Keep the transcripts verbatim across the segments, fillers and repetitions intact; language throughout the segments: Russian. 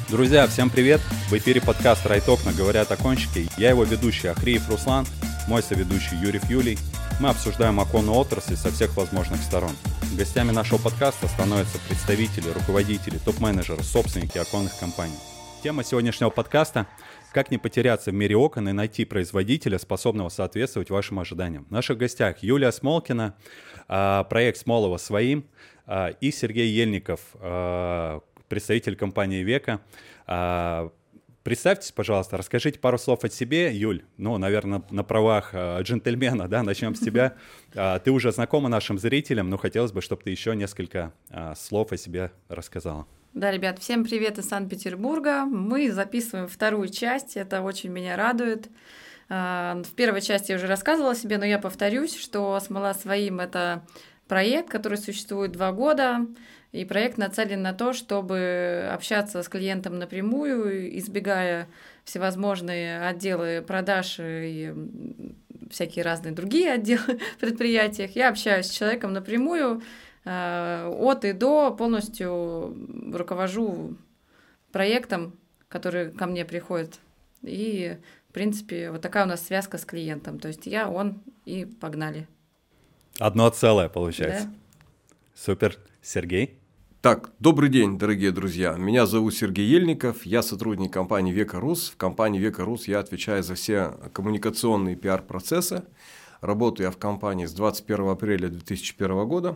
Друзья, всем привет! В эфире подкаст «Райт Окна. Говорят окончики». Я его ведущий Ахриев Руслан, мой соведущий Юрьев Юлий. Мы обсуждаем оконную отрасль со всех возможных сторон. Гостями нашего подкаста становятся представители, руководители, топ-менеджеры, собственники оконных компаний. Тема сегодняшнего подкаста – как не потеряться в мире окон и найти производителя, способного соответствовать вашим ожиданиям. В наших гостях Юлия Смолкина, проект Смолова «Своим», и Сергей Ельников, представитель компании «Века». Представьтесь, пожалуйста, расскажите пару слов о себе, Юль. Ну, наверное, на правах джентльмена, да, начнем с тебя. Ты уже знакома нашим зрителям, но хотелось бы, чтобы ты еще несколько слов о себе рассказала. Да, ребят, всем привет из Санкт-Петербурга. Мы записываем вторую часть, это очень меня радует. В первой части я уже рассказывала о себе, но я повторюсь, что «Смола Своим» — это проект, который существует два года, и проект нацелен на то, чтобы общаться с клиентом напрямую, избегая всевозможные отделы продаж и всякие разные другие отделы в предприятиях. Я общаюсь с человеком напрямую, от и до, полностью руковожу проектом, который ко мне приходит. И, в принципе, вот такая у нас связка с клиентом. То есть я, он и погнали. Одно целое получается. Да. Супер. Сергей? Так, добрый день, дорогие друзья. Меня зовут Сергей Ельников, я сотрудник компании «Века Рус». В компании «Века Рус» я отвечаю за все коммуникационные пиар-процессы. Работаю я в компании с двадцать первого апреля две тысячи первого года.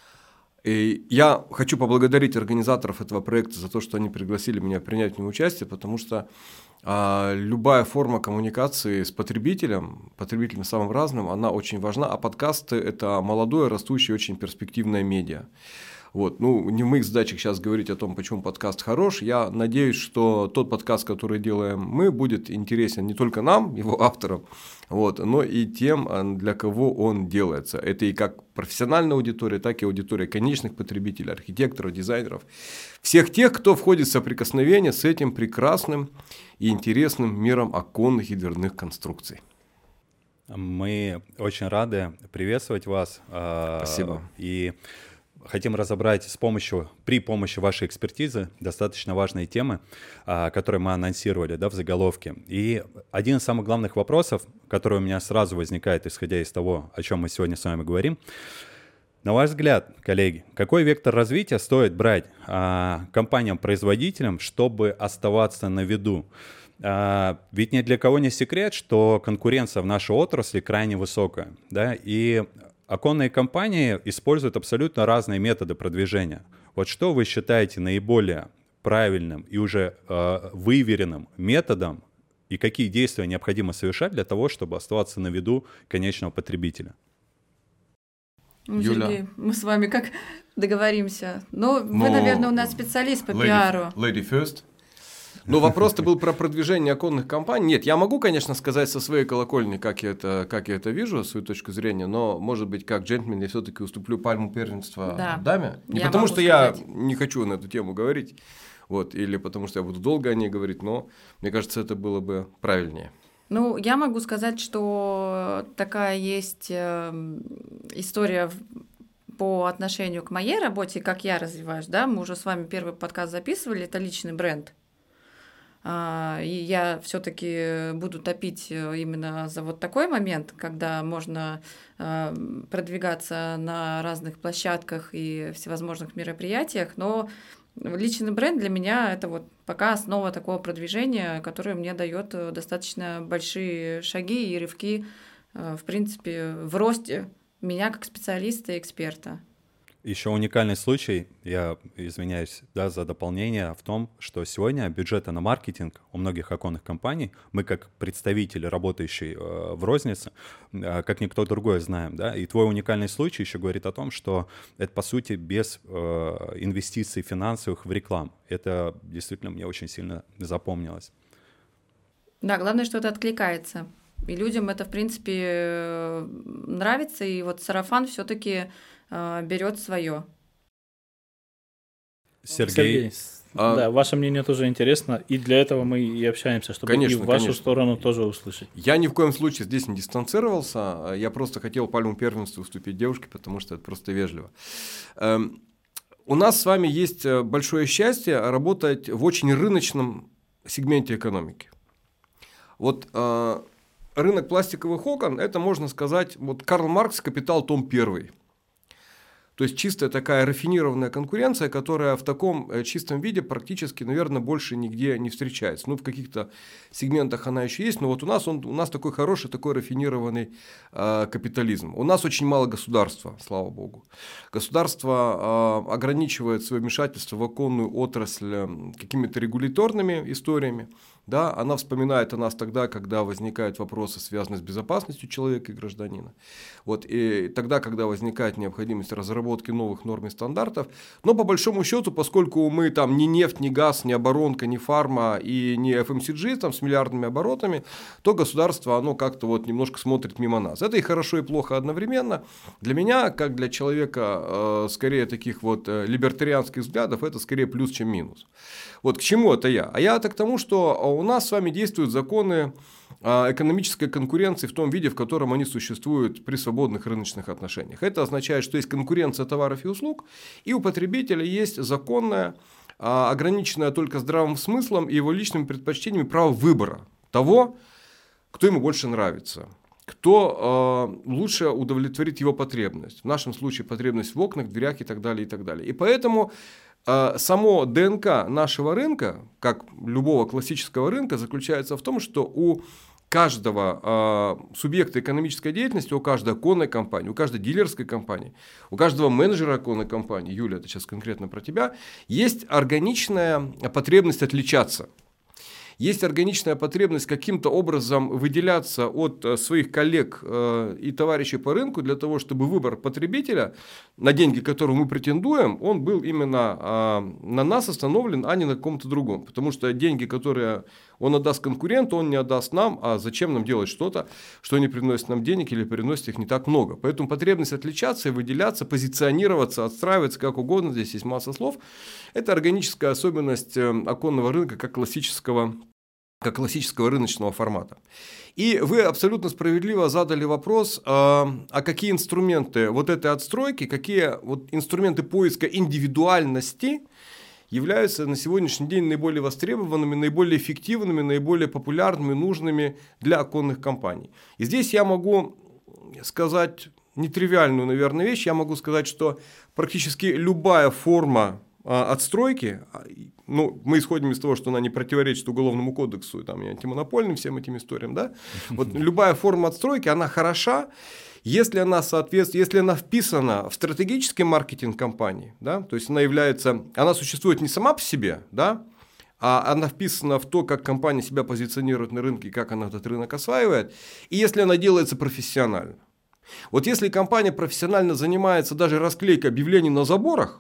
И я хочу поблагодарить организаторов этого проекта за то, что они пригласили меня принять в нем участие, потому что а, любая форма коммуникации с потребителем, потребителем самым разным, она очень важна, а подкасты – это молодое, растущее, очень перспективное медиа. Вот. Ну, не в моих задачах сейчас говорить о том, почему подкаст хорош. Я надеюсь, что тот подкаст, который делаем мы, будет интересен не только нам, его авторам, вот, но и тем, для кого он делается. Это и как профессиональная аудитория, так и аудитория конечных потребителей, архитекторов, дизайнеров. Всех тех, кто входит в соприкосновение с этим прекрасным и интересным миром оконных и дверных конструкций. Мы очень рады приветствовать вас. Спасибо. И хотим разобрать с помощью, при помощи вашей экспертизы достаточно важные темы, которые мы анонсировали, да, в заголовке. И один из самых главных вопросов, который у меня сразу возникает, исходя из того, о чем мы сегодня с вами говорим. На ваш взгляд, коллеги, какой вектор развития стоит брать а, компаниям-производителям, чтобы оставаться на виду? А, ведь ни для кого не секрет, что конкуренция в нашей отрасли крайне высокая, да, и оконные компании используют абсолютно разные методы продвижения. Вот что вы считаете наиболее правильным и уже э, выверенным методом, и какие действия необходимо совершать для того, чтобы оставаться на виду конечного потребителя? Юля, Сергей, мы с вами как договоримся? Ну, вы, наверное, у нас специалист по lady, пиару. Lady first. Но вопрос-то был про продвижение оконных компаний. Нет, я могу, конечно, сказать со своей колокольни, как я это, как я это вижу, свою точку зрения, но, может быть, как джентльмен я все-таки уступлю пальму первенства да. даме. Не я потому, что сказать. я не хочу на эту тему говорить, вот, или потому, что я буду долго о ней говорить, но, мне кажется, это было бы правильнее. Ну, я могу сказать, что такая есть история по отношению к моей работе, как я развиваюсь, да, мы уже с вами первый подкаст записывали, это личный бренд. И я все-таки буду топить именно за вот такой момент, когда можно продвигаться на разных площадках и всевозможных мероприятиях, но личный бренд для меня это вот пока основа такого продвижения, которое мне дает достаточно большие шаги и рывки, в принципе, в росте меня как специалиста и эксперта. Еще уникальный случай, я извиняюсь, да, за дополнение, в том, что сегодня бюджеты на маркетинг у многих оконных компаний, мы как представители, работающие э, в рознице, э, как никто другой знаем, да, и твой уникальный случай еще говорит о том, что это, по сути, без э, инвестиций финансовых в рекламу. Это действительно мне очень сильно запомнилось. Да, главное, что это откликается. И людям это, в принципе, нравится, и вот сарафан все-таки берет свое. Сергей, Сергей а... да, ваше мнение тоже интересно, и для этого мы и общаемся, чтобы конечно, и в вашу конечно. сторону тоже услышать. Я ни в коем случае здесь не дистанцировался, я просто хотел пальму первенства уступить девушке, потому что это просто вежливо. у нас с вами есть большое счастье работать в очень рыночном сегменте экономики. Вот э, рынок пластиковых окон, это можно сказать, вот Карл Маркс, «Капитал», том первый. То есть чистая такая рафинированная конкуренция, которая в таком чистом виде практически, наверное, больше нигде не встречается. Ну, в каких-то сегментах она еще есть, но вот у нас, он, у нас такой хороший, такой рафинированный э, капитализм. У нас очень мало государства, слава богу. Государство э, ограничивает свое вмешательство в оконную отрасль какими-то регуляторными историями. Да, она вспоминает о нас тогда, когда возникают вопросы, связанные с безопасностью человека и гражданина. Вот, и тогда, когда возникает необходимость разработки новых норм и стандартов. Но по большому счету, поскольку мы там ни нефть, ни газ, ни оборонка, ни фарма и ни эф эм си джи там, с миллиардными оборотами, то государство оно как-то вот немножко смотрит мимо нас. Это и хорошо, и плохо одновременно. Для меня, как для человека, э, скорее таких вот э, либертарианских взглядов, это скорее плюс, чем минус. Вот к чему это я? А я это к тому, что у нас с вами действуют законы экономической конкуренции в том виде, в котором они существуют при свободных рыночных отношениях. Это означает, что есть конкуренция товаров и услуг, и у потребителя есть законное, ограниченное только здравым смыслом и его личными предпочтениями право выбора того, кто ему больше нравится, кто э, лучше удовлетворит его потребность. В нашем случае потребность в окнах, дверях и так далее, и так далее. И поэтому э, само ДНК нашего рынка, как любого классического рынка, заключается в том, что у каждого э, субъекта экономической деятельности, у каждой оконной компании, у каждой дилерской компании, у каждого менеджера оконной компании, Юля, это сейчас конкретно про тебя, есть органичная потребность отличаться. Есть органичная потребность каким-то образом выделяться от своих коллег и товарищей по рынку для того, чтобы выбор потребителя на деньги, которые мы претендуем, он был именно на нас остановлен, а не на ком-то другом. Потому что деньги, которые он отдаст конкуренту, он не отдаст нам, а зачем нам делать что-то, что не приносит нам денег или приносит их не так много. Поэтому потребность отличаться и выделяться, позиционироваться, отстраиваться как угодно, здесь есть масса слов, это органическая особенность оконного рынка как классического, как классического рыночного формата. И вы абсолютно справедливо задали вопрос, а какие инструменты вот этой отстройки, какие вот инструменты поиска индивидуальности являются на сегодняшний день наиболее востребованными, наиболее эффективными, наиболее популярными, нужными для оконных компаний. И здесь я могу сказать нетривиальную, наверное, вещь. Я могу сказать, что практически любая форма отстройки, ну, мы исходим из того, что она не противоречит Уголовному кодексу там, и антимонопольным всем этим историям, да? Вот любая форма отстройки, она хороша, если она соответствует, если она вписана в стратегический маркетинг компании, да? То есть она является, она существует не сама по себе, да? А она вписана в то, как компания себя позиционирует на рынке, как она этот рынок осваивает, и если она делается профессионально. Вот если компания профессионально занимается даже расклейкой объявлений на заборах,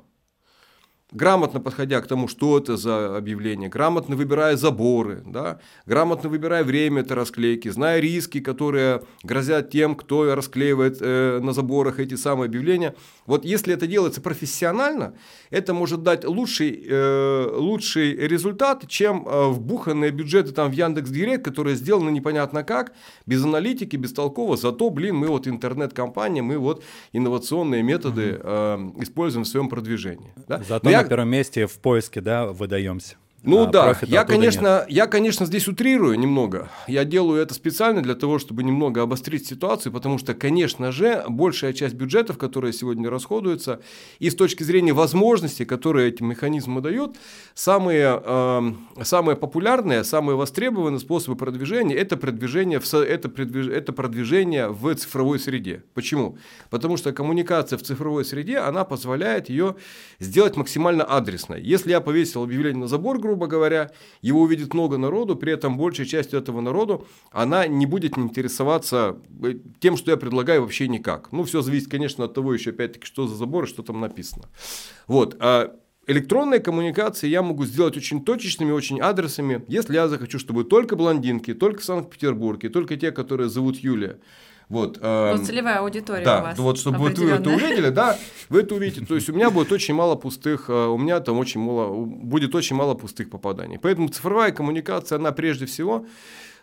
грамотно подходя к тому, что это за объявление, грамотно выбирая заборы, да, грамотно выбирая время этой расклейки, зная риски, которые грозят тем, кто расклеивает э, на заборах эти самые объявления. Вот если это делается профессионально, это может дать лучший, э, лучший результат, чем э, вбуханные бюджеты там, в Яндекс.Директ, которые сделаны непонятно как, без аналитики, бестолково. Зато, блин, мы вот интернет-компания, мы вот инновационные методы э, используем в своем продвижении. Да? Зато я... на первом месте в поиске, да, выдаемся. Ну а да, я конечно, я, конечно, здесь утрирую немного. Я делаю это специально для того, чтобы немного обострить ситуацию, потому что, конечно же, большая часть бюджетов, которые сегодня расходуются, и с точки зрения возможностей, которые эти механизмы дают, самые, э, самые популярные, самые востребованные способы продвижения – это продвижение, в, это, продвиж, это продвижение в цифровой среде. Почему? Потому что коммуникация в цифровой среде, она позволяет ее сделать максимально адресной. Если я повесил объявление на забор, грубо грубо говоря, его увидит много народу, при этом большая часть этого народу, она не будет интересоваться тем, что я предлагаю, вообще никак. Ну, все зависит, конечно, от того еще, опять-таки, что за забор и что там написано. Вот. А электронные коммуникации я могу сделать очень точечными, очень адресами, если я захочу, чтобы только блондинки, только в Санкт-Петербурге, только те, которые зовут Юлия. Вот, э, ну, целевая аудитория да, у вас. Вот, чтобы вот вы это увидели, да, вы это увидите. То есть у меня будет очень мало пустых, у меня там очень мало, будет очень мало пустых попаданий. Поэтому цифровая коммуникация, она прежде всего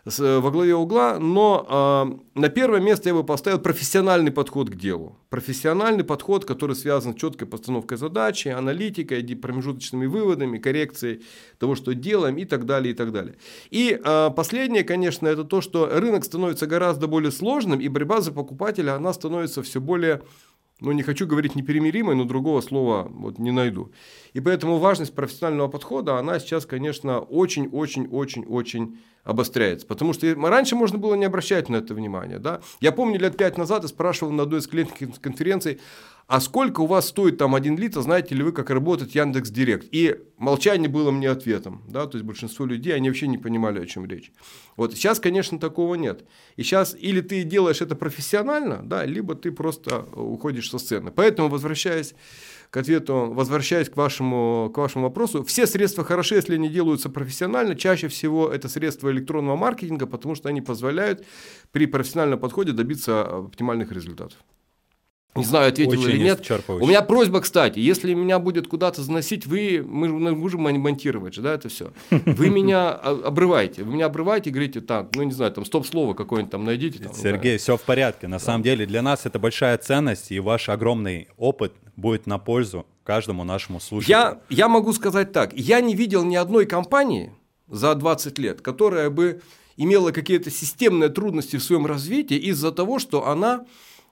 во главе угла, но э, на первое место я бы поставил профессиональный подход к делу. Профессиональный подход, который связан с четкой постановкой задачи, аналитикой, промежуточными выводами, коррекцией того, что делаем и так далее, и так далее. И э, последнее, конечно, это то, что рынок становится гораздо более сложным, и борьба за покупателя, она становится все более... Ну, не хочу говорить непримиримой, но другого слова вот не найду. И поэтому важность профессионального подхода, она сейчас, конечно, очень-очень-очень-очень обостряется. Потому что раньше можно было не обращать на это внимание. Да? Я помню, лет пять назад я спрашивал на одной из клиентских конференций, а сколько у вас стоит там один литр, знаете ли вы, как работает Яндекс.Директ? И молчание было мне ответом. Да? То есть большинство людей, они вообще не понимали, о чем речь. Вот сейчас, конечно, такого нет. И сейчас или ты делаешь это профессионально, да, либо ты просто уходишь со сцены. Поэтому, возвращаясь к ответу, возвращаясь к вашему, к вашему вопросу, все средства хороши, если они делаются профессионально. Чаще всего это средства электронного маркетинга, потому что они позволяют при профессиональном подходе добиться оптимальных результатов. Не знаю, ответил Очень или нет. У меня просьба, кстати, если меня будет куда-то заносить, вы, мы можем монтировать же, да, это все. Вы меня обрываете, вы меня обрываете и говорите, так, ну не знаю, там стоп-слово какое-нибудь там найдите. Там, Сергей, все в порядке. На да. самом деле для нас это большая ценность, и ваш огромный опыт будет на пользу каждому нашему слушателю. Я, я могу сказать так, я не видел ни одной компании за двадцать лет, которая бы имела какие-то системные трудности в своем развитии из-за того, что она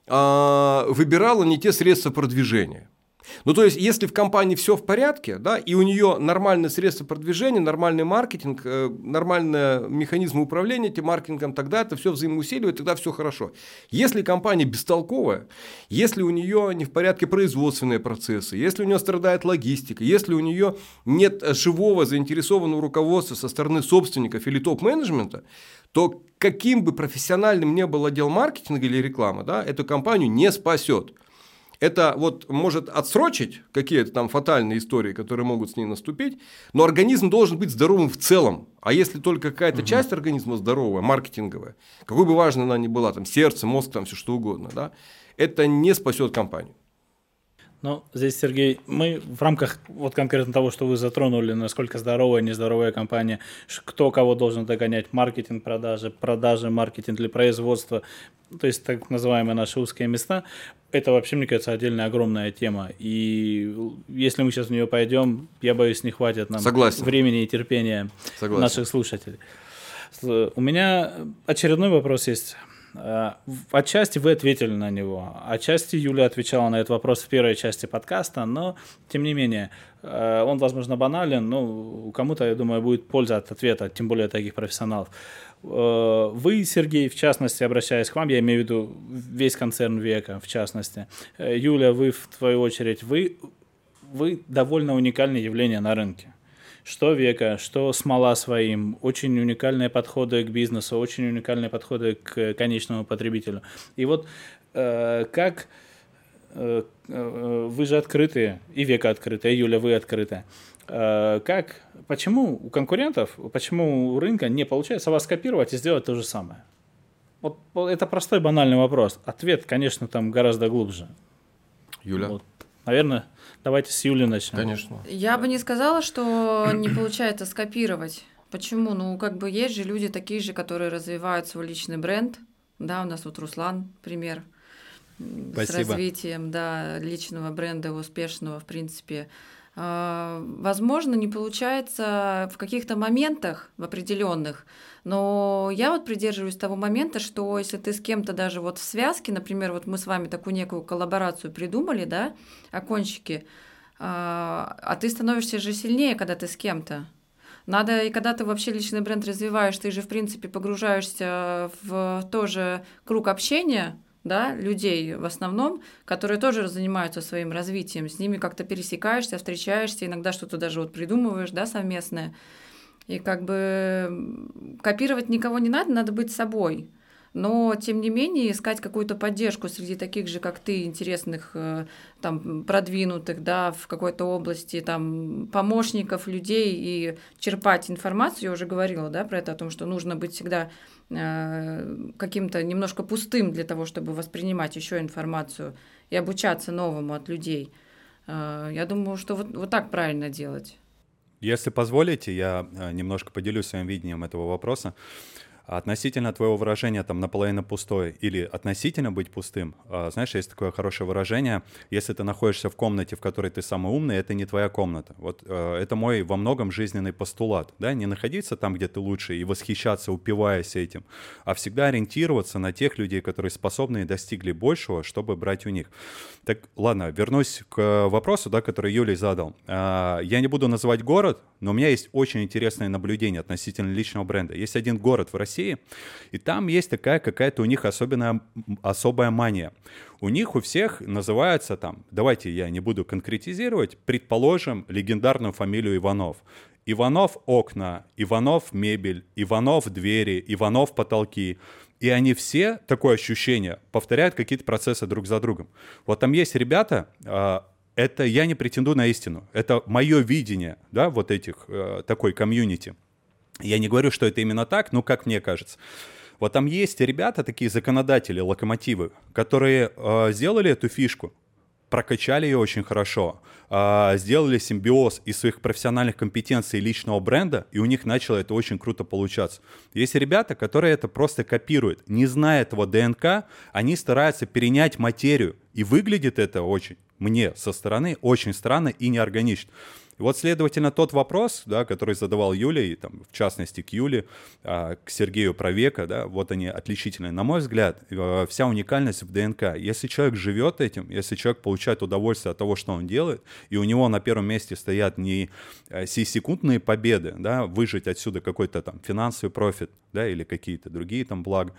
выбирала не те средства продвижения. Ну, то есть, если в компании все в порядке, да, и у нее нормальные средства продвижения, нормальный маркетинг, нормальные механизмы управления этим маркетингом, тогда это все взаимоусиливает, тогда все хорошо. Если компания бестолковая, если у нее не в порядке производственные процессы, если у нее страдает логистика, если у нее нет живого заинтересованного руководства со стороны собственников или топ-менеджмента, то каким бы профессиональным ни был отдел маркетинга или реклама, да, эту компанию не спасет. Это вот может отсрочить какие-то там фатальные истории, которые могут с ней наступить, но организм должен быть здоровым в целом. А если только какая-то угу. часть организма здоровая, маркетинговая, какой бы важной она ни была, там сердце, мозг, там все что угодно, да, это не спасет компанию. Ну, здесь, Сергей, мы в рамках вот конкретно того, что вы затронули, насколько здоровая, нездоровая компания, кто кого должен догонять, маркетинг, продажи, продажи, маркетинг или производство, то есть так называемые наши узкие места, это вообще, мне кажется, отдельная огромная тема. И если мы сейчас в нее пойдем, я боюсь, не хватит нам Согласен. времени и терпения Согласен. Наших слушателей. У меня очередной вопрос есть. Отчасти вы ответили на него, отчасти Юля отвечала на этот вопрос в первой части подкаста, но, тем не менее, он, возможно, банален, но кому-то, я думаю, будет польза от ответа, тем более таких профессионалов. Вы, Сергей, в частности, обращаясь к вам, я имею в виду весь концерн Века, в частности. Юля, вы, в свою очередь, вы, вы довольно уникальное явление на рынке. Что Века, что Смола своим, очень уникальные подходы к бизнесу, очень уникальные подходы к конечному потребителю. И вот э, как э, э, вы же открыты, и Века открыта, и Юля, вы открыты. Э, как, почему у конкурентов, почему у рынка не получается вас скопировать и сделать то же самое? Вот, вот это простой банальный вопрос. Ответ, конечно, там гораздо глубже. Юля? Вот. Наверное, давайте с Юли начнем. Конечно. Я бы не сказала, что не получается скопировать. Почему? Ну, как бы есть же люди такие же, которые развивают свой личный бренд. Да, у нас вот Руслан, пример. Спасибо. С развитием, да, личного бренда, успешного, в принципе. Возможно, не получается в каких-то моментах, в определенных, но я вот придерживаюсь того момента, что если ты с кем-то даже вот в связке, например, вот мы с вами такую некую коллаборацию придумали, да, окончики, а ты становишься же сильнее, когда ты с кем-то. Надо, и когда ты вообще личный бренд развиваешь, ты же, в принципе, погружаешься в тоже круг общения, да, людей в основном, которые тоже занимаются своим развитием, с ними как-то пересекаешься, встречаешься, иногда что-то даже вот придумываешь, да, совместное. И как бы копировать никого не надо, надо быть собой. Но, тем не менее, искать какую-то поддержку среди таких же, как ты, интересных, там, продвинутых, да, в какой-то области, там, помощников, людей и черпать информацию, я уже говорила, да, про это, о том, что нужно быть всегда каким-то немножко пустым для того, чтобы воспринимать еще информацию и обучаться новому от людей. Я думаю, что вот, вот так правильно делать. Если позволите, я немножко поделюсь своим видением этого вопроса. Относительно твоего выражения там наполовину пустой или относительно быть пустым, знаешь, есть такое хорошее выражение, если ты находишься в комнате, в которой ты самый умный, это не твоя комната. Вот это мой во многом жизненный постулат, да, не находиться там, где ты лучше, и восхищаться, упиваясь этим, а всегда ориентироваться на тех людей, которые способны и достигли большего, чтобы брать у них. Так, ладно, вернусь к вопросу, да, который Юлий задал. Я не буду называть город, но у меня есть очень интересное наблюдение относительно личного бренда. Есть один город в России, и там есть такая какая-то у них особенная, особая мания. У них у всех называется там, давайте я не буду конкретизировать, предположим, легендарную фамилию Иванов. Иванов окна, Иванов мебель, Иванов двери, Иванов потолки. И они все, такое ощущение, повторяют какие-то процессы друг за другом. Вот там есть ребята, это я не претендую на истину, это мое видение, да, вот этих, такой комьюнити. Я не говорю, что это именно так, но как мне кажется. Вот там есть ребята, такие законодатели, локомотивы, которые сделали эту фишку, прокачали ее очень хорошо, сделали симбиоз из своих профессиональных компетенций и личного бренда, и у них начало это очень круто получаться. Есть ребята, которые это просто копируют. Не зная этого ДНК, они стараются перенять материю, и выглядит это очень, мне со стороны, очень странно и неорганично. И вот, следовательно, тот вопрос, да, который задавал Юля, и там, в частности к Юле, а, к Сергею про века, да, вот они отличительные. На мой взгляд, вся уникальность в ДНК. Если человек живет этим, если человек получает удовольствие от того, что он делает, и у него на первом месте стоят не сиюсекундные победы, да, выжить отсюда какой-то там финансовый профит, да, или какие-то другие там блага,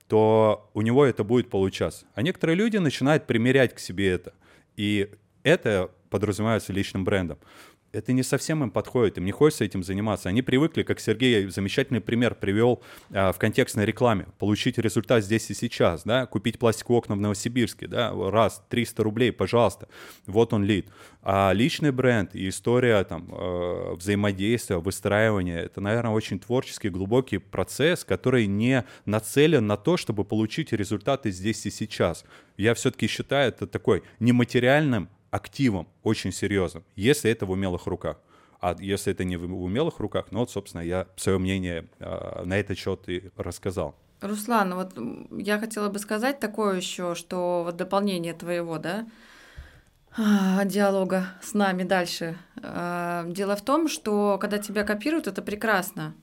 то у него это будет получаться. А некоторые люди начинают примерять к себе это. И это подразумевается личным брендом. Это не совсем им подходит, им не хочется этим заниматься. Они привыкли, как Сергей замечательный пример привел а, в контекстной рекламе, получить результат здесь и сейчас, да, купить пластиковые окна в Новосибирске, да, раз, триста рублей, пожалуйста, вот он лид. А личный бренд и история там, э, взаимодействия, выстраивания, это, наверное, очень творческий, глубокий процесс, который не нацелен на то, чтобы получить результаты здесь и сейчас. Я все-таки считаю это такой нематериальным активом, очень серьезным, если это в умелых руках. А если это не в умелых руках, ну вот, собственно, я свое мнение э, на этот счет и рассказал. Руслан, вот я хотела бы сказать такое еще, что вот дополнение твоего, да, диалога с нами дальше. Дело в том, что когда тебя копируют, это прекрасно.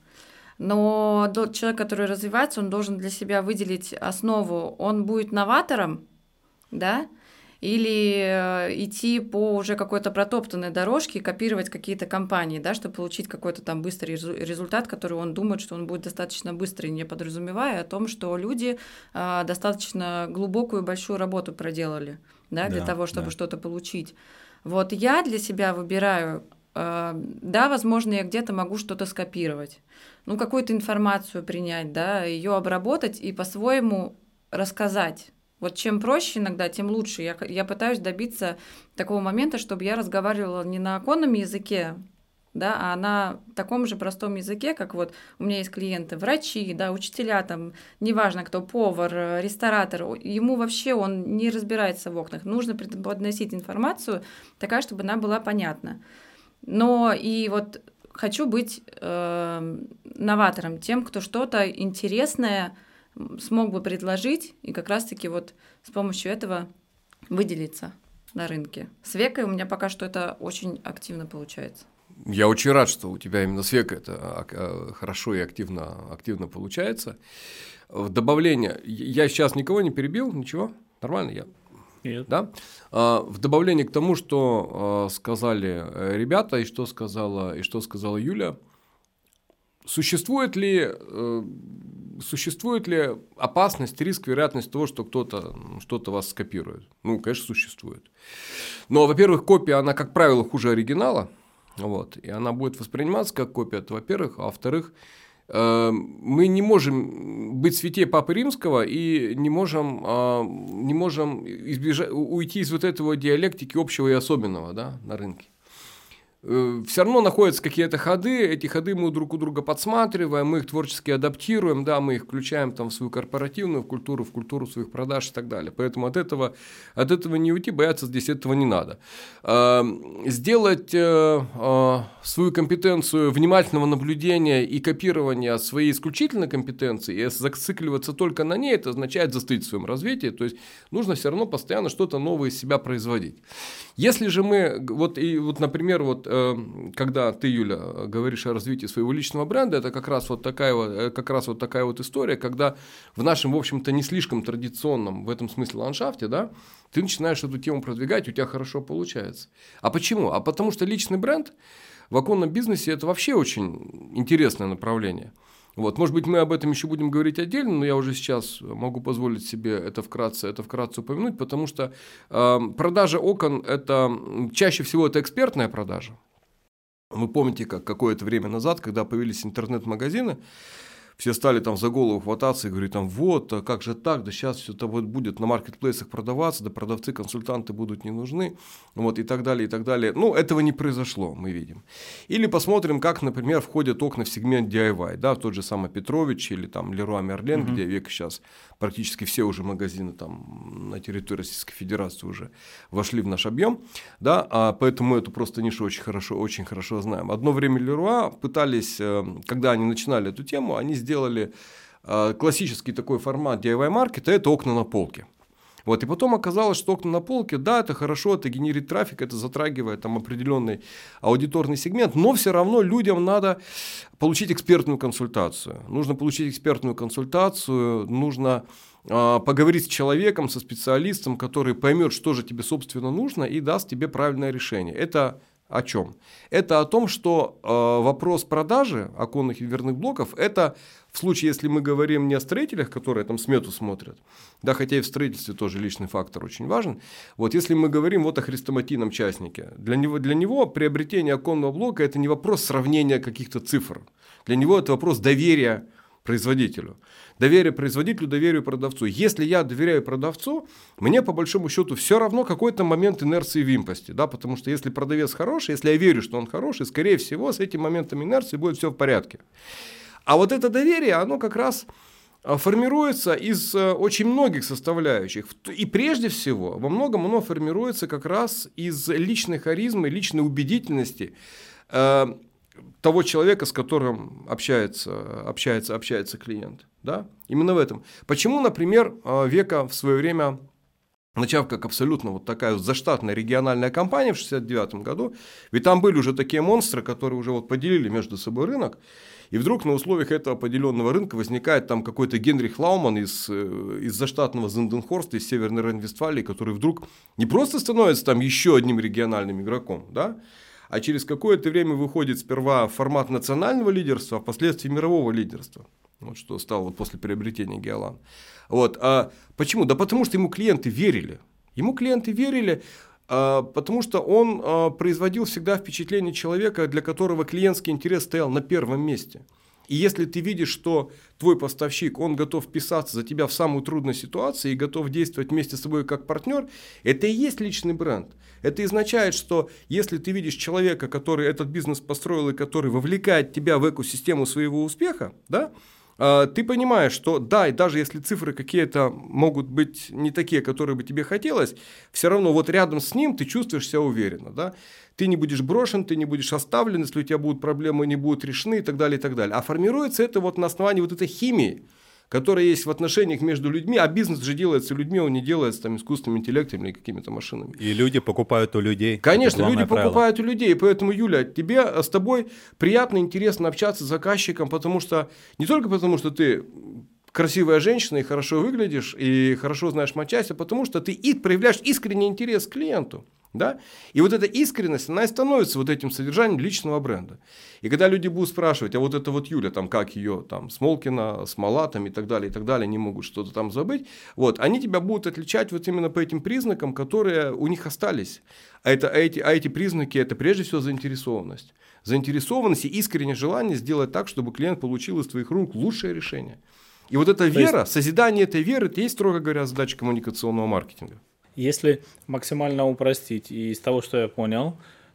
Но человек, который развивается, он должен для себя выделить основу. Он будет новатором, да, или идти по уже какой-то протоптанной дорожке, копировать какие-то компании, да, чтобы получить какой-то там быстрый результат, который он думает, что он будет достаточно быстрый, не подразумевая о том, что люди а, достаточно глубокую и большую работу проделали, да, для да, того, чтобы да. что-то получить. Вот я для себя выбираю, а, да, возможно, я где-то могу что-то скопировать, ну, какую-то информацию принять, да, ее обработать и по-своему рассказать. Вот чем проще иногда, тем лучше. Я, я пытаюсь добиться такого момента, чтобы я разговаривала не на оконном языке, да, а на таком же простом языке, как вот у меня есть клиенты, врачи, да, учителя, там, неважно кто, повар, ресторатор, ему вообще он не разбирается в окнах. Нужно подносить информацию такая, чтобы она была понятна. Но и вот хочу быть э, новатором, тем, кто что-то интересное смог бы предложить и как раз-таки вот с помощью этого выделиться на рынке. С Векой у меня пока что это очень активно получается. Я очень рад, что у тебя именно с Векой это хорошо и активно, активно получается. В добавление, я сейчас никого не перебил, ничего, нормально я? Нет. Да? В добавление к тому, что сказали ребята и что сказала, и что сказала Юля, существует ли... Существует ли опасность, риск, вероятность того, что кто-то что-то вас скопирует? Ну, конечно, существует. Но, во-первых, копия, она, как правило, хуже оригинала. Вот, и она будет восприниматься как копия, это во-первых. А во-вторых, э, мы не можем быть святее Папы Римского и не можем, э, не можем избежать, уйти из вот этого диалектики общего и особенного, да, на рынке. все равно находятся какие-то ходы, эти ходы мы друг у друга подсматриваем, мы их творчески адаптируем, да, мы их включаем там в свою корпоративную культуру, в культуру своих продаж и так далее. Поэтому от этого, от этого не уйти, бояться здесь этого не надо. Сделать свою компетенцию внимательного наблюдения и копирования своей исключительной компетенции и зацикливаться только на ней, это означает застыть в своем развитии, то есть нужно все равно постоянно что-то новое из себя производить. Если же мы, вот, и, вот, например, вот, э, когда ты, Юля, говоришь о развитии своего личного бренда, это как раз, вот такая вот, как раз вот такая вот история, когда в нашем, в общем-то, не слишком традиционном в этом смысле ландшафте, да, ты начинаешь эту тему продвигать, у тебя хорошо получается. А почему? А потому что личный бренд в оконном бизнесе – это вообще очень интересное направление. Вот, может быть, мы об этом еще будем говорить отдельно, но я уже сейчас могу позволить себе это вкратце, это вкратце упомянуть, потому что э, продажа окон – это чаще всего это экспертная продажа. Вы помните, как какое-то время назад, когда появились интернет-магазины, все стали там за голову хвататься и говорить, там, вот, а как же так, да сейчас все это вот будет на маркетплейсах продаваться, да продавцы, консультанты будут не нужны, вот, и так далее, и так далее. Ну, этого не произошло, мы видим. Или посмотрим, как, например, входят окна в сегмент ди ай вай, да, тот же самый Петрович или там Леруа Мерлен, mm-hmm. где век сейчас практически все уже магазины там на территории Российской Федерации уже вошли в наш объем, да, а поэтому эту просто нишу очень хорошо, очень хорошо знаем. Одно время Леруа пытались, когда они начинали эту тему, они сделали сделали э, классический такой формат ди ай вай-маркета – это окна на полке. Вот, и потом оказалось, что окна на полке, да, это хорошо, это генерит трафик, это затрагивает там определенный аудиторный сегмент, но все равно людям надо получить экспертную консультацию. Нужно получить экспертную консультацию, нужно э, поговорить с человеком, со специалистом, который поймет, что же тебе, собственно, нужно и даст тебе правильное решение. Это о чем? Это о том, что э, вопрос продажи оконных и дверных блоков, это в случае, если мы говорим не о строителях, которые там смету смотрят, да, хотя и в строительстве тоже личный фактор очень важен, вот если мы говорим вот о хрестоматийном частнике, для него, для него приобретение оконного блока – это не вопрос сравнения каких-то цифр, для него это вопрос доверия производителю. Доверие производителю, доверию продавцу. Если я доверяю продавцу, мне по большому счету все равно какой-то момент инерции в импосте. Да? Потому что если продавец хороший, если я верю, что он хороший, скорее всего, с этим моментом инерции будет все в порядке. А вот это доверие, оно как раз формируется из очень многих составляющих. И прежде всего, во многом оно формируется как раз из личной харизмы, личной убедительности того человека, с которым общается, общается, общается клиент. Да? Именно в этом. Почему, например, Века в свое время, начав как абсолютно вот такая вот заштатная региональная компания в шестьдесят девятом году, ведь там были уже такие монстры, которые уже вот поделили между собой рынок, и вдруг на условиях этого поделенного рынка возникает там какой-то Генрих Лауман из, из заштатного Зинденхорста, из Северной Рейн-Вестфалии, который вдруг не просто становится там еще одним региональным игроком, да, а через какое-то время выходит сперва в формат национального лидерства, а впоследствии мирового лидерства. Вот что стало вот после приобретения Геолан. Вот. А почему? Да потому что ему клиенты верили. Ему клиенты верили, а, потому что он а, производил всегда впечатление человека, для которого клиентский интерес стоял на первом месте. И если ты видишь, что твой поставщик, он готов вписаться за тебя в самую трудную ситуацию и готов действовать вместе с тобой как партнер, это и есть личный бренд. Это означает, что если ты видишь человека, который этот бизнес построил и который вовлекает тебя в экосистему своего успеха, да, ты понимаешь, что да, и даже если цифры какие-то могут быть не такие, которые бы тебе хотелось, все равно вот рядом с ним ты чувствуешь себя уверенно. Да? Ты не будешь брошен, ты не будешь оставлен, если у тебя будут проблемы, не будут решены и так далее, и так далее. А формируется это вот на основании вот этой химии, которая есть в отношениях между людьми, а бизнес же делается людьми, он не делается там искусственным интеллектом или какими-то машинами. И люди покупают у людей. Конечно, люди правило. покупают у людей, поэтому, Юля, тебе с тобой приятно, интересно общаться с заказчиком, потому что, не только потому, что ты красивая женщина и хорошо выглядишь, и хорошо знаешь матчасть, а потому что ты и проявляешь искренний интерес к клиенту. Да? И вот эта искренность, она и становится вот этим содержанием личного бренда. И когда люди будут спрашивать, а вот это вот Юля, там, как ее, там, Смолкина, Смола, там, и так далее, и так далее, не могут что-то там забыть, вот, они тебя будут отличать вот именно по этим признакам, которые у них остались. А, это, а, эти, а эти признаки, это прежде всего заинтересованность. Заинтересованность и искреннее желание сделать так, чтобы клиент получил из твоих рук лучшее решение. И вот эта вера, есть... созидание этой веры, это есть, строго говоря, задача коммуникационного маркетинга. Если максимально упростить, и из того, что я понял,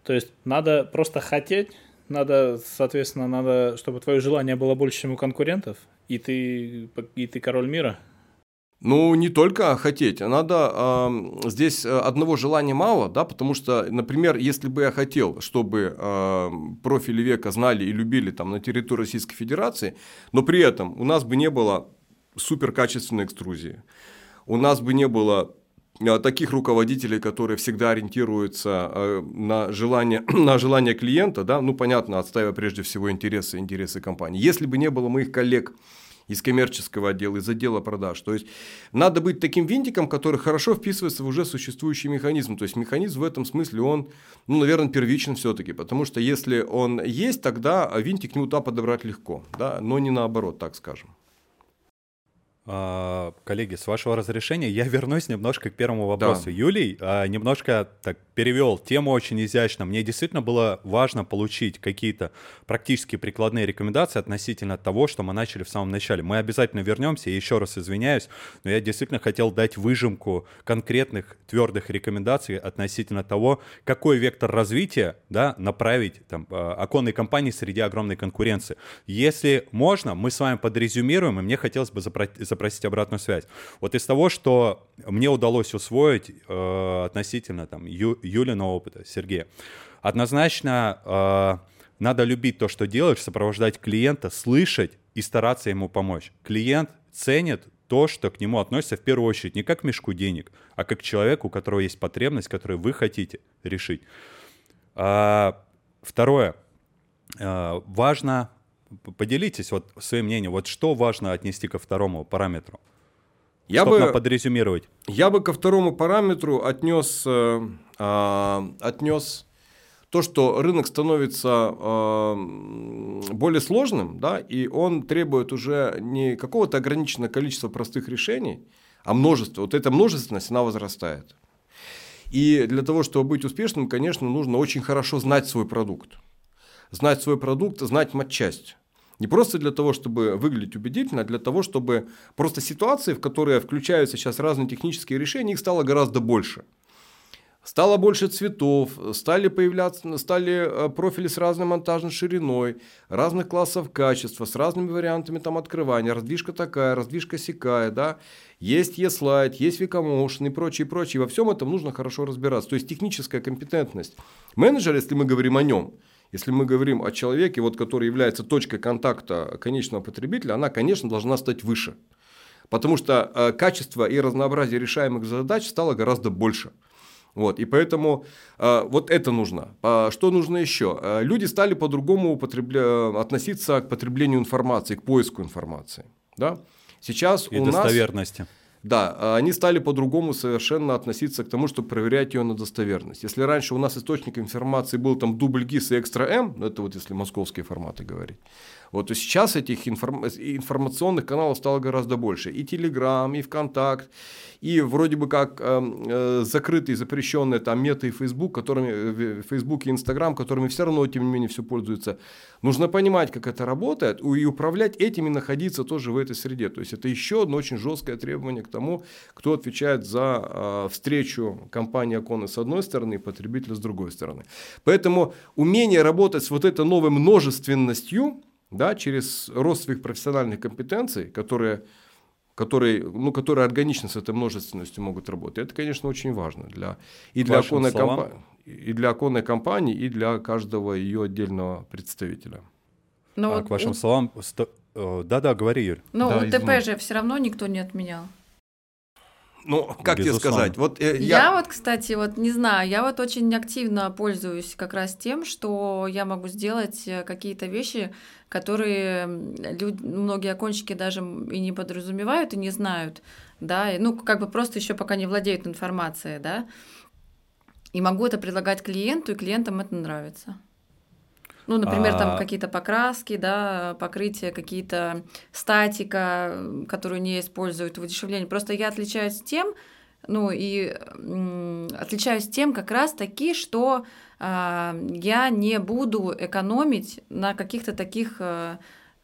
То есть надо просто хотеть, надо, соответственно, надо, чтобы твое желание было больше, чем у конкурентов, и ты, и ты король мира. Ну, не только хотеть, а надо, э, здесь одного желания мало, да, потому что, например, если бы я хотел, чтобы э, профили Века знали и любили там на территории Российской Федерации, но при этом у нас бы не было суперкачественной экструзии, у нас бы не было таких руководителей, которые всегда ориентируются э, на желание, на желание клиента, да, ну, понятно, отстаивая прежде всего интересы, интересы компании. Если бы не было моих коллег из коммерческого отдела, из отдела продаж. То есть надо быть таким винтиком, который хорошо вписывается в уже существующий механизм. То есть механизм в этом смысле, он, ну, наверное, первичен все-таки. Потому что если он есть, тогда винтик не туда подобрать легко, да, но не наоборот, так скажем. Коллеги, с вашего разрешения я вернусь немножко к первому вопросу. Да. Юлий а, немножко так перевел тему очень изящно. Мне действительно было важно получить какие-то практически прикладные рекомендации относительно того, что мы начали в самом начале. Мы обязательно вернемся, я еще раз извиняюсь, но я действительно хотел дать выжимку конкретных твердых рекомендаций относительно того, какой вектор развития, да, направить там, оконной компании среди огромной конкуренции. Если можно, мы с вами подрезюмируем, и мне хотелось бы запросить запросить обратную связь. Вот из того, что мне удалось усвоить э, относительно там, Ю, Юлиного опыта, Сергея, однозначно э, надо любить то, что делаешь, сопровождать клиента, слышать и стараться ему помочь. Клиент ценит то, что к нему относится в первую очередь не как к мешку денег, а как к человеку, у которого есть потребность, которую вы хотите решить. А, второе. А, важно... Поделитесь вот своим мнением, вот что важно отнести ко второму параметру, я чтобы бы, нам подрезюмировать. Я бы ко второму параметру отнес, э, э, отнес то, что рынок становится э, более сложным, да, и он требует уже не какого-то ограниченного количества простых решений, а множества. Вот эта множественность, она возрастает. И для того, чтобы быть успешным, конечно, нужно очень хорошо знать свой продукт. Знать свой продукт, знать матчасть. Не просто для того, чтобы выглядеть убедительно, а для того, чтобы просто ситуации, в которые включаются сейчас разные технические решения, их стало гораздо больше. Стало больше цветов, стали появляться, стали профили с разной монтажной шириной, разных классов качества, с разными вариантами там открывания, раздвижка такая, раздвижка сякая, да, есть E-слайд, есть Wikamotion и прочее, прочее. Во всем этом нужно хорошо разбираться. То есть техническая компетентность менеджера, если мы говорим о нем, если мы говорим о человеке, вот, который является точкой контакта конечного потребителя, она, конечно, должна стать выше. Потому что э, качество и разнообразие решаемых задач стало гораздо больше. Вот, и поэтому э, вот это нужно. А что нужно еще? Э, люди стали по-другому употребля... относиться к потреблению информации, к поиску информации. Да? Сейчас и у достоверности. Нас... Да, они стали по-другому совершенно относиться к тому, чтобы проверять ее на достоверность. Если раньше у нас источник информации был там дубль ГИС и экстра М, это вот если московские форматы говорить, вот, то сейчас этих информ... информационных каналов стало гораздо больше. И Телеграм, и ВКонтакт, и вроде бы как э, закрытые, запрещенные там Мета и Фейсбук, которыми, Фейсбук и Инстаграм, которыми все равно, тем не менее, все пользуются. Нужно понимать, как это работает, и управлять этим и находиться тоже в этой среде. То есть это еще одно очень жесткое требование к тому, кто отвечает за э, встречу компании Оконы с одной стороны и потребителя с другой стороны. Поэтому умение работать с вот этой новой множественностью, да, через рост своих профессиональных компетенций, которые, которые, ну, которые органично с этой множественностью могут работать, это, конечно, очень важно для, и, для оконной компа- и для оконной компании, и для каждого ее отдельного представителя. Ну, а вот, к вашим у... словам, сто... да-да, говори, Юль. Ну, да, УТП же все равно никто не отменял. Ну, как Безусловно. тебе сказать? Вот, э, я... я вот, кстати, вот не знаю, я вот очень активно пользуюсь как раз тем, что я могу сделать какие-то вещи, которые люди, многие окончики даже и не подразумевают, и не знают, да, и, ну, как бы просто еще пока не владеют информацией, да, и могу это предлагать клиенту, и клиентам это нравится. Ну, например, а... там какие-то покраски, да, покрытия, какие-то статика, которую не используют в удешевлении. Просто я отличаюсь тем, ну, и м, отличаюсь тем как раз-таки, что э, я не буду экономить на каких-то таких э,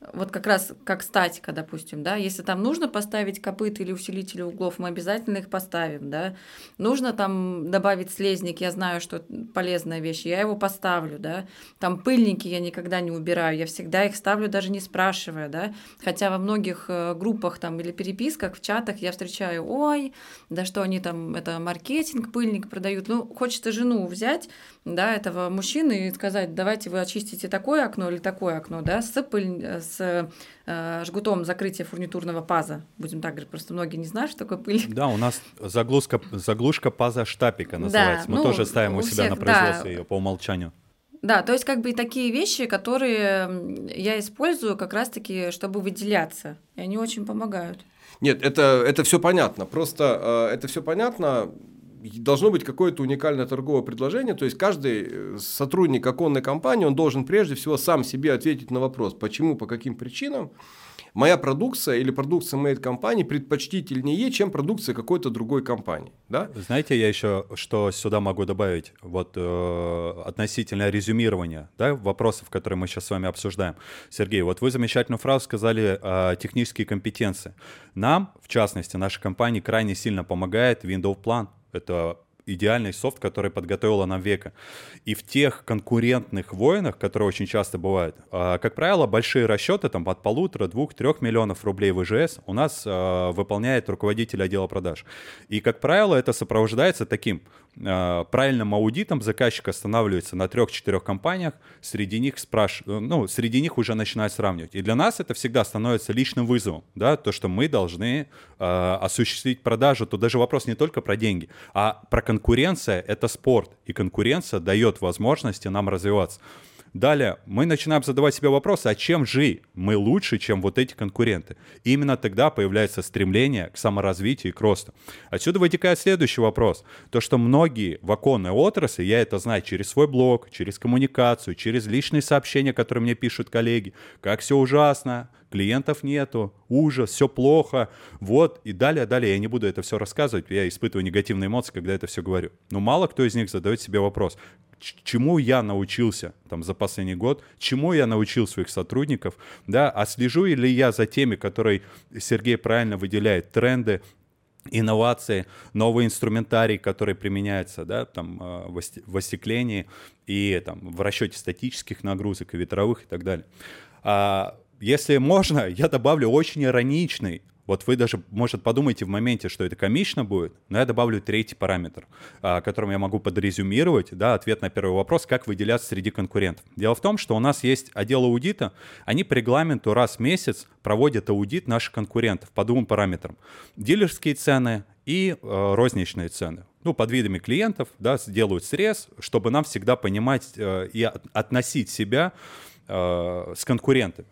вот как раз как статика, допустим, да, если там нужно поставить копыта или усилители углов, мы обязательно их поставим, да, нужно там добавить слезник, я знаю, что полезная вещь, я его поставлю, да, там пыльники я никогда не убираю, я всегда их ставлю, даже не спрашивая, да, хотя во многих группах там или переписках, в чатах я встречаю, ой, да что они там, это маркетинг, пыльник продают, ну, хочется жену взять, да, этого мужчины и сказать, давайте вы очистите такое окно или такое окно, да, с пыль, с э, жгутом закрытия фурнитурного паза, будем так говорить, просто многие не знают, что такое пыльник. Да, у нас заглушка, заглушка паза штапика называется, да, мы ну, тоже ставим у, у себя всех, на производстве, да, ее по умолчанию. Да, то есть как бы такие вещи, которые я использую как раз-таки, чтобы выделяться, и они очень помогают. Нет, это, это все понятно, просто э, это все понятно. Должно быть какое-то уникальное торговое предложение, то есть каждый сотрудник оконной компании, он должен прежде всего сам себе ответить на вопрос, почему, по каким причинам моя продукция или продукция моей компании предпочтительнее, чем продукция какой-то другой компании. Да? Знаете, я еще что сюда могу добавить, вот э, относительно резюмирования, да, вопросов, которые мы сейчас с вами обсуждаем. Сергей, вот вы замечательную фразу сказали э, технические компетенции. Нам, в частности, нашей компании крайне сильно помогает Windows Plan. Это идеальный софт, который подготовила нам Века. И в тех конкурентных войнах, которые очень часто бывают, как правило, большие расчеты там, от полутора, двух, трех миллионов рублей в ИЖС у нас э, выполняет руководитель отдела продаж. И, как правило, это сопровождается таким э, правильным аудитом. Заказчик останавливается на трех-четырех компаниях, среди них, спраш... ну, среди них уже начинает сравнивать. И для нас это всегда становится личным вызовом, да, то, что мы должны э, осуществить продажу. Тут даже вопрос не только про деньги, а про конкуренция — это спорт, и конкуренция дает возможности нам развиваться. Далее мы начинаем задавать себе вопрос, а чем же мы лучше, чем вот эти конкуренты? И именно тогда появляется стремление к саморазвитию и к росту. Отсюда вытекает следующий вопрос. То, что многие в оконной отрасли, я это знаю через свой блог, через коммуникацию, через личные сообщения, которые мне пишут коллеги, как все ужасно, клиентов нету, ужас, все плохо, вот, и далее, далее. Я не буду это все рассказывать, я испытываю негативные эмоции, когда это все говорю. Но мало кто из них задает себе вопрос, чему я научился там, за последний год, чему я научил своих сотрудников, да, а слежу ли я за теми, которые Сергей правильно выделяет, тренды, инновации, новый инструментарий, который применяется, да, там, в остеклении и там, в расчете статических нагрузок и ветровых и так далее. Если можно, я добавлю очень ироничный, вот вы даже, может, подумаете в моменте, что это комично будет, но я добавлю третий параметр, которым я могу подрезюмировать, да, ответ на первый вопрос, как выделяться среди конкурентов. Дело в том, что у нас есть отдел аудита, они по регламенту раз в месяц проводят аудит наших конкурентов по двум параметрам. Дилерские цены и э, розничные цены. Ну, под видами клиентов, да, делают срез, чтобы нам всегда понимать э, и относить себя э, с конкурентами.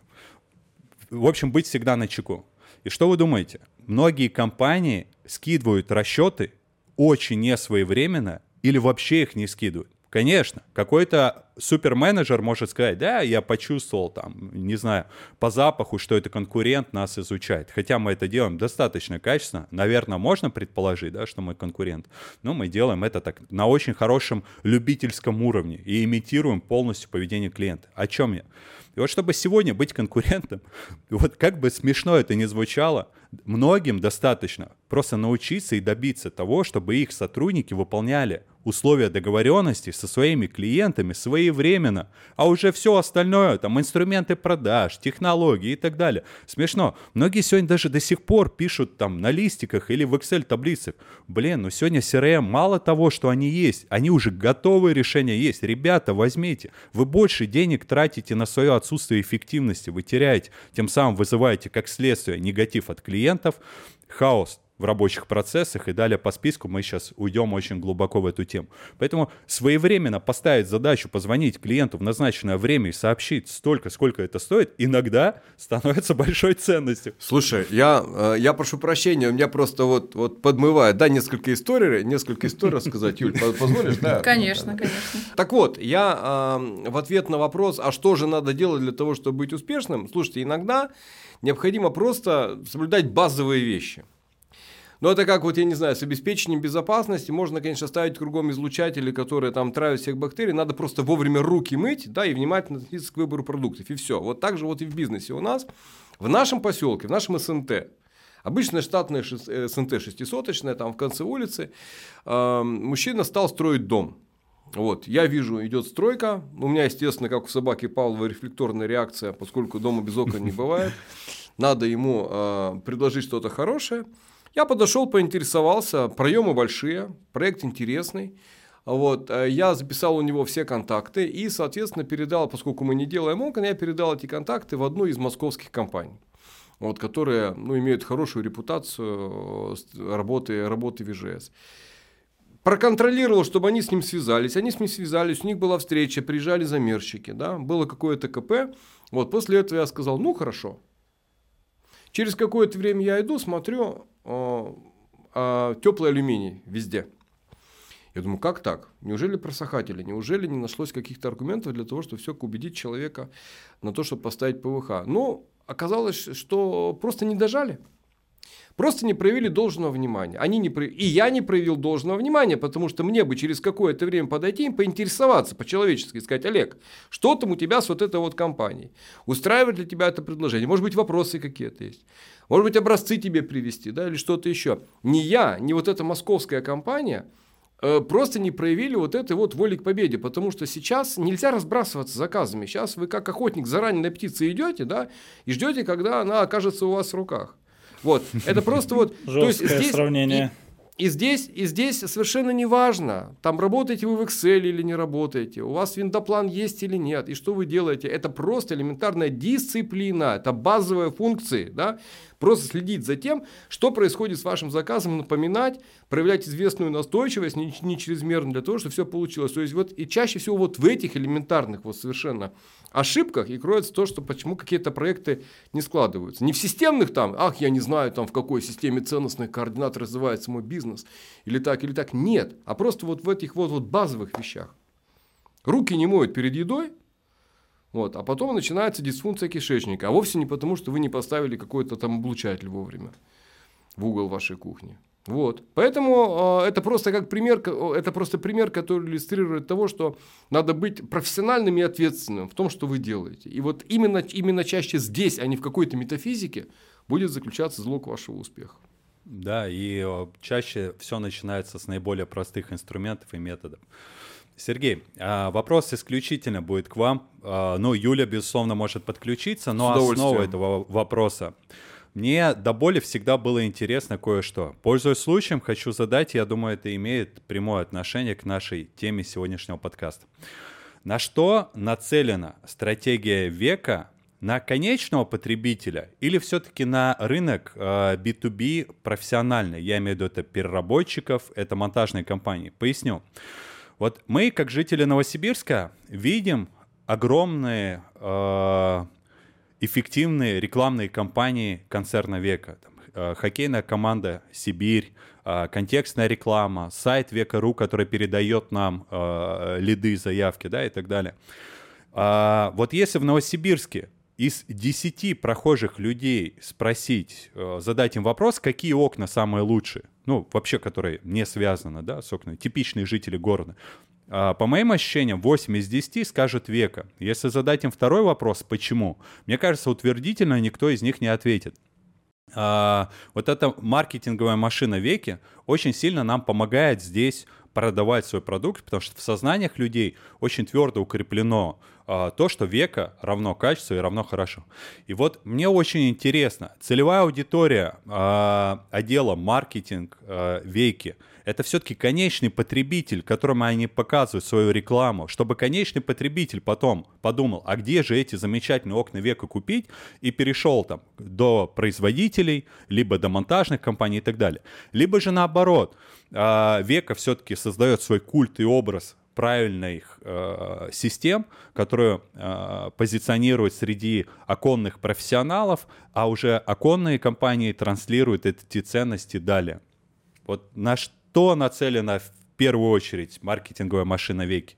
В общем, быть всегда начеку. И что вы думаете? Многие компании скидывают расчеты очень несвоевременно или вообще их не скидывают. Конечно, какой-то суперменеджер может сказать, да, я почувствовал там, не знаю, по запаху, что это конкурент нас изучает. Хотя мы это делаем достаточно качественно. Наверное, можно предположить, да, что мы конкурент. Но мы делаем это так на очень хорошем любительском уровне и имитируем полностью поведение клиента. О чем я? И вот чтобы сегодня быть конкурентом, вот как бы смешно это ни звучало, многим достаточно просто научиться и добиться того, чтобы их сотрудники выполняли условия договоренности со своими клиентами своевременно, а уже все остальное, там инструменты продаж, технологии и так далее. Смешно. Многие сегодня даже до сих пор пишут там на листиках или в Excel-таблицах. Блин, ну сегодня си ар эм мало того, что они есть, они уже готовые решения есть. Ребята, возьмите. Вы больше денег тратите на свое отсутствие эффективности, вы теряете, тем самым вызываете как следствие негатив от клиентов, хаос в рабочих процессах, и далее по списку мы сейчас уйдем очень глубоко в эту тему. Поэтому своевременно поставить задачу позвонить клиенту в назначенное время и сообщить столько, сколько это стоит, иногда становится большой ценностью. Слушай, я, я прошу прощения, у меня просто вот, вот подмывает, да, несколько историй, несколько историй рассказать, Юль, позволишь? Да? Конечно, конечно. Так вот, я э, в ответ на вопрос, а что же надо делать для того, чтобы быть успешным, слушайте, иногда необходимо просто соблюдать базовые вещи. Но это как, вот я не знаю, с обеспечением безопасности можно, конечно, ставить кругом излучатели, которые там травят всех бактерий, надо просто вовремя руки мыть, да, и внимательно относиться к выбору продуктов, и все. Вот так же вот и в бизнесе у нас, в нашем поселке, в нашем СНТ, обычная штатная СНТ шестисоточная, там в конце улицы, э, мужчина стал строить дом. Вот, я вижу, идет стройка, у меня, естественно, как у собаки Павлова, рефлекторная реакция, поскольку дома без окон не бывает, надо ему э, предложить что-то хорошее. Я подошел, поинтересовался, проемы большие, проект интересный. Вот, я записал у него все контакты и, соответственно, передал, поскольку мы не делаем окон, я передал эти контакты в одну из московских компаний, вот, которые, ну, имеют хорошую репутацию работы, работы ви жи эс. Проконтролировал, чтобы они с ним связались. Они с ним связались, у них была встреча, приезжали замерщики, да, было какое-то КП. Вот, после этого я сказал, ну, хорошо. Через какое-то время я иду, смотрю, э, э, теплый алюминий везде. Я думаю, как так? Неужели просохатели? Неужели не нашлось каких-то аргументов для того, чтобы все убедить человека на то, чтобы поставить ПВХ? Но оказалось, что просто не дожали. Просто не проявили должного внимания. Они не про... И я не проявил должного внимания, потому что мне бы через какое-то время подойти и поинтересоваться по-человечески и сказать, Олег, что там у тебя с вот этой вот компанией? Устраивает ли тебя это предложение? Может быть, вопросы какие-то есть? Может быть, образцы тебе привезти, да, или что-то еще? Ни я, ни вот эта московская компания э, просто не проявили вот этой вот воли к победе, потому что сейчас нельзя разбрасываться заказами. Сейчас вы как охотник за раненой птицей идете, да, и ждете, когда она окажется у вас в руках. Вот, это просто вот... Жесткое то есть здесь, сравнение. И, и, здесь, и здесь совершенно не важно, там работаете вы в Excel или не работаете, у вас виндоплан есть или нет, и что вы делаете. Это просто элементарная дисциплина, это базовые функции, да? Просто следить за тем, что происходит с вашим заказом, напоминать, проявлять известную настойчивость, не, не чрезмерно для того, чтобы все получилось. То есть вот и чаще всего вот в этих элементарных вот совершенно ошибках и кроется то, что почему какие-то проекты не складываются. Не в системных там, ах, я не знаю, там в какой системе ценностных координат развивается мой бизнес, или так, или так. Нет, а просто вот в этих вот, вот базовых вещах. Руки не моют перед едой, вот, а потом начинается дисфункция кишечника. А вовсе не потому, что вы не поставили какой-то там облучатель вовремя в угол вашей кухни. Вот. Поэтому э, это просто как пример, это просто пример, который иллюстрирует того, что надо быть профессиональным и ответственным в том, что вы делаете. И вот именно, именно чаще здесь, а не в какой-то метафизике, будет заключаться залог вашего успеха. Да, и чаще все начинается с наиболее простых инструментов и методов. Сергей, вопрос исключительно будет к вам. Ну, Юля, безусловно, может подключиться, но основа этого вопроса. Мне до боли всегда было интересно кое-что. Пользуясь случаем, хочу задать, я думаю, это имеет прямое отношение к нашей теме сегодняшнего подкаста. На что нацелена стратегия века? На конечного потребителя или все-таки на рынок э, би ту би профессиональный? Я имею в виду это переработчиков, это монтажные компании. Поясню. Вот мы, как жители Новосибирска, видим огромные э, эффективные рекламные кампании концерна века. Там, э, хоккейная команда «Сибирь», э, контекстная реклама, сайт века точка ру, который передает нам э, лиды, заявки, да, и так далее. А, вот если в Новосибирске из десяти прохожих людей спросить, э, задать им вопрос, какие окна самые лучшие, ну, вообще, которые не связаны, да, с окнами, типичные жители города, а, по моим ощущениям, восемь из десяти скажут века. Если задать им второй вопрос, почему, мне кажется, утвердительно никто из них не ответит. А, вот эта маркетинговая машина веки очень сильно нам помогает здесь продавать свой продукт, потому что в сознаниях людей очень твердо укреплено а, то, что века равно качество и равно хорошо. И вот мне очень интересно, целевая аудитория а, отдела маркетинг а, веки — это все-таки конечный потребитель, которому они показывают свою рекламу, чтобы конечный потребитель потом подумал, а где же эти замечательные окна века купить, и перешел там до производителей, либо до монтажных компаний и так далее. Либо же наоборот, века все-таки создает свой культ и образ правильных э, систем, которые э, позиционируют среди оконных профессионалов, а уже оконные компании транслируют эти ценности далее. Вот на что нацелена в первую очередь маркетинговая машина веки?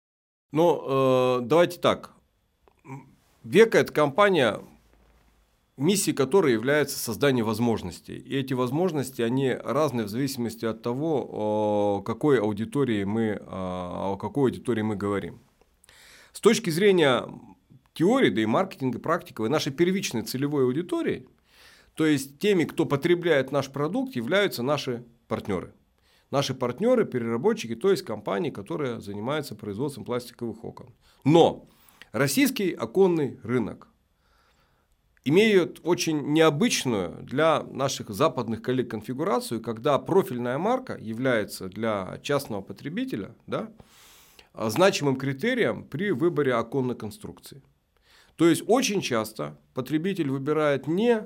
Ну, э, давайте так. Века — это компания миссией которой является создание возможностей. И эти возможности, они разные в зависимости от того, о какой аудитории мы, о какой аудитории мы говорим. С точки зрения теории, да и маркетинга, практики, нашей первичной целевой аудиторией, то есть теми, кто потребляет наш продукт, являются наши партнеры. Наши партнеры, переработчики, то есть компании, которые занимаются производством пластиковых окон. Но российский оконный рынок имеет очень необычную для наших западных коллег конфигурацию, когда профильная марка является для частного потребителя, да, значимым критерием при выборе оконной конструкции. То есть очень часто потребитель выбирает не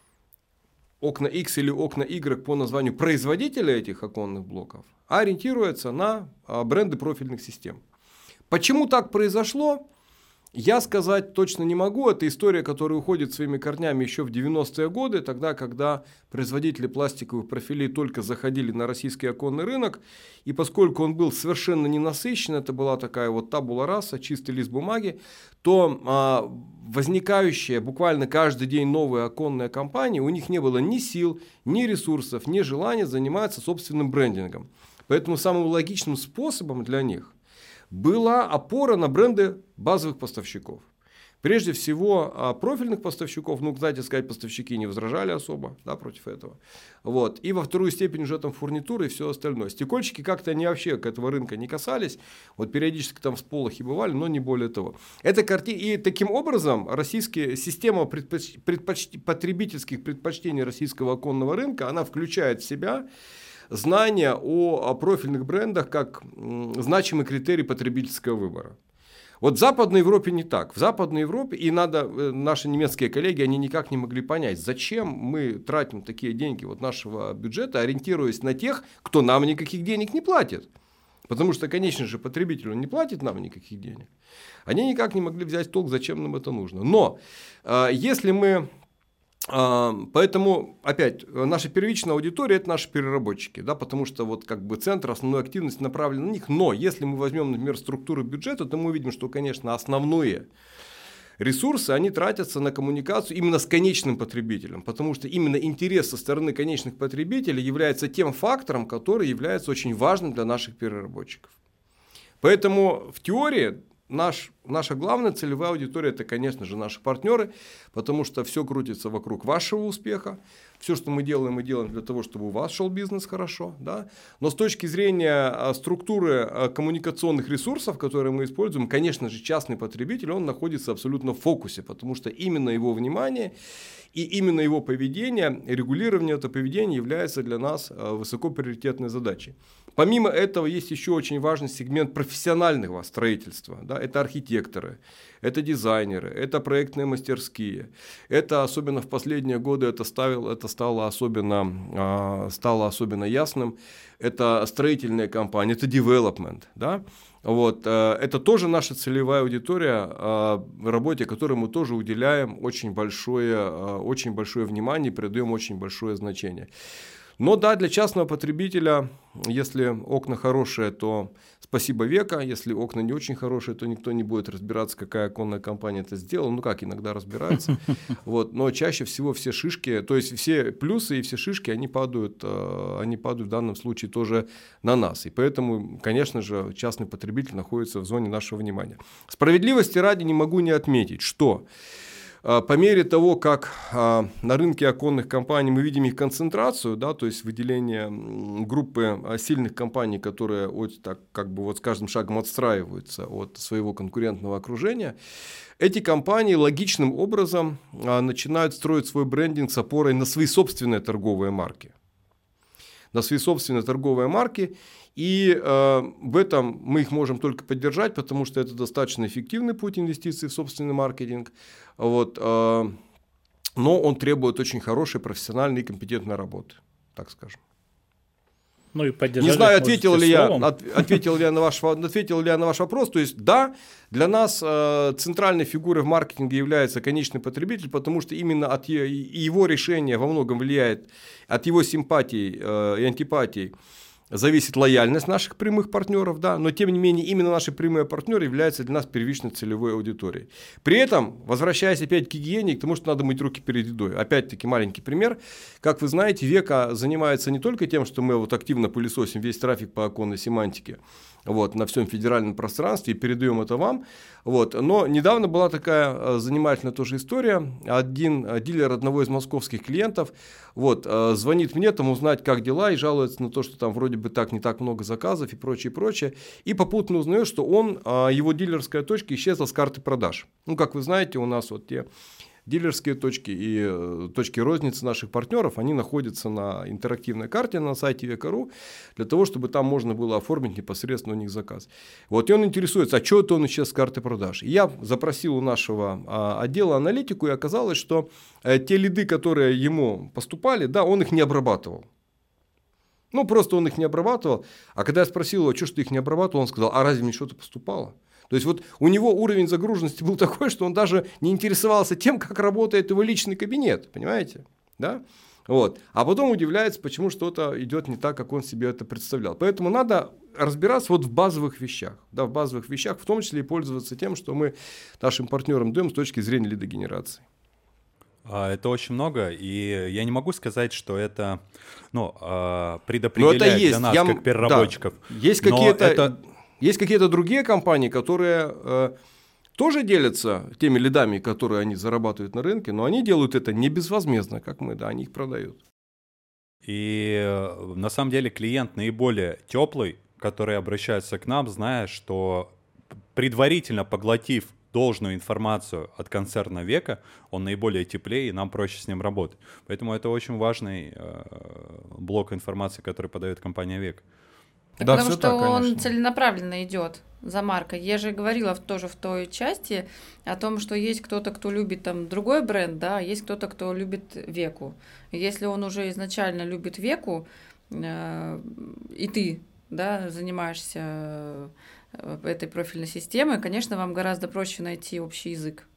окна X или окна Y по названию производителя этих оконных блоков, а ориентируется на бренды профильных систем. Почему так произошло, я сказать точно не могу. Это история, которая уходит своими корнями еще в девяностые годы, тогда, когда производители пластиковых профилей только заходили на российский оконный рынок, и поскольку он был совершенно ненасыщен, это была такая вот табула раса, чистый лист бумаги, то а, возникающие буквально каждый день новые оконные компании, у них не было ни сил, ни ресурсов, ни желания заниматься собственным брендингом. Поэтому самым логичным способом для них была опора на бренды базовых поставщиков. Прежде всего, профильных поставщиков, ну, кстати сказать, поставщики не возражали особо, да, против этого. Вот. И во вторую степень уже там фурнитуры и все остальное. Стекольщики как-то они вообще к этого рынка не касались. Вот периодически там всполохи бывали, но не более того. Это карти... И таким образом российская система предпоч... Предпоч... потребительских предпочтений российского оконного рынка, она включает в себя знания о, о профильных брендах как м, значимый критерий потребительского выбора. Вот в Западной Европе не так. В Западной Европе, и надо, наши немецкие коллеги, они никак не могли понять, зачем мы тратим такие деньги вот нашего бюджета, ориентируясь на тех, кто нам никаких денег не платит. Потому что, конечно же, потребитель он не платит нам никаких денег. Они никак не могли взять в толк, зачем нам это нужно. Но э, если мы... Поэтому, опять, наша первичная аудитория – это наши переработчики, да, потому что вот как бы центр основной активности направлен на них. Но если мы возьмем, например, структуру бюджета, то мы увидим, что, конечно, основные ресурсы, они тратятся на коммуникацию именно с конечным потребителем, потому что именно интерес со стороны конечных потребителей является тем фактором, который является очень важным для наших переработчиков. Поэтому в теории Наш, наша главная целевая аудитория – это, конечно же, наши партнеры, потому что все крутится вокруг вашего успеха. Все, что мы делаем, мы делаем для того, чтобы у вас шел бизнес хорошо. Да? Но с точки зрения структуры коммуникационных ресурсов, которые мы используем, конечно же, частный потребитель, он находится абсолютно в фокусе, потому что именно его внимание и именно его поведение, регулирование этого поведения является для нас высокоприоритетной задачей. Помимо этого, есть еще очень важный сегмент профессионального строительства. Да? Это архитекторы, это дизайнеры, это проектные мастерские. Это особенно в последние годы это, ставил, это стало, особенно, стало особенно ясным. Это строительные компании, это development. Да? Вот, это тоже наша целевая аудитория, работе которой мы тоже уделяем очень большое, очень большое внимание, придаем очень большое значение. Но да, для частного потребителя, если окна хорошие, то спасибо века, если окна не очень хорошие, то никто не будет разбираться, какая оконная компания это сделала, ну как, иногда разбираются, вот, но чаще всего все шишки, то есть все плюсы и все шишки, они падают, они падают в данном случае тоже на нас, и поэтому, конечно же, частный потребитель находится в зоне нашего внимания. Справедливости ради не могу не отметить, что по мере того, как на рынке оконных компаний мы видим их концентрацию, да, то есть выделение группы сильных компаний, которые вот, так, как бы вот с каждым шагом отстраиваются от своего конкурентного окружения, эти компании логичным образом начинают строить свой брендинг с опорой на свои собственные торговые марки. На свои собственные торговые марки. И э, в этом мы их можем только поддержать, потому что это достаточно эффективный путь инвестиций в собственный маркетинг. Вот, э, но он требует очень хорошей, профессиональной и компетентной работы, так скажем. Ну и поддержать. Не знаю, ответил ли, я, от, ответил, ли я на ваш, ответил ли я на ваш вопрос. То есть, да, для нас э, центральной фигурой в маркетинге является конечный потребитель, потому что именно от его решения во многом влияет, от его симпатий э, и антипатий, зависит лояльность наших прямых партнеров, да, но тем не менее именно наши прямые партнеры являются для нас первичной целевой аудиторией. При этом, возвращаясь опять к гигиене, к тому, что надо мыть руки перед едой, опять-таки маленький пример. Как вы знаете, Века занимается не только тем, что мы вот активно пылесосим весь трафик по оконной семантике, вот, на всем федеральном пространстве и передаем это вам. Вот. Но недавно была такая занимательная тоже история. Один дилер одного из московских клиентов вот, звонит мне там узнать, как дела, и жалуется на то, что там вроде бы так не так много заказов и прочее, прочее. И попутно узнает, что он, его дилерская точка исчезла с карты продаж. Ну, как вы знаете, у нас вот те дилерские точки и точки розницы наших партнеров, они находятся на интерактивной карте на сайте века точка ру, для того, чтобы там можно было оформить непосредственно у них заказ. Вот, и он интересуется, а что это он исчез с карты продаж? И я запросил у нашего а, отдела аналитику, и оказалось, что а, те лиды, которые ему поступали, да, он их не обрабатывал. Ну, просто он их не обрабатывал. А когда я спросил его, что ж ты их не обрабатывал, он сказал, а разве мне что-то поступало? То есть вот у него уровень загруженности был такой, что он даже не интересовался тем, как работает его личный кабинет, понимаете? Да? Вот. А потом удивляется, почему что-то идет не так, как он себе это представлял. Поэтому надо разбираться вот в базовых вещах, да, в базовых вещах, в том числе и пользоваться тем, что мы нашим партнерам даем с точки зрения лидогенерации. Это очень много, и я не могу сказать, что это, ну, предопределяет это есть. Для нас, я, как переработчиков. Да, есть какие-то... Это... Есть какие-то другие компании, которые э, тоже делятся теми лидами, которые они зарабатывают на рынке, но они делают это не безвозмездно, как мы, да, они их продают. И э, на самом деле клиент наиболее теплый, который обращается к нам, зная, что предварительно поглотив должную информацию от концерна Века, он наиболее теплее, и нам проще с ним работать. Поэтому это очень важный э, блок информации, который подает компания Века. Так да, потому что так, он конечно. Целенаправленно идет за маркой. Я же говорила тоже в той части о том, что есть кто-то, кто любит там другой бренд, да, а есть кто-то, кто любит Веку. И если он уже изначально любит Веку, э, и ты, да, занимаешься этой профильной системой, конечно, вам гораздо проще найти общий язык.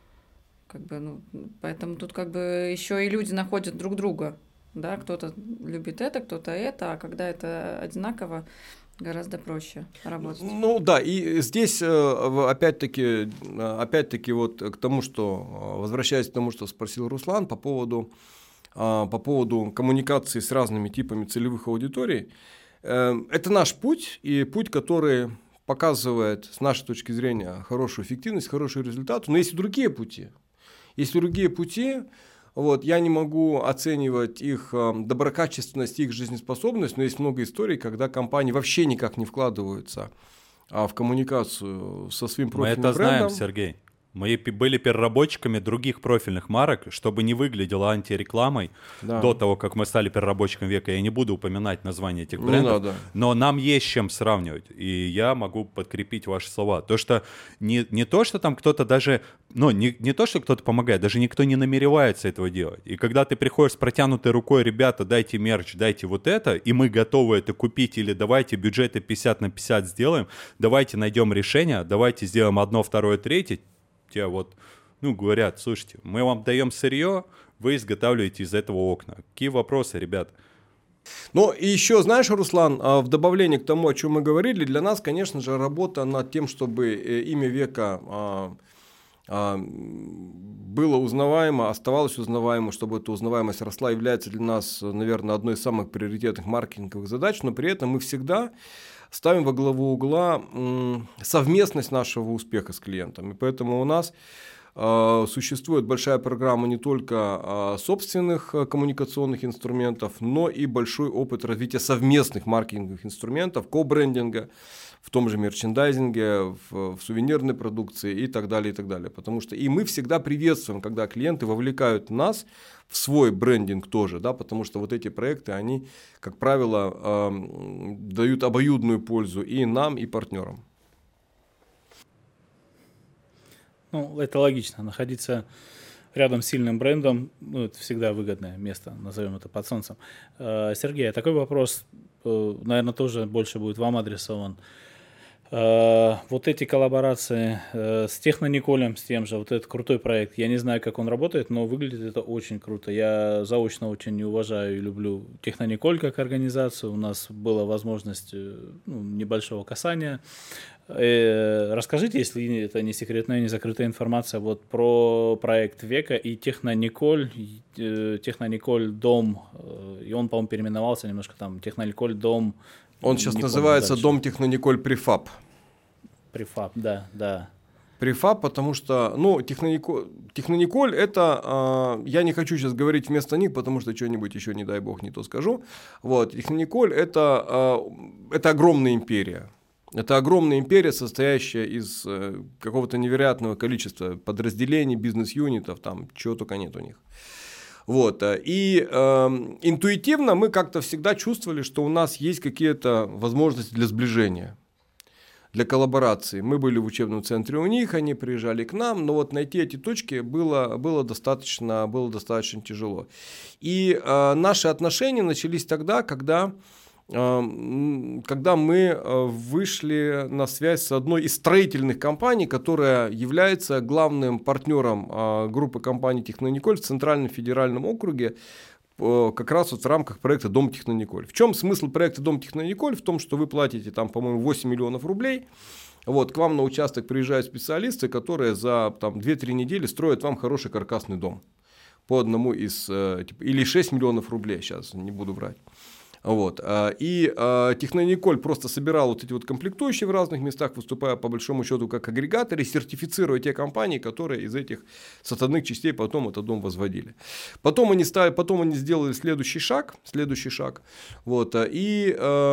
Как бы, ну, поэтому тут как бы еще и люди находят друг друга. Да, кто-то любит это, кто-то это, а когда это одинаково, гораздо проще работать. Ну да, и здесь опять-таки, опять-таки вот к тому, что, возвращаясь к тому, что спросил Руслан по поводу, по поводу коммуникации с разными типами целевых аудиторий, это наш путь, и путь, который показывает с нашей точки зрения хорошую эффективность, хороший результат, но есть и другие пути. Есть и другие пути. Вот, я не могу оценивать их э, доброкачественность, их жизнеспособность, но есть много историй, когда компании вообще никак не вкладываются а, в коммуникацию со своим профильным брендом. Мы это знаем, Сергей. Мы были переработчиками других профильных марок, чтобы не выглядело антирекламой да. до того, как мы стали переработчиком Века. Я не буду упоминать название этих брендов, не но нам есть с чем сравнивать. И я могу подкрепить ваши слова. То, что не, не то, что там кто-то даже... Ну, не, не то, что кто-то помогает, даже никто не намеревается этого делать. И когда ты приходишь с протянутой рукой, ребята, дайте мерч, дайте вот это, и мы готовы это купить, или давайте бюджеты пятьдесят на пятьдесят сделаем, давайте найдем решение, давайте сделаем одно, второе, третье, те вот, ну, говорят, слушайте, мы вам даем сырье, вы изготавливаете из этого окна. Какие вопросы, ребят? Ну, и еще, знаешь, Руслан, в добавление к тому, о чем мы говорили, для нас, конечно же, работа над тем, чтобы имя Века было узнаваемо, оставалось узнаваемо, чтобы эта узнаваемость росла, является для нас, наверное, одной из самых приоритетных маркетинговых задач, но при этом мы всегда ставим во главу угла совместность нашего успеха с клиентом. И поэтому у нас э, существует большая программа не только э, собственных э, коммуникационных инструментов, но и большой опыт развития совместных маркетинговых инструментов, ко-брендинга, в том же мерчендайзинге, в, в сувенирной продукции и так далее, и так далее. Потому что и мы всегда приветствуем, когда клиенты вовлекают нас в свой брендинг тоже, да, потому что вот эти проекты, они, как правило, э, дают обоюдную пользу и нам, и партнерам. Ну, это логично. Находиться рядом с сильным брендом, ну, это всегда выгодное место, назовем это под солнцем. Э, Сергей, а такой вопрос, э, наверное, тоже больше будет вам адресован. Вот эти коллаборации с Технониколем, с тем же, вот этот крутой проект, я не знаю, как он работает, но выглядит это очень круто. Я заочно очень уважаю и люблю Технониколь как организацию. У нас была возможность ну, небольшого касания. Расскажите, если это не секретная, не закрытая информация, вот про проект Века и Технониколь, Технониколь Дом, и он, по-моему, переименовался немножко там, Технониколь Дом. Он сейчас не называется Дом Технониколь Префаб. Префаб, да, да. Префаб, потому что, ну, Технониколь, Технониколь это, э, я не хочу сейчас говорить вместо них, потому что что-нибудь еще, не дай бог, не то скажу. Вот, Технониколь это, э, это огромная империя. Это огромная империя, состоящая из э, какого-то невероятного количества подразделений, бизнес-юнитов, там чего только нет у них. Вот. И э, интуитивно мы как-то всегда чувствовали, что у нас есть какие-то возможности для сближения, для коллаборации. Мы были в учебном центре у них, они приезжали к нам, но вот найти эти точки было, было, достаточно, было достаточно тяжело. И э, наши отношения начались тогда, когда... когда мы вышли на связь с одной из строительных компаний, которая является главным партнером группы компаний Технониколь в Центральном федеральном округе, как раз вот в рамках проекта Дом Технониколь. В чем смысл проекта Дом Технониколь? В том, что вы платите там, по-моему, восемь миллионов рублей. Вот, к вам на участок приезжают специалисты, которые за там, две-три недели строят вам хороший каркасный дом. По одному из, типа, или шесть миллионов рублей, сейчас не буду врать. Вот. И Технониколь просто собирал вот эти вот комплектующие в разных местах, выступая по большому счету как агрегаторы, сертифицируя те компании, которые из этих составных частей потом этот дом возводили. Потом они, стали, потом они сделали следующий шаг, следующий шаг. Вот. И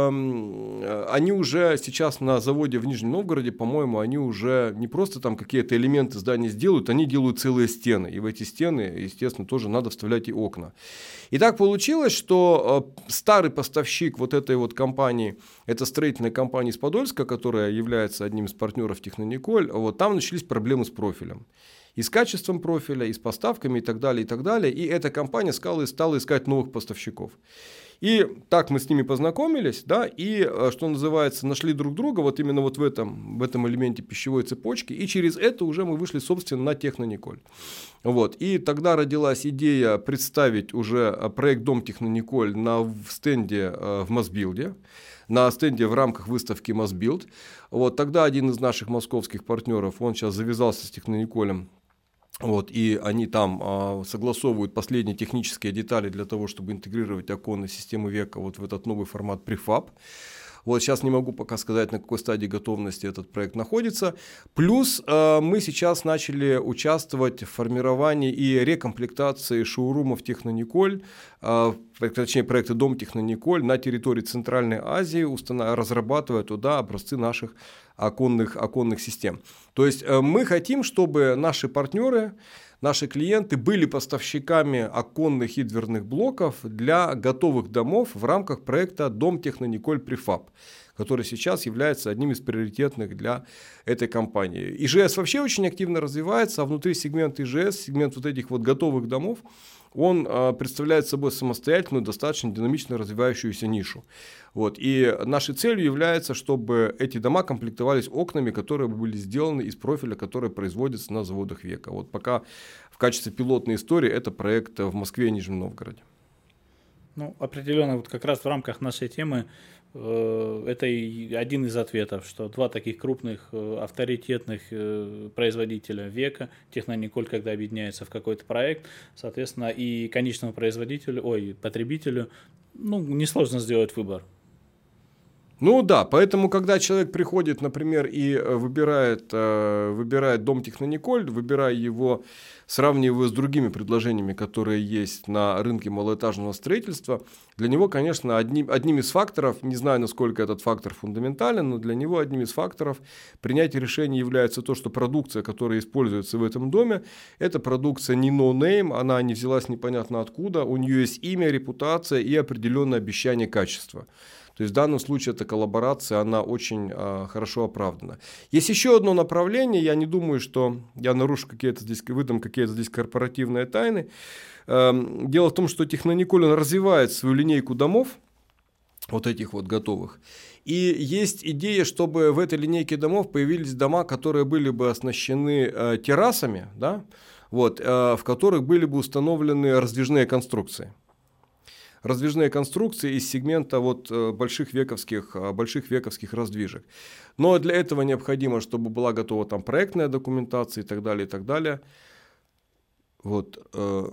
э, они уже сейчас на заводе в Нижнем Новгороде, по-моему, они уже не просто там какие-то элементы здания сделают, они делают целые стены. И в эти стены, естественно, тоже надо вставлять и окна. И так получилось, что старый поставщик вот этой вот компании, это строительная компания из Подольска, которая является одним из партнеров Технониколь, вот там начались проблемы с профилем. И с качеством профиля, и с поставками, и так далее, и так далее. И эта компания стала, стала искать новых поставщиков. И так мы с ними познакомились, да, и, что называется, нашли друг друга вот именно вот в этом, в этом элементе пищевой цепочки, и через это уже мы вышли, собственно, на Технониколь. Вот. И тогда родилась идея представить уже проект Дом Технониколь на стенде в Мосбилде, на стенде в рамках выставки Мосбилд. Вот. Тогда один из наших московских партнеров, он сейчас завязался с Технониколем. Вот, и они там а, согласовывают последние технические детали для того, чтобы интегрировать оконные системы Века вот в этот новый формат префаб. Вот сейчас не могу пока сказать, на какой стадии готовности этот проект находится. Плюс э, мы сейчас начали участвовать в формировании и рекомплектации шоурумов Технониколь, э, точнее проекта Дом Технониколь на территории Центральной Азии, установ... разрабатывая туда образцы наших оконных, оконных систем. То есть э, мы хотим, чтобы наши партнеры, наши клиенты были поставщиками оконных и дверных блоков для готовых домов в рамках проекта Дом Технониколь Префаб, который сейчас является одним из приоритетных для этой компании. И жэ эс вообще очень активно развивается, а внутри сегмента и жэ эс, сегмент вот этих вот готовых домов, он а, представляет собой самостоятельную, достаточно динамично развивающуюся нишу. Вот. И нашей целью является, чтобы эти дома комплектовались окнами, которые были сделаны из профиля, который производится на заводах Века. Вот пока в качестве пилотной истории это проект в Москве и Нижнем Новгороде. Ну, определенно, вот как раз в рамках нашей темы э, это и один из ответов, что два таких крупных э, авторитетных э, производителя Века, Технониколь, когда объединяются в какой-то проект, соответственно, и конечному производителю, ой, потребителю, ну, несложно сделать выбор. Ну да, поэтому, когда человек приходит, например, и выбирает, выбирает Дом Технониколь, выбирая его, сравнивая его с другими предложениями, которые есть на рынке малоэтажного строительства, для него, конечно, одним, одним из факторов, не знаю, насколько этот фактор фундаментален, но для него одним из факторов принятия решения является то, что продукция, которая используется в этом доме, это продукция не no-name, она не взялась непонятно откуда, у нее есть имя, репутация и определенное обещание качества. То есть в данном случае эта коллаборация, она очень э, хорошо оправдана. Есть еще одно направление, я не думаю, что я нарушу какие-то здесь, выдам какие-то здесь корпоративные тайны. Э, дело в том, что Технониколь развивает свою линейку домов, вот этих вот готовых. И есть идея, чтобы в этой линейке домов появились дома, которые были бы оснащены э, террасами, да, вот, э, в которых были бы установлены раздвижные конструкции. Раздвижные конструкции из сегмента вот, э, больших, вековских, э, больших вековских раздвижек. Но для этого необходимо, чтобы была готова там проектная документация и так далее, и так далее. Вот, э,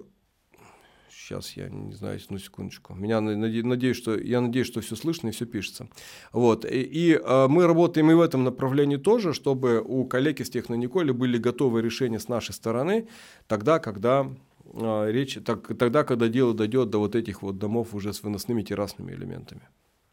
сейчас я не знаю, одну секундочку. Меня надеюсь, что я надеюсь, что все слышно и все пишется. Вот, и, и э, мы работаем и в этом направлении тоже, чтобы у коллег из Технониколя были готовы решения с нашей стороны, тогда, когда э, речь, так, тогда, когда дело дойдет до вот этих вот домов уже с выносными террасными элементами.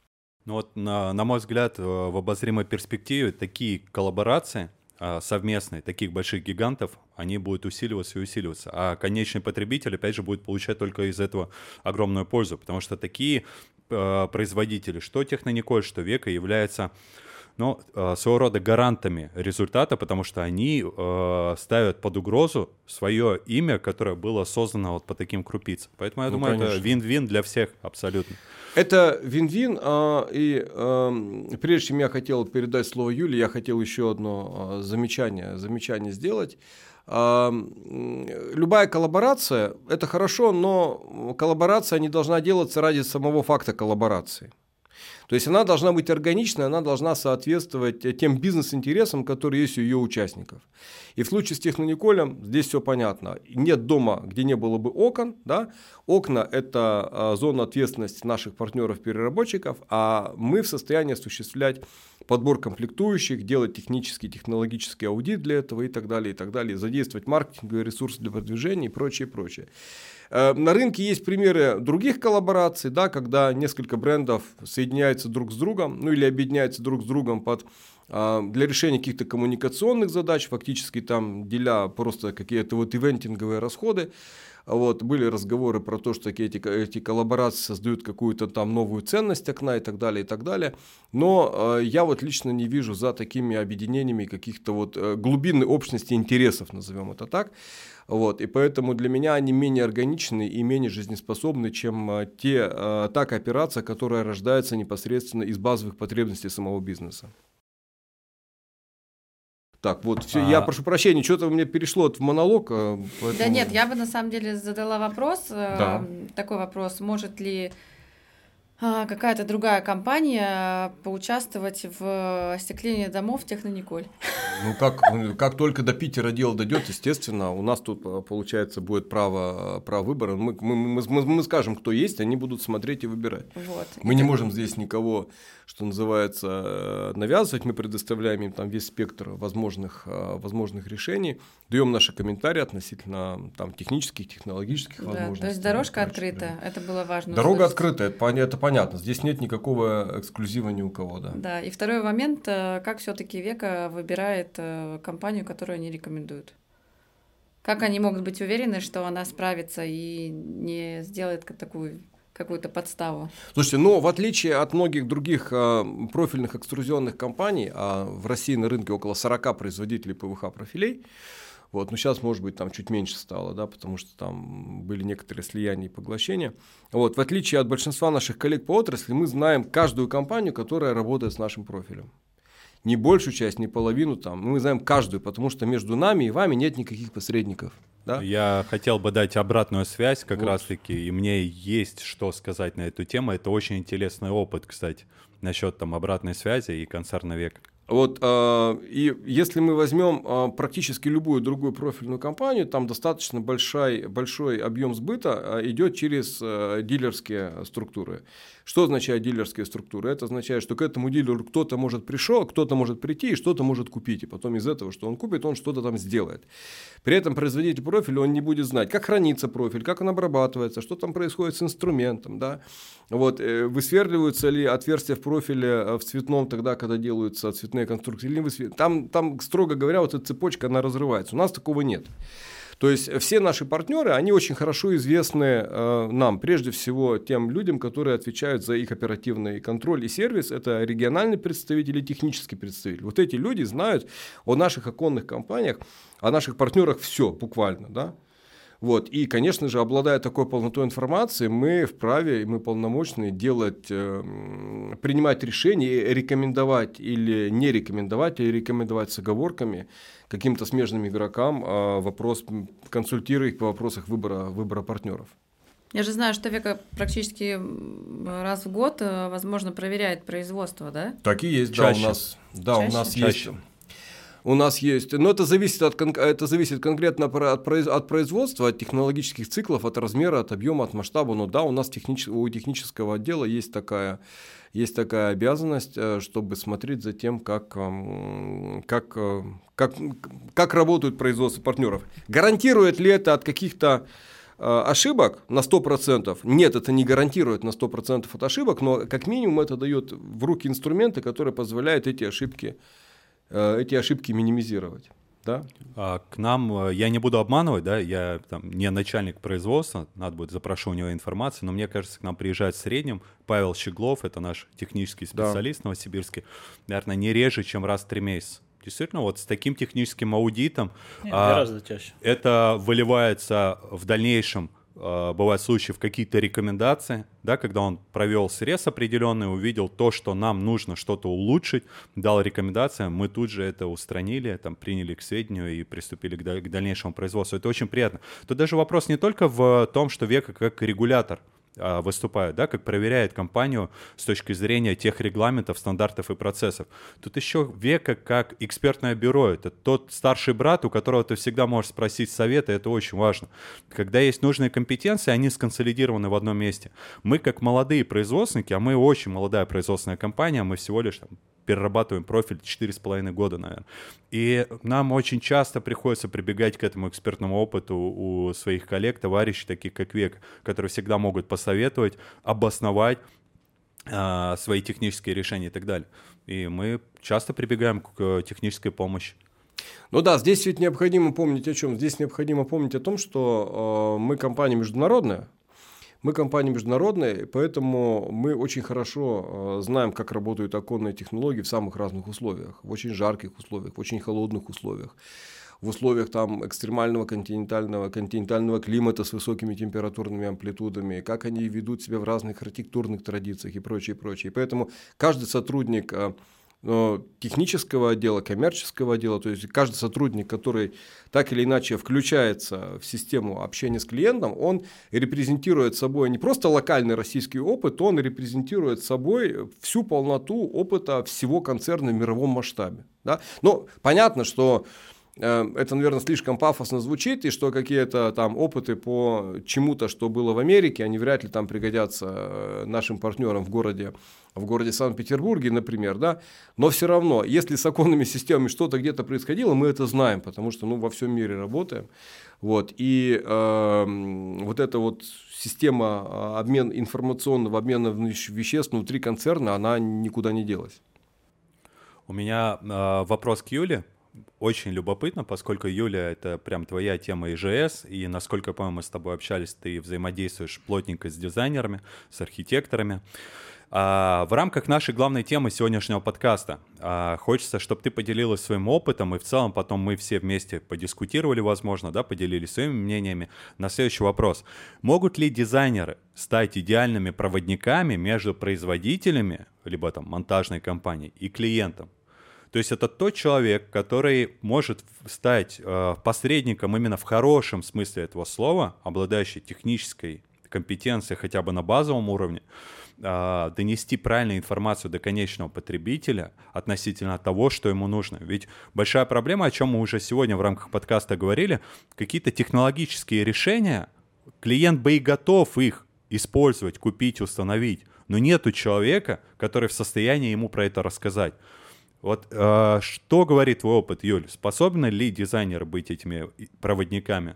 Ну вот, на, на мой взгляд, в обозримой перспективе такие коллаборации совместные, таких больших гигантов, они будут усиливаться и усиливаться. А конечный потребитель, опять же, будет получать только из этого огромную пользу, потому что такие э, производители, что Технониколь, что Века, являются, ну, э, своего рода гарантами результата, потому что они э, ставят под угрозу свое имя, которое было создано вот по таким крупицам. Поэтому я ну, думаю, конечно. Это вин-вин для всех абсолютно. Это вин-вин, а, и а, прежде чем я хотел передать слово Юле, я хотел еще одно а, замечание, замечание сделать. А, любая коллаборация – это хорошо, но коллаборация не должна делаться ради самого факта коллаборации. То есть она должна быть органичной, она должна соответствовать тем бизнес-интересам, которые есть у ее участников. И в случае с Технониколем здесь все понятно. Нет дома, где не было бы окон. Да? Окна – это зона ответственности наших партнеров-переработчиков, а мы в состоянии осуществлять подбор комплектующих, делать технический, технологический аудит для этого и так далее, и так далее, задействовать маркетинговые ресурсы для продвижения и прочее, прочее. На рынке есть примеры других коллабораций, да, когда несколько брендов соединяются друг с другом, ну или объединяются друг с другом под, для решения каких-то коммуникационных задач, фактически там деля просто какие-то вот ивентинговые расходы. Вот, были разговоры про то, что эти, эти коллаборации создают какую-то там новую ценность окна и так далее, и так далее. Но э, я вот лично не вижу за такими объединениями каких-то вот э, глубинной общности интересов, назовем это так. Вот, и поэтому для меня они менее органичны и менее жизнеспособны, чем э, те, э, та кооперация, которая рождается непосредственно из базовых потребностей самого бизнеса. Так, вот, все, а... я прошу прощения, что-то у меня перешло в монолог. Поэтому... Да нет, я бы на самом деле задала вопрос, да. такой вопрос, может ли какая-то другая компания поучаствовать в остеклении домов Технониколь? Ну, как, как только до Питера дело дойдет, естественно, у нас тут, получается, будет право, право выбора. Мы, мы, мы, мы скажем, кто есть, они будут смотреть и выбирать. Вот. Мы и не так... можем здесь никого, что называется, навязывать. Мы предоставляем им там весь спектр возможных, возможных решений, даем наши комментарии относительно там, технических, технологических да, возможностей. То есть дорожка открыта, да. Это было важно. Дорога открыта, это, это понятно. Здесь нет никакого эксклюзива ни у кого. Да, да. И второй момент, как все-таки Века выбирает компанию, которую они рекомендуют? Как они могут быть уверены, что она справится и не сделает такую какую-то подставу? Слушайте, ну, в отличие от многих других э, профильных экструзионных компаний, а в России на рынке около сорок производителей ПВХ-профилей, вот, но сейчас, может быть, там чуть меньше стало, да, потому что там были некоторые слияния и поглощения. Вот, в отличие от большинства наших коллег по отрасли, мы знаем каждую компанию, которая работает с нашим профилем. Не большую часть, не половину там. Мы знаем каждую, потому что между нами и вами нет никаких посредников. Да? Я хотел бы дать обратную связь как вот. раз-таки, и мне есть что сказать на эту тему. Это очень интересный опыт, кстати, насчет там обратной связи и концерна Века. Вот, э, и если мы возьмем э, практически любую другую профильную компанию, там достаточно большой, большой объем сбыта э, идет через э, дилерские структуры. Что означает дилерские структуры? Это означает, что к этому дилеру кто-то может пришел, кто-то может прийти и что-то может купить. И потом из этого, что он купит, он что-то там сделает. При этом производитель профиля, он не будет знать, как хранится профиль, как он обрабатывается, что там происходит с инструментом. Да? Вот, э, высверливаются ли отверстия в профиле в цветном тогда, когда делаются цветные конструкции. Или высвер... там, там, строго говоря, вот эта цепочка, она разрывается. У нас такого нет. То есть все наши партнеры, они очень хорошо известны э, нам, прежде всего тем людям, которые отвечают за их оперативный контроль и сервис. Это региональный представитель и технический представитель. Вот эти люди знают о наших оконных компаниях, о наших партнерах все буквально. Да? Вот. И, конечно же, обладая такой полнотой информации, мы вправе, мы полномочны делать, э, принимать решения, рекомендовать или не рекомендовать, или рекомендовать с оговорками каким-то смежным игрокам э, вопрос, консультируя их по вопросах выбора, выбора партнеров. Я же знаю, что Века практически раз в год, возможно, проверяет производство, да? Так и есть, Чаще. да, у нас, да, у нас Чаще. есть. У нас есть, но это зависит, от, это зависит конкретно от, от производства, от технологических циклов, от размера, от объема, от масштаба. Но да, у нас технич, у технического отдела есть такая, есть такая обязанность, чтобы смотреть за тем, как, как, как, как работают производства партнеров. Гарантирует ли это от каких-то ошибок на сто процентов? Нет, это не гарантирует на сто процентов от ошибок, но как минимум это дает в руки инструменты, которые позволяют эти ошибки эти ошибки минимизировать. Да? А, к нам, я не буду обманывать, да, я там, не начальник производства, надо будет запрошу у него информацию, но мне кажется, к нам приезжает в среднем Павел Щеглов, это наш технический специалист, да, новосибирский, наверное, не реже, чем раз в три месяца. Действительно, вот с таким техническим аудитом Нет, гораздо чаще. Это выливается в дальнейшем. Бывают случаи в какие-то рекомендации, да, когда он провел срез определенный, увидел то, что нам нужно что-то улучшить, дал рекомендации, мы тут же это устранили, там, приняли к сведению и приступили к, к дальнейшему производству. Это очень приятно. Тут даже вопрос не только в том, что Века как регулятор а, выступает, да, как проверяет компанию с точки зрения тех регламентов, стандартов и процессов. Тут еще Века как экспертное бюро. Это тот старший брат, у которого ты всегда можешь спросить совета, это очень важно. Когда есть нужные компетенции, они сконсолидированы в одном месте. Мы как молодые производственники, а мы очень молодая производственная компания, мы всего лишь там перерабатываем профиль четыре с половиной года, наверное. И нам очень часто приходится прибегать к этому экспертному опыту у своих коллег, товарищей, таких как Века, которые всегда могут посоветовать, обосновать а, свои технические решения и так далее. И мы часто прибегаем к технической помощи. Ну да, здесь ведь необходимо помнить о чем? Здесь необходимо помнить о том, что э, мы компания международная. Мы компания международная, поэтому мы очень хорошо э, знаем, как работают оконные технологии в самых разных условиях. В очень жарких условиях, в очень холодных условиях. В условиях там, экстремального континентального, континентального климата с высокими температурными амплитудами, как они ведут себя в разных архитектурных традициях и прочее, прочее. Поэтому каждый сотрудник э, технического отдела, коммерческого отдела, то есть каждый сотрудник, который так или иначе включается в систему общения с клиентом, он репрезентирует собой не просто локальный российский опыт, он репрезентирует собой всю полноту опыта всего концерна в мировом масштабе. Да? Но понятно, что это, наверное, слишком пафосно звучит, и что какие-то там опыты по чему-то, что было в Америке, они вряд ли там пригодятся нашим партнерам в городе, в городе Санкт-Петербурге, например, да, но все равно, если с оконными системами что-то где-то происходило, мы это знаем, потому что, ну, во всем мире работаем, вот, и э, вот эта вот система обмен, информационного обмена веществ внутри концерна, она никуда не делась. У меня э, вопрос к Юле. Очень любопытно, поскольку, Юля, это прям твоя тема и жэ эс, и, насколько я помню, мы с тобой общались, ты взаимодействуешь плотненько с дизайнерами, с архитекторами. А, в рамках нашей главной темы сегодняшнего подкаста а, хочется, чтобы ты поделилась своим опытом, и в целом потом мы все вместе подискутировали, возможно, да, поделились своими мнениями на следующий вопрос. Могут ли дизайнеры стать идеальными проводниками между производителями, либо там монтажной компанией, и клиентом? То есть это тот человек, который может стать э, посредником именно в хорошем смысле этого слова, обладающий технической компетенцией хотя бы на базовом уровне, э, донести правильную информацию до конечного потребителя относительно того, что ему нужно. Ведь большая проблема, о чем мы уже сегодня в рамках подкаста говорили, какие-то технологические решения, клиент бы и готов их использовать, купить, установить, но нету человека, который в состоянии ему про это рассказать. Вот э, что говорит твой опыт, Юль? Способны ли дизайнеры быть этими проводниками?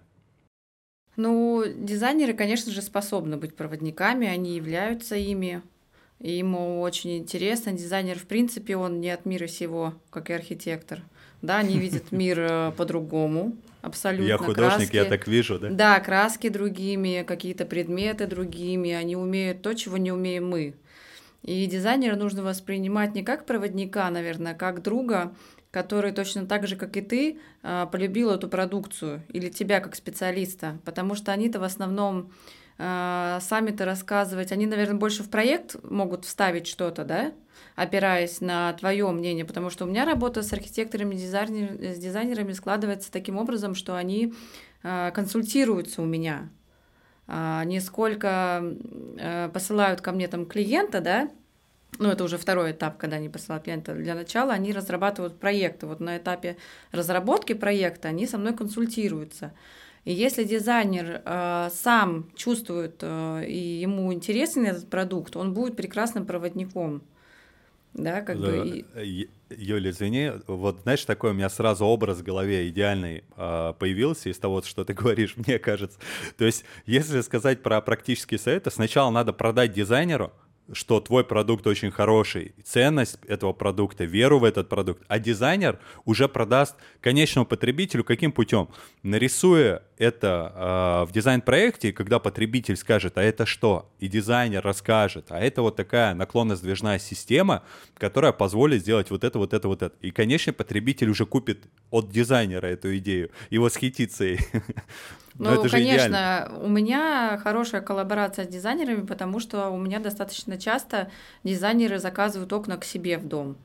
Ну, дизайнеры, конечно же, способны быть проводниками, они являются ими. И ему очень интересно. Дизайнер, в принципе, он не от мира сего, как и архитектор. Да, они видят мир по-другому, абсолютно. Я художник, краски, я так вижу, да? Да, краски другими, какие-то предметы другими. Они умеют то, чего не умеем мы. И дизайнера нужно воспринимать не как проводника, наверное, а как друга, который точно так же, как и ты, полюбил эту продукцию или тебя как специалиста, потому что они-то в основном сами-то рассказывать, они, наверное, больше в проект могут вставить что-то, да, опираясь на твое мнение, потому что у меня работа с архитекторами, дизайнер, с дизайнерами складывается таким образом, что они консультируются у меня, не сколько посылают ко мне там клиента, да, ну, это уже второй этап, когда они посылают клиента. Для начала они разрабатывают проекты. Вот на этапе разработки проекта они со мной консультируются. И если дизайнер э, сам чувствует э, и ему интересен этот продукт, он будет прекрасным проводником. Да, как да, бы... и... Юля, извини, вот знаешь, такой у меня сразу образ в голове идеальный э, появился из того, что ты говоришь, мне кажется. То есть, если сказать про практические советы, сначала надо продать дизайнеру, что твой продукт очень хороший, ценность этого продукта, веру в этот продукт, а дизайнер уже продаст конечному потребителю каким путем? Нарисуя это э, в дизайн-проекте, когда потребитель скажет, а это что? И дизайнер расскажет, а это вот такая наклонно-сдвижная система, которая позволит сделать вот это, вот это, вот это. И конечный потребитель уже купит от дизайнера эту идею и восхитится ей. Ну, это конечно, идеально. У меня хорошая коллаборация с дизайнерами, потому что у меня достаточно часто дизайнеры заказывают окна к себе в дом.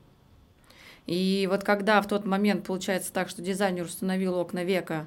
И вот когда в тот момент получается так, что дизайнер установил окна Века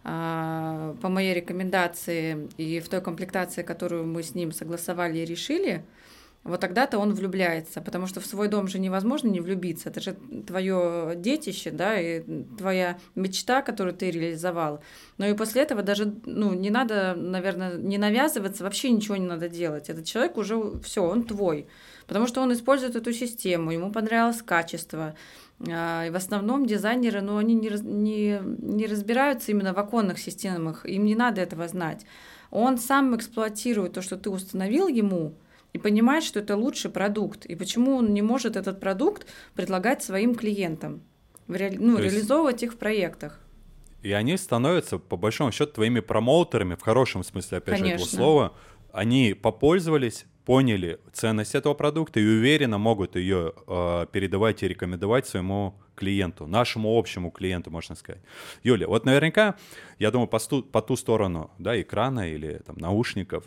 э, по моей рекомендации и в той комплектации, которую мы с ним согласовали и решили, вот тогда-то он влюбляется, потому что в свой дом же невозможно не влюбиться. Это же твое детище, да, и твоя мечта, которую ты реализовал. Но и после этого даже, ну, не надо, наверное, не навязываться, вообще ничего не надо делать. Этот человек уже, все, он твой, потому что он использует эту систему, ему понравилось качество. И в основном дизайнеры, ну, они не, не, не разбираются именно в оконных системах, им не надо этого знать. Он сам эксплуатирует то, что ты установил ему, и понимает, что это лучший продукт, и почему он не может этот продукт предлагать своим клиентам, ре... ну, То реализовывать есть... их в проектах. И они становятся, по большому счету, твоими промоутерами, в хорошем смысле, опять Конечно. же, этого слова. Они попользовались, поняли ценность этого продукта и уверенно могут ее э, передавать и рекомендовать своему клиенту, нашему общему клиенту, можно сказать. Юля, вот наверняка, я думаю, по, сту... по ту сторону, да, экрана или там, наушников,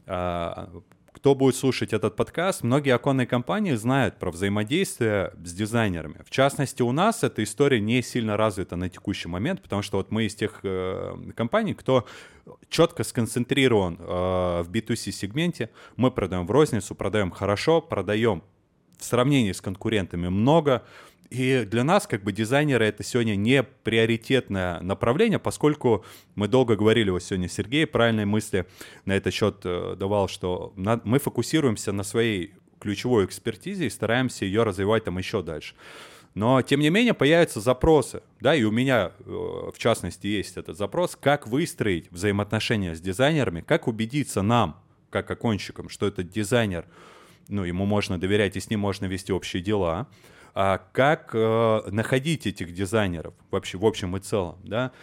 э, кто будет слушать этот подкаст, многие оконные компании знают про взаимодействие с дизайнерами. В частности, у нас эта история не сильно развита на текущий момент, потому что вот мы из тех э, компаний, кто четко сконцентрирован э, в би ту си-сегменте. Мы продаем в розницу, продаем хорошо, продаем в сравнении с конкурентами много. И для нас, как бы, дизайнеры — это сегодня не приоритетное направление, поскольку мы долго говорили, вот сегодня Сергей правильные мысли на этот счет давал, что мы фокусируемся на своей ключевой экспертизе и стараемся ее развивать там еще дальше. Но, тем не менее, появятся запросы, да, и у меня, в частности, есть этот запрос, как выстроить взаимоотношения с дизайнерами, как убедиться нам, как оконщикам, что этот дизайнер, ну, ему можно доверять и с ним можно вести общие дела. А как э, находить этих дизайнеров вообще в общем и целом, да?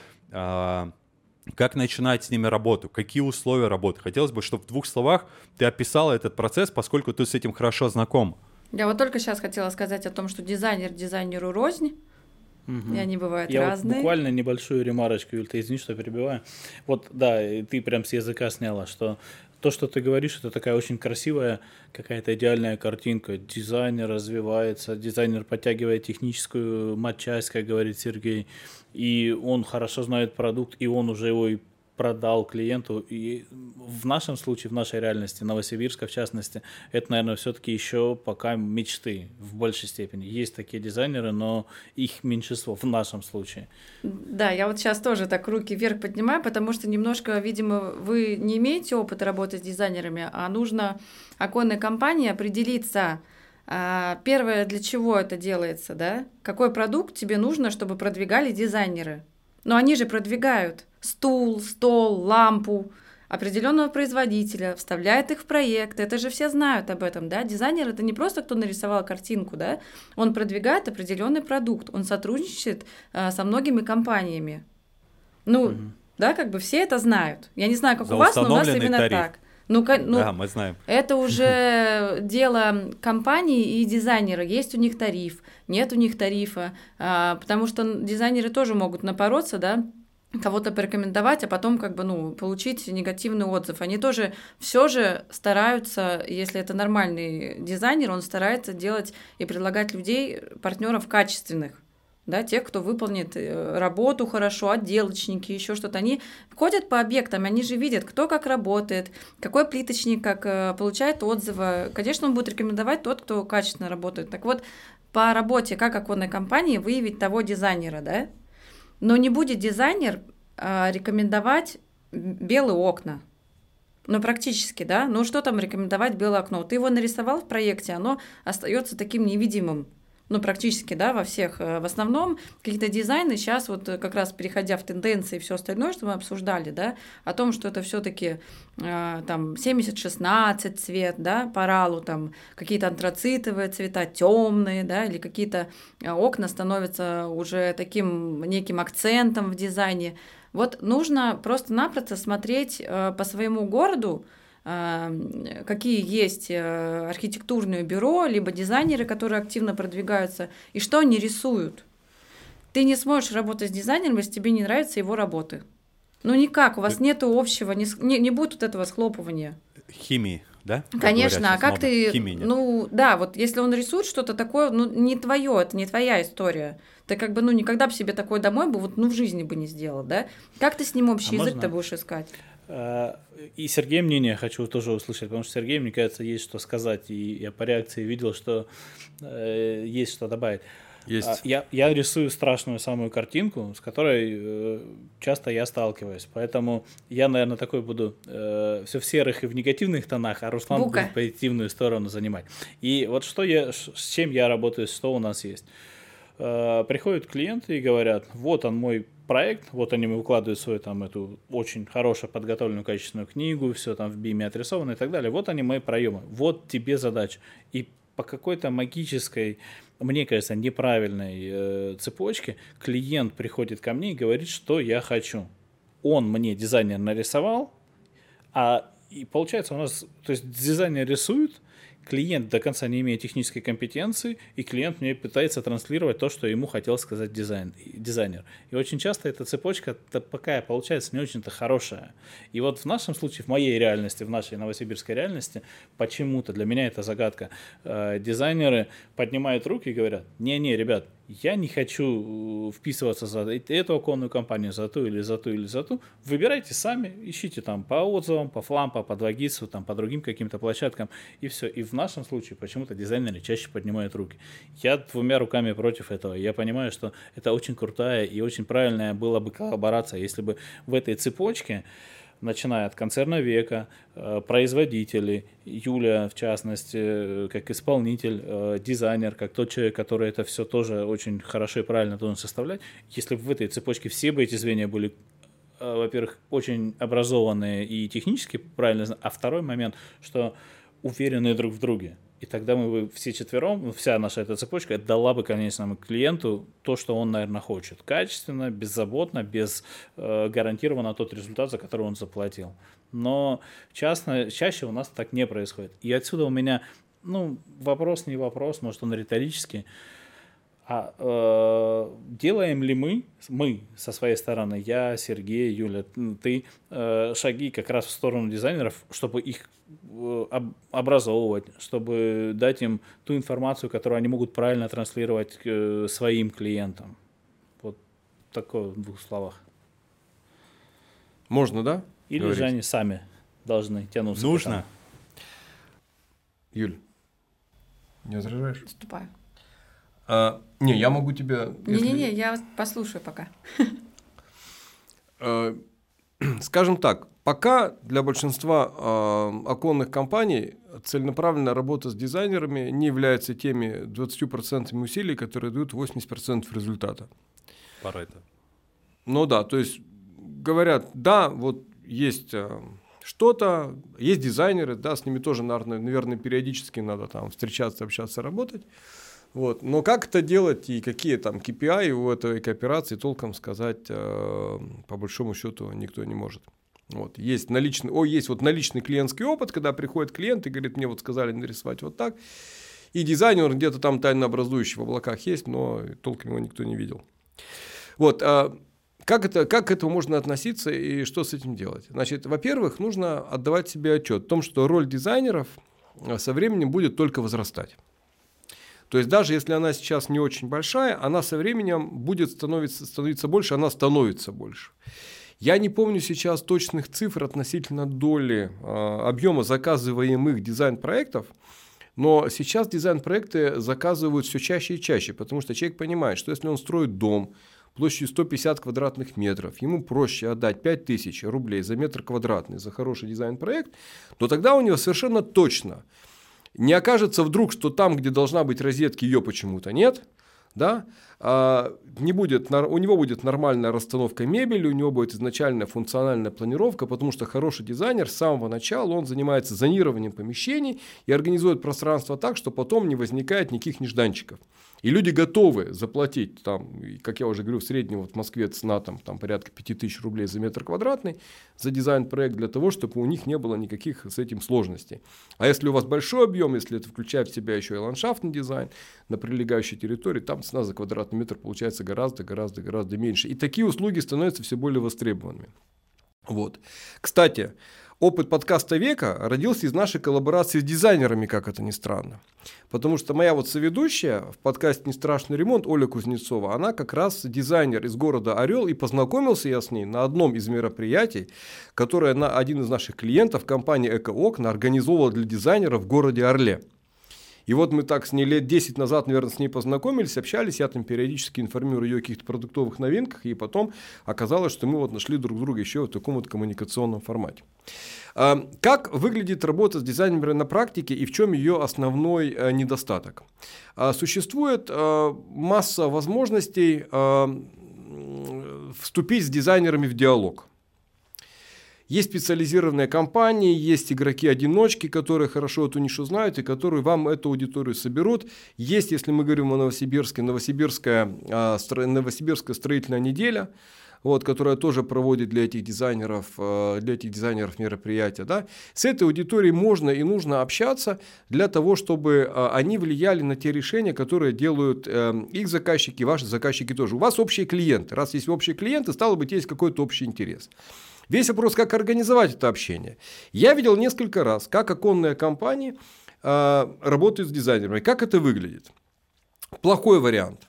А, как начинать с ними работу, какие условия работы. Хотелось бы, чтобы в двух словах ты описала этот процесс, поскольку ты с этим хорошо знаком. Я вот только сейчас хотела сказать о том, что дизайнер дизайнеру рознь, угу. и они бывают Я разные. Вот буквально небольшую ремарочку, Юль, ты извини, что перебиваю. Вот, да, ты прям с языка сняла, что то, что ты говоришь, это такая очень красивая, какая-то идеальная картинка. Дизайнер развивается, дизайнер подтягивает техническую матчасть, как говорит Сергей, и он хорошо знает продукт, и он уже его и продал клиенту. И в нашем случае, в нашей реальности, Новосибирска в частности, это, наверное, все-таки еще пока мечты в большей степени. Есть такие дизайнеры, но их меньшинство в нашем случае. Да, я вот сейчас тоже так руки вверх поднимаю, потому что немножко, видимо, вы не имеете опыта работы с дизайнерами, а нужно оконной компании определиться, первое, для чего это делается, да? Какой продукт тебе нужно, чтобы продвигали дизайнеры? Но они же продвигают стул, стол, лампу определенного производителя, вставляет их в проект. Это же все знают об этом, да? Дизайнер — это не просто кто нарисовал картинку, да? Он продвигает определенный продукт, он сотрудничает э, со многими компаниями. Ну, mm-hmm. да, как бы все это знают. Я не знаю, как За у вас, но у нас именно тариф. так. Ну, ну, да, мы знаем. Это уже дело компании и дизайнера. Есть у них тариф, нет у них тарифа, а, потому что дизайнеры тоже могут напороться, да, кого-то порекомендовать, а потом как бы, ну, получить негативный отзыв. Они тоже все же стараются, если это нормальный дизайнер, он старается делать и предлагать людей, партнеров качественных. Да, тех, кто выполнит работу хорошо, отделочники, еще что-то, они ходят по объектам, они же видят, кто как работает, какой плиточник как получает отзывы. Конечно, он будет рекомендовать тот, кто качественно работает. Так вот, по работе как оконной компании выявить того дизайнера, да? Но не будет дизайнер а, рекомендовать белые окна. Ну, практически, да? Ну, что там рекомендовать белое окно? Ты его нарисовал в проекте, оно остается таким невидимым. Ну, практически, да, во всех. В основном какие-то дизайны сейчас, вот как раз переходя в тенденции и все остальное, что мы обсуждали, да, о том, что это все-таки э, там семьдесят шестнадцать цвет, да, по ралу, там какие-то антрацитовые цвета, темные, да, или какие-то окна становятся уже таким неким акцентом в дизайне. Вот нужно просто-напросто смотреть э, по своему городу, какие есть архитектурные бюро, либо дизайнеры, которые активно продвигаются, и что они рисуют. Ты не сможешь работать с дизайнером, если тебе не нравятся его работы. Ну никак, у вас нет общего, не, не, не будет вот этого схлопывания. Химии, да? Конечно, а как ты... Химии нет. Ну да, вот если он рисует что-то такое, ну не твое, это не твоя история. Ты как бы, ну никогда бы себе такое домой бы, вот, ну в жизни бы не сделал, да? Как ты с ним общий а язык-то будешь искать? И Сергей мнение хочу тоже услышать, потому что Сергей, мне кажется, есть что сказать, и я по реакции видел, что э, есть что добавить. Есть. Я, я рисую страшную самую картинку, с которой э, часто я сталкиваюсь, поэтому я, наверное, такой буду э, все в серых и в негативных тонах, а Руслан Бука. будет позитивную сторону занимать. И вот что я, с чем я работаю, что у нас есть. Э, приходят клиенты и говорят, вот он мой проект, вот они выкладывают свою там эту очень хорошую подготовленную качественную книгу, все там в биме отрисовано и так далее. Вот они мои проемы, вот тебе задача. И по какой-то магической, мне кажется, неправильной э, цепочке клиент приходит ко мне и говорит, что я хочу. Он мне, дизайнер, нарисовал, а и получается у нас, то есть дизайнер рисует, клиент до конца не имеет технической компетенции, и клиент мне пытается транслировать то, что ему хотел сказать дизайн, дизайнер. И очень часто эта цепочка такая получается не очень-то хорошая. И вот в нашем случае, в моей реальности, в нашей новосибирской реальности, почему-то, для меня это загадка, э, дизайнеры поднимают руки и говорят, не-не, ребят, я не хочу вписываться за эту оконную компанию, за ту или за ту или за ту. Выбирайте сами, ищите там по отзывам, по Флампа, по Двагицу, там, по другим каким-то площадкам, и все. И в нашем случае почему-то дизайнеры чаще поднимают руки. Я двумя руками против этого. Я понимаю, что это очень крутая и очень правильная была бы коллаборация, если бы в этой цепочке, начиная от концерна Века, производители, Юля, в частности, как исполнитель, дизайнер, как тот человек, который это все тоже очень хорошо и правильно должен составлять, если бы в этой цепочке все бы эти звенья были, во-первых, очень образованные и технически правильно, а второй момент, что уверенные друг в друге. И тогда мы бы все четвером, вся наша эта цепочка дала бы конечному клиенту то, что он, наверное, хочет. Качественно, беззаботно, без э, гарантированно тот результат, за который он заплатил. Но частно, чаще у нас так не происходит. И отсюда у меня, ну, вопрос не вопрос, может, он риторический. А э, делаем ли мы, мы со своей стороны, я, Сергей, Юля, ты, э, шаги как раз в сторону дизайнеров, чтобы их э, об, образовывать, чтобы дать им ту информацию, которую они могут правильно транслировать к э, своим клиентам? Вот такое в двух словах. Можно, да? Или говорить? же они сами должны тянуться? Нужно. Юль, не возражаешь? Вступаю. А, не, я могу тебя... Не-не-не, если... я послушаю пока. Скажем так, пока для большинства э, оконных компаний целенаправленная работа с дизайнерами не является теми двадцатью процентами усилий, которые дают восемьдесят процентов результата. Парето. Ну да, то есть говорят, да, вот есть э, что-то, есть дизайнеры, да, с ними тоже, наверное, наверное периодически надо там встречаться, общаться, работать. Вот. Но как это делать и какие там кей пи ай у этой кооперации толком сказать э, по большому счету никто не может. Вот, есть наличный, о, есть вот наличный клиентский опыт, когда приходит клиент и говорит, мне вот сказали нарисовать вот так. И дизайнер где-то там тайно образующий в облаках есть, но толком его никто не видел. Вот, а как, это, как к этому можно относиться и что с этим делать? Значит, во-первых, нужно отдавать себе отчет о том, что роль дизайнеров со временем будет только возрастать. То есть даже если она сейчас не очень большая, она со временем будет становиться, становиться больше, она становится больше. Я не помню сейчас точных цифр относительно доли э, объема заказываемых дизайн-проектов, но сейчас дизайн-проекты заказывают все чаще и чаще, потому что человек понимает, что если он строит дом площадью сто пятьдесят квадратных метров, ему проще отдать пять тысяч рублей за метр квадратный за хороший дизайн-проект, то тогда у него совершенно точно не окажется вдруг, что там, где должна быть розетка, ее почему-то нет, да? а, не будет, у него будет нормальная расстановка мебели, у него будет изначальная функциональная планировка, потому что хороший дизайнер с самого начала он занимается зонированием помещений и организует пространство так, что потом не возникает никаких нежданчиков. И люди готовы заплатить, там, как я уже говорю, в среднем вот в Москве цена там, там порядка пять тысяч рублей за метр квадратный за дизайн-проект для того, чтобы у них не было никаких с этим сложностей. А если у вас большой объем, если это включает в себя еще и ландшафтный дизайн на прилегающей территории, там цена за квадратный метр получается гораздо-гораздо-гораздо меньше. И такие услуги становятся все более востребованными. Вот. Кстати, опыт подкаста «Века» родился из нашей коллаборации с дизайнерами, как это ни странно. Потому что моя вот соведущая в подкасте «Не страшный ремонт» Оля Кузнецова, она как раз дизайнер из города Орел, и познакомился я с ней на одном из мероприятий, которое на один из наших клиентов, компания «Эко-окна», организовала для дизайнера в городе Орле. И вот мы так с ней лет десять назад, наверное, с ней познакомились, общались, я там периодически информирую ее о каких-то продуктовых новинках, и потом оказалось, что мы вот нашли друг друга еще в таком вот коммуникационном формате. Как выглядит работа с дизайнером на практике и в чем ее основной недостаток? Существует масса возможностей вступить с дизайнерами в диалог. Есть специализированные компании, есть игроки-одиночки, которые хорошо эту нишу знают и которые вам эту аудиторию соберут. Есть, если мы говорим о Новосибирске, Новосибирская, Новосибирская строительная неделя, вот, которая тоже проводит для этих дизайнеров, для этих дизайнеров мероприятия. Да? С этой аудиторией можно и нужно общаться для того, чтобы они влияли на те решения, которые делают их заказчики, ваши заказчики тоже. У вас общие клиенты. Раз есть общие клиенты, стало быть, есть какой-то общий интерес. Весь вопрос, как организовать это общение. Я видел несколько раз, как оконные компании э, работают с дизайнерами. Как это выглядит? Плохой вариант.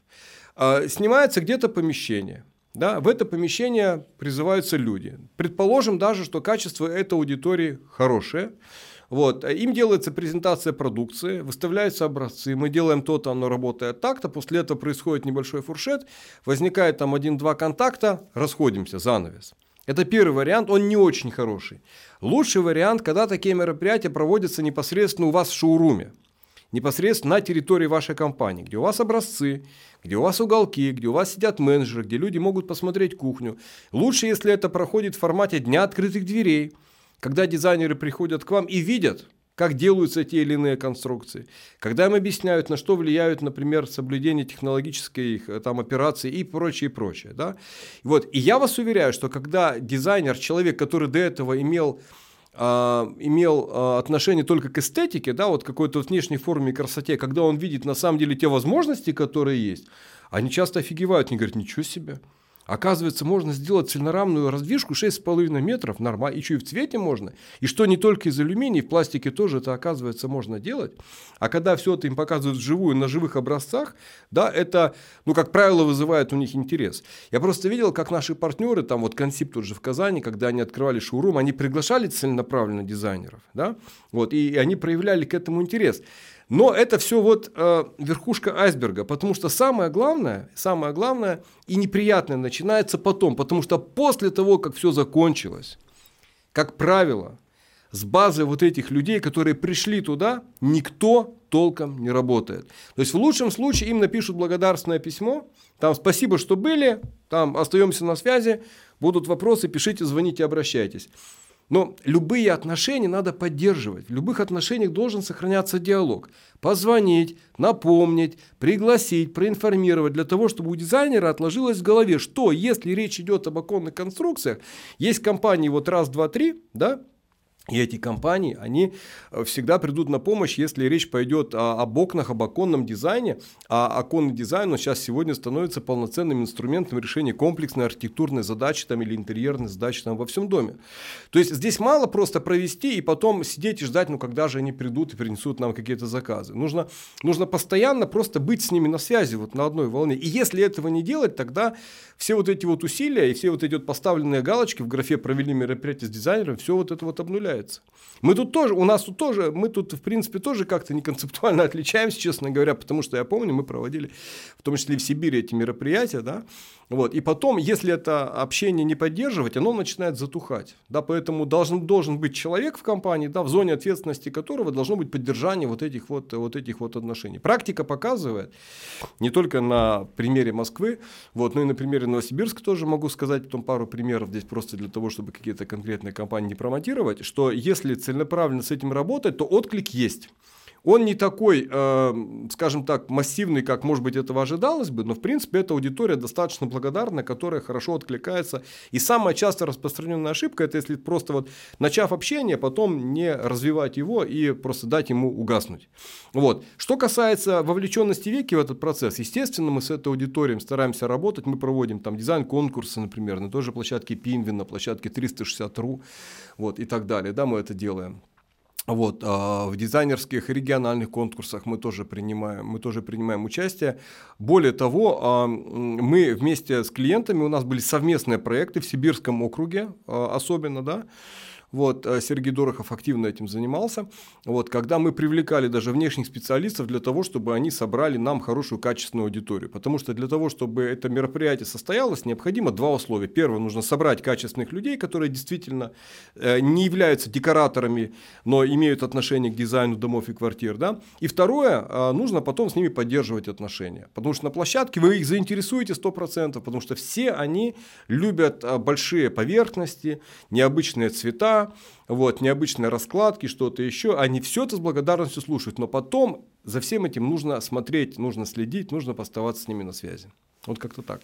Э, снимается где-то помещение. Да, в это помещение призываются люди. Предположим даже, что качество этой аудитории хорошее. Вот. Им делается презентация продукции, выставляются образцы, мы делаем то-то, оно работает так-то, после этого происходит небольшой фуршет, возникает там один-два контакта, расходимся, занавес. Это первый вариант, он не очень хороший. Лучший вариант, когда такие мероприятия проводятся непосредственно у вас в шоуруме, непосредственно на территории вашей компании, где у вас образцы, где у вас уголки, где у вас сидят менеджеры, где люди могут посмотреть кухню. Лучше, если это проходит в формате дня открытых дверей, когда дизайнеры приходят к вам и видят, как делаются те или иные конструкции, когда им объясняют, на что влияют, например, соблюдение технологической там, операции и прочее, и прочее. Да? Вот. И я вас уверяю, что когда дизайнер, человек, который до этого имел, э, имел э, отношение только к эстетике, да, вот какой-то внешней форме и красоте, когда он видит на самом деле те возможности, которые есть, они часто офигевают, они говорят, ничего себе. Оказывается, можно сделать цельнорамную раздвижку шесть с половиной метров, нормально, еще и в цвете можно. И что не только из алюминия, в пластике тоже это, оказывается, можно делать. А когда все это им показывают вживую, на живых образцах, да, это, ну, как правило, вызывает у них интерес. Я просто видел, как наши партнеры, там вот Консип тут же в Казани, когда они открывали шоурум, они приглашали целенаправленно дизайнеров, да, вот, и, и они проявляли к этому интерес. Но это все вот э, верхушка айсберга, потому что самое главное, самое главное и неприятное начинается потом, потому что после того, как все закончилось, как правило, с базы вот этих людей, которые пришли туда, никто толком не работает. То есть в лучшем случае им напишут благодарственное письмо, там спасибо, что были, там остаемся на связи, будут вопросы, пишите, звоните, обращайтесь. Но любые отношения надо поддерживать. В любых отношениях должен сохраняться диалог. Позвонить, напомнить, пригласить, проинформировать, для того, чтобы у дизайнера отложилось в голове, что если речь идет об оконных конструкциях, есть компании вот раз, два, три, да, и эти компании, они всегда придут на помощь, если речь пойдет о, об окнах, об оконном дизайне. А оконный дизайн, он сейчас сегодня становится полноценным инструментом решения комплексной архитектурной задачи там, или интерьерной задачи там, во всем доме. То есть здесь мало просто провести и потом сидеть и ждать, ну когда же они придут и принесут нам какие-то заказы. Нужно, нужно постоянно просто быть с ними на связи, вот на одной волне. И если этого не делать, тогда все вот эти вот усилия и все вот эти вот поставленные галочки в графе «провели мероприятие с дизайнером», все вот это вот обнуляется. Мы тут тоже, у нас тут тоже, мы тут в принципе тоже как-то не концептуально отличаемся, честно говоря, потому что я помню, мы проводили в том числе и в Сибири эти мероприятия, да, вот, и потом, если это общение не поддерживать, оно начинает затухать, да, поэтому должен, должен быть человек в компании, да, в зоне ответственности которого должно быть поддержание вот этих вот, вот этих вот отношений. Практика показывает, не только на примере Москвы, вот, но и на примере Новосибирска тоже могу сказать, потом пару примеров здесь просто для того, чтобы какие-то конкретные компании не промотировать, что если целенаправленно с этим работать, то отклик есть. Он не такой, э, скажем так, массивный, как, может быть, этого ожидалось бы, но, в принципе, эта аудитория достаточно благодарная, которая хорошо откликается. И самая часто распространенная ошибка – это если просто вот, начав общение, потом не развивать его и просто дать ему угаснуть. Вот. Что касается вовлеченности Веки в этот процесс, естественно, мы с этой аудиторией стараемся работать. Мы проводим там дизайн-конкурсы, например, на той же площадке Пинвин, на площадке триста шестьдесят точка ру, вот, и так далее. Да, мы это делаем. Вот, а в дизайнерских и региональных конкурсах мы тоже принимаем, мы тоже принимаем участие. Более того, мы вместе с клиентами, у нас были совместные проекты в Сибирском округе особенно, да. Вот, Сергей Дорохов активно этим занимался. Вот, когда мы привлекали даже внешних специалистов для того, чтобы они собрали нам хорошую качественную аудиторию. Потому что для того, чтобы это мероприятие состоялось, необходимо два условия. Первое, нужно собрать качественных людей, которые действительно э, не являются декораторами, но имеют отношение к дизайну домов и квартир. Да? И второе, э, нужно потом с ними поддерживать отношения. Потому что на площадке вы их заинтересуете сто процентов, потому что все они любят э, большие поверхности, необычные цвета, вот, необычные раскладки, что-то еще, они все это с благодарностью слушают, но потом за всем этим нужно смотреть, нужно следить, нужно оставаться с ними на связи. Вот как-то так.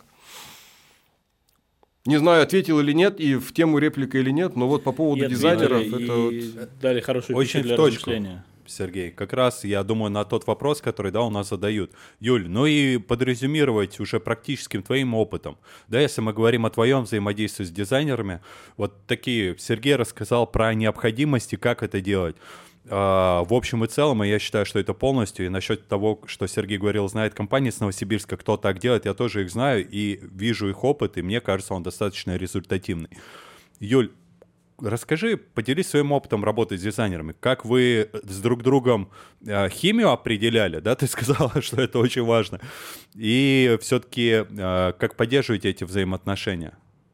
Не знаю, ответил или нет, и в тему реплика или нет, но вот по поводу и дизайнеров и это вот... дали хорошую очень для в точку. размышления. Сергей, как раз я думаю на тот вопрос, который, да, у нас задают. Юль, ну и подрезюмировать уже практическим твоим опытом, да, если мы говорим о твоем взаимодействии с дизайнерами, вот такие, Сергей рассказал про необходимости, как это делать. В общем и целом, я считаю, что это полностью, и насчет того, что Сергей говорил, знает компании с Новосибирска, кто так делает, я тоже их знаю и вижу их опыт, и мне кажется, он достаточно результативный. Юль, расскажи, поделись своим опытом работы с дизайнерами. Как вы с друг другом э, химию определяли, да, ты сказала, что это очень важно. И все-таки э, как поддерживаете эти взаимоотношения?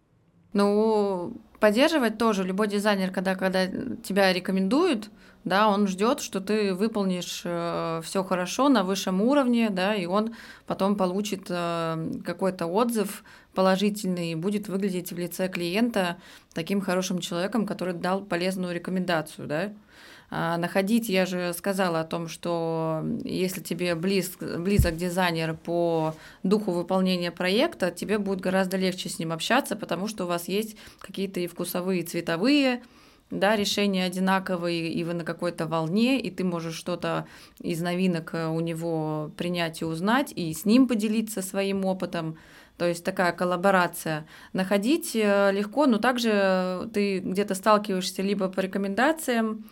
Ну, поддерживать тоже любой дизайнер, когда, когда тебя рекомендуют, да, он ждет, что ты выполнишь э, все хорошо на высшем уровне, да, и он потом получит э, какой-то отзыв положительный и будет выглядеть в лице клиента таким хорошим человеком, который дал полезную рекомендацию, да. А находить, я же сказала о том, что если тебе близ, близок дизайнер по духу выполнения проекта, тебе будет гораздо легче с ним общаться, потому что у вас есть какие-то и вкусовые, и цветовые, да, решения одинаковые, и вы на какой-то волне, и ты можешь что-то из новинок у него принять и узнать, и с ним поделиться своим опытом. То есть такая коллаборация. Находить легко, но также ты где-то сталкиваешься либо по рекомендациям,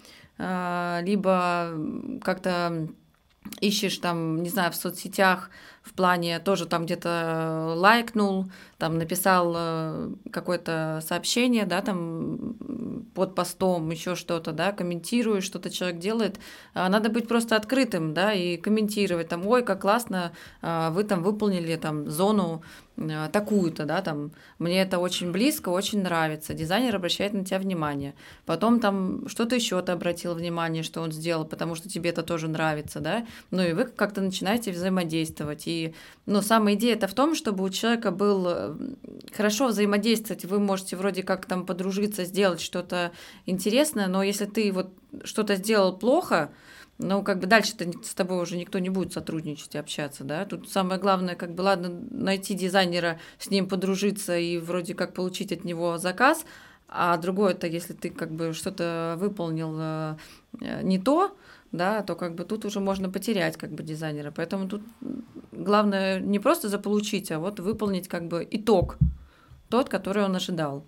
либо как-то ищешь там, не знаю, в соцсетях, в плане тоже там где-то лайкнул, там написал какое-то сообщение, да, там под постом, еще что-то, да, комментируешь, что-то человек делает. Надо быть просто открытым, да, и комментировать там, ой, как классно, вы там выполнили там зону такую-то, да, там, мне это очень близко, очень нравится, дизайнер обращает на тебя внимание. Потом там что-то еще ты обратил внимание, что он сделал, потому что тебе это тоже нравится, да, ну и вы как-то начинаете взаимодействовать. И, ну, самая идея это в том, чтобы у человека был хорошо взаимодействовать. Вы можете вроде как там подружиться, сделать что-то интересное, но если ты вот что-то сделал плохо, ну, как бы дальше-то с тобой уже никто не будет сотрудничать и общаться, да. Тут самое главное, как бы, ладно, найти дизайнера, с ним подружиться и вроде как получить от него заказ, а другое это, если ты как бы что-то выполнил не то, да, то как бы тут уже можно потерять как бы дизайнера. Поэтому тут главное не просто заполучить, а вот выполнить как бы итог, тот, который он ожидал.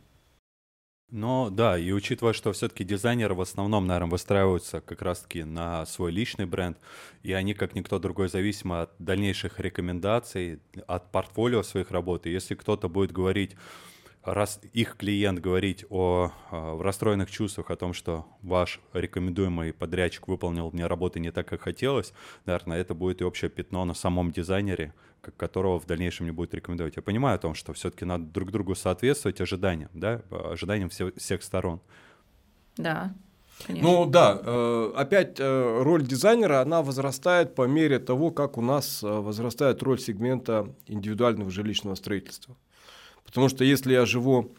Но да, и учитывая, что все-таки дизайнеры в основном, наверное, выстраиваются как раз-таки на свой личный бренд, и они, как никто другой, зависимы от дальнейших рекомендаций, от портфолио своих работ. И если кто-то будет говорить, раз их клиент говорить о, о в расстроенных чувствах, о том, что ваш рекомендуемый подрядчик выполнил мне работы не так, как хотелось, наверное, это будет и общее пятно на самом дизайнере, которого в дальнейшем не будет рекомендовать. Я понимаю о том, что все-таки надо друг другу соответствовать ожиданиям, да, ожиданиям все, всех сторон. Да, конечно. Ну да, опять роль дизайнера, она возрастает по мере того, как у нас возрастает роль сегмента индивидуального жилищного строительства. Потому что если я живу